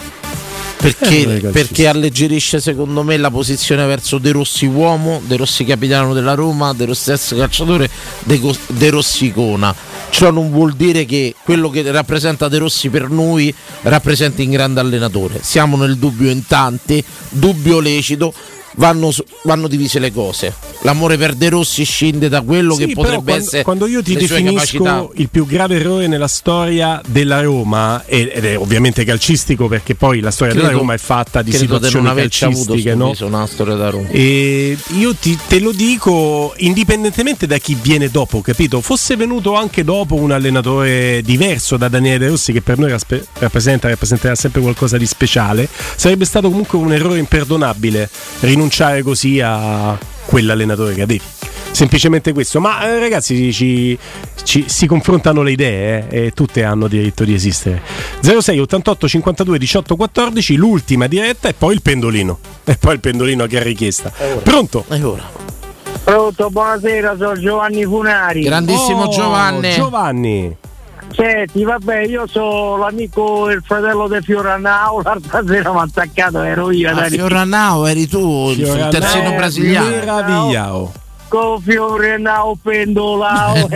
perché alleggerisce secondo me la posizione verso De Rossi uomo, De Rossi capitano della Roma, De Rossi ex calciatore, De Rossi icona. Ciò non vuol dire che quello che rappresenta De Rossi per noi rappresenti un grande allenatore. Siamo nel dubbio in tanti, dubbio lecito. vanno divise le cose. L'amore per De Rossi scende da quello che potrebbe essere quando io ti definisco il più grave errore nella storia della Roma, ed è ovviamente calcistico, perché poi la storia della Roma è fatta di situazioni calcistiche, no? Una storia da Roma. E io te lo dico indipendentemente da chi viene dopo, capito? Fosse venuto anche dopo un allenatore diverso da Daniele De Rossi, che per noi rappresenterà sempre qualcosa di speciale, sarebbe stato comunque un errore imperdonabile rinunciare così a quell'allenatore che avevi. Semplicemente questo. Ma ragazzi, si confrontano le idee, e tutte hanno diritto di esistere. 06 88 52 18 14, l'ultima diretta, e poi il pendolino che ha richiesta. Pronto? Pronto, buonasera, sono Giovanni Funari. Grandissimo Giovanni. Senti, vabbè, io sono l'amico e il fratello di Fioranao. L'altra sera mi ha attaccato, ero io. Fioranao eri tu, il terzino brasiliano. Con Fioranao pendolao.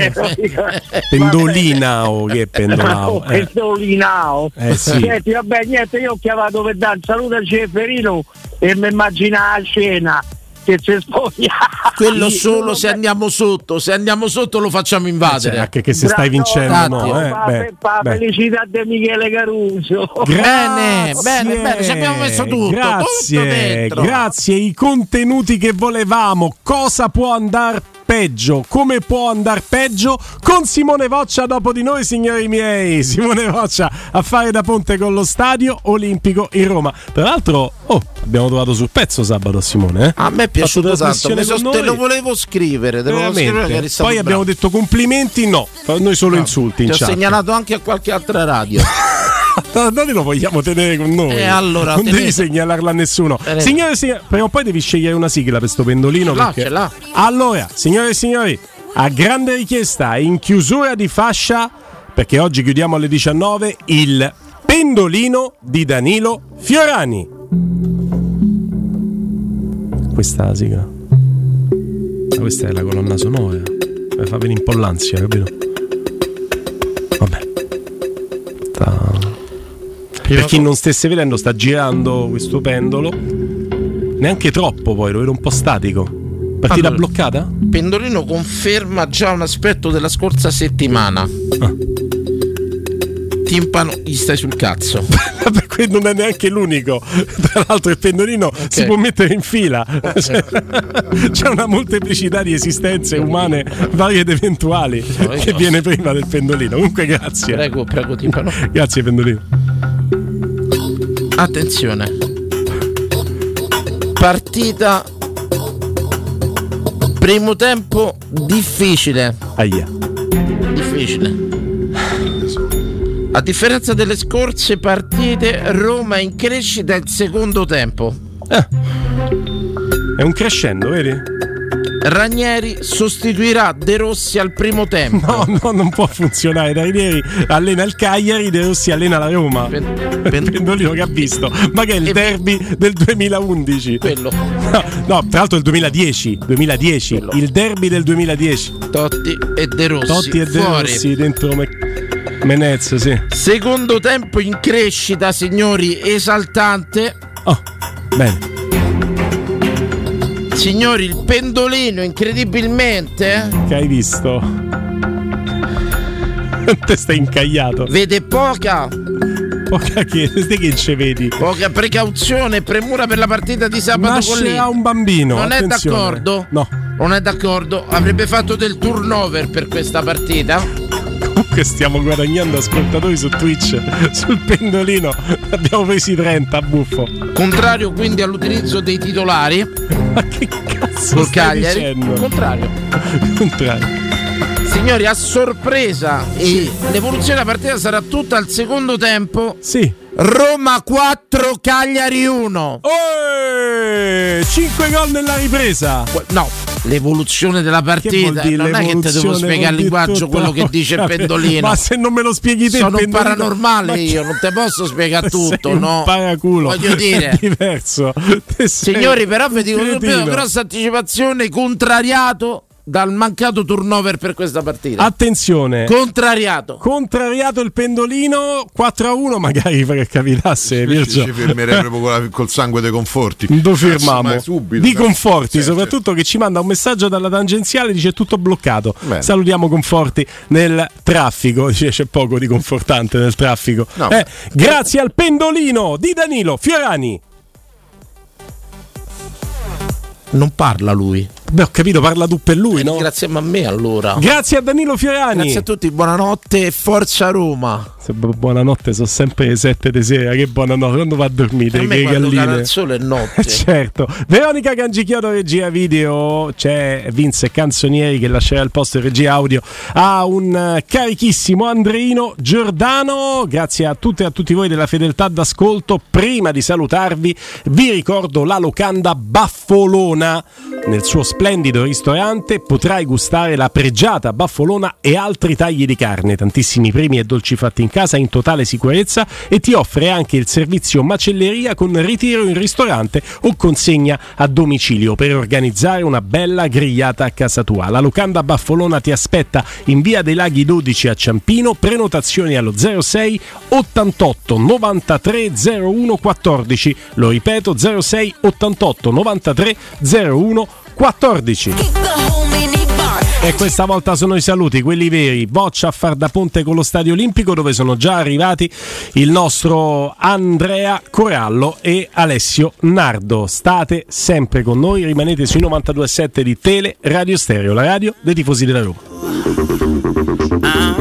Pendolinao, che è pendolao? Pendolinao. Sì. Senti, vabbè, niente, io ho chiamato per dare un saluto al Ceferino e mi immagina la scena che si spoglia. Quello solo se andiamo sotto lo facciamo invadere. Anche che se stai vincendo, felicità di Michele Caruso. Bene, ci abbiamo messo tutto. Grazie, i contenuti che volevamo. Cosa può andare peggio? Come può andare peggio? Con Simone Voccia dopo di noi, signori miei. Simone Voccia a fare da ponte con lo Stadio Olimpico in Roma. Tra l'altro, abbiamo trovato sul pezzo sabato a Simone. A me è piaciuto tanto, te lo volevo scrivere. Poi abbiamo detto complimenti, no, noi solo insulti. Ti ho segnalato anche a qualche altra radio. Noi lo vogliamo tenere con noi. Allora, non devi segnalarla a nessuno. Signore e signori, prima o poi devi scegliere una sigla per sto pendolino. Ce l'ha. Allora, signore e signori, a grande richiesta, in chiusura di fascia, perché oggi chiudiamo alle 19, il pendolino di Danilo Fiorani. Questa è la sigla. Questa è la colonna sonora. Mi fa venire un po' l'ansia, capito? Vabbè. Per chi non stesse vedendo, sta girando questo pendolo. Neanche troppo, poi lo vedo un po' statico. Partita bloccata? Pendolino conferma già un aspetto della scorsa settimana. Timpano, gli stai sul cazzo. Vabbè, quello non è neanche l'unico. Tra l'altro il pendolino si può mettere in fila. C'è una molteplicità di esistenze umane varie ed eventuali che viene prima del pendolino. Comunque grazie. Prego, timpano. Grazie pendolino. Attenzione. Partita. Primo tempo difficile. Difficile. A differenza delle scorse partite, Roma è in crescita il secondo tempo. È un crescendo, vedi? Ranieri sostituirà De Rossi al primo tempo. No, non può funzionare. Ranieri allena il Cagliari, De Rossi allena la Roma. Pendolino che ha visto. Ma che è il derby del 2011? Quello. No, tra l'altro il 2010. Quello. Il derby del 2010. Totti e De Rossi dentro Menez, sì. Secondo tempo in crescita, signori, esaltante. Bene. Signori, il pendolino incredibilmente che hai visto? Te stai incagliato. Vede poca che ce vedi? Poca precauzione e premura per la partita di sabato. Nascerà un bambino. Non attenzione. È d'accordo? No. Non è d'accordo? Avrebbe fatto del turnover per questa partita? Comunque stiamo guadagnando ascoltatori su Twitch. Sul pendolino abbiamo presi 30, buffo. Contrario quindi all'utilizzo dei titolari. Ma che cazzo col stai Cagliari? Dicendo? Contrario. Signori, a sorpresa, e l'evoluzione della partita sarà tutta al secondo tempo. Sì. Roma 4, Cagliari 1. 5 gol nella ripresa. No, l'evoluzione della partita non è che ti devo spiegare il linguaggio quello che dice il pendolino. Ma se non me lo spieghi te, sono un paranormale, io non te posso spiegare tutto, no? Un paraculo. Voglio dire, è diverso. Signori, però vi dico una grossa anticipazione, contrariato dal mancato turnover per questa partita. Attenzione, contrariato il Pendolino 4-1, magari perché capitasse Virgio. Ci fermerei proprio col sangue dei Conforti. Lo firmiamo subito, di Conforti, soprattutto che ci manda un messaggio dalla tangenziale, dice tutto bloccato. Bene. Salutiamo Conforti nel traffico, dice c'è poco di confortante nel traffico. No, grazie al Pendolino di Danilo Fiorani. Non parla lui. Beh, ho capito, parla tu per lui, no? Grazie a me allora. Grazie a Danilo Fiorani. Grazie a tutti, buonanotte e forza Roma. Buonanotte, sono sempre le 7 di sera. Che buonanotte, quando va a dormire? Che galline. Il sole è notte. Certo. Veronica Cangichiodo, regia video. C'è Vince Canzonieri che lascerà il posto in regia audio a un carichissimo Andreino Giordano. Grazie a tutte e a tutti voi della fedeltà d'ascolto. Prima di salutarvi vi ricordo la locanda Baffolona. Nel suo splendido ristorante potrai gustare la pregiata baffolona e altri tagli di carne, tantissimi primi e dolci fatti in casa in totale sicurezza, e ti offre anche il servizio macelleria con ritiro in ristorante o consegna a domicilio per organizzare una bella grigliata a casa tua. La locanda Baffolona ti aspetta in via dei Laghi 12 a Ciampino. Prenotazioni allo 06 88 93 01 14. Lo ripeto, 06 88 93 01 14. E questa volta sono i saluti, quelli veri. Boccia a far da ponte con lo Stadio Olimpico, dove sono già arrivati il nostro Andrea Corallo e Alessio Nardo. State sempre con noi, rimanete sui 92.7 di Tele Radio Stereo, la radio dei tifosi della Roma.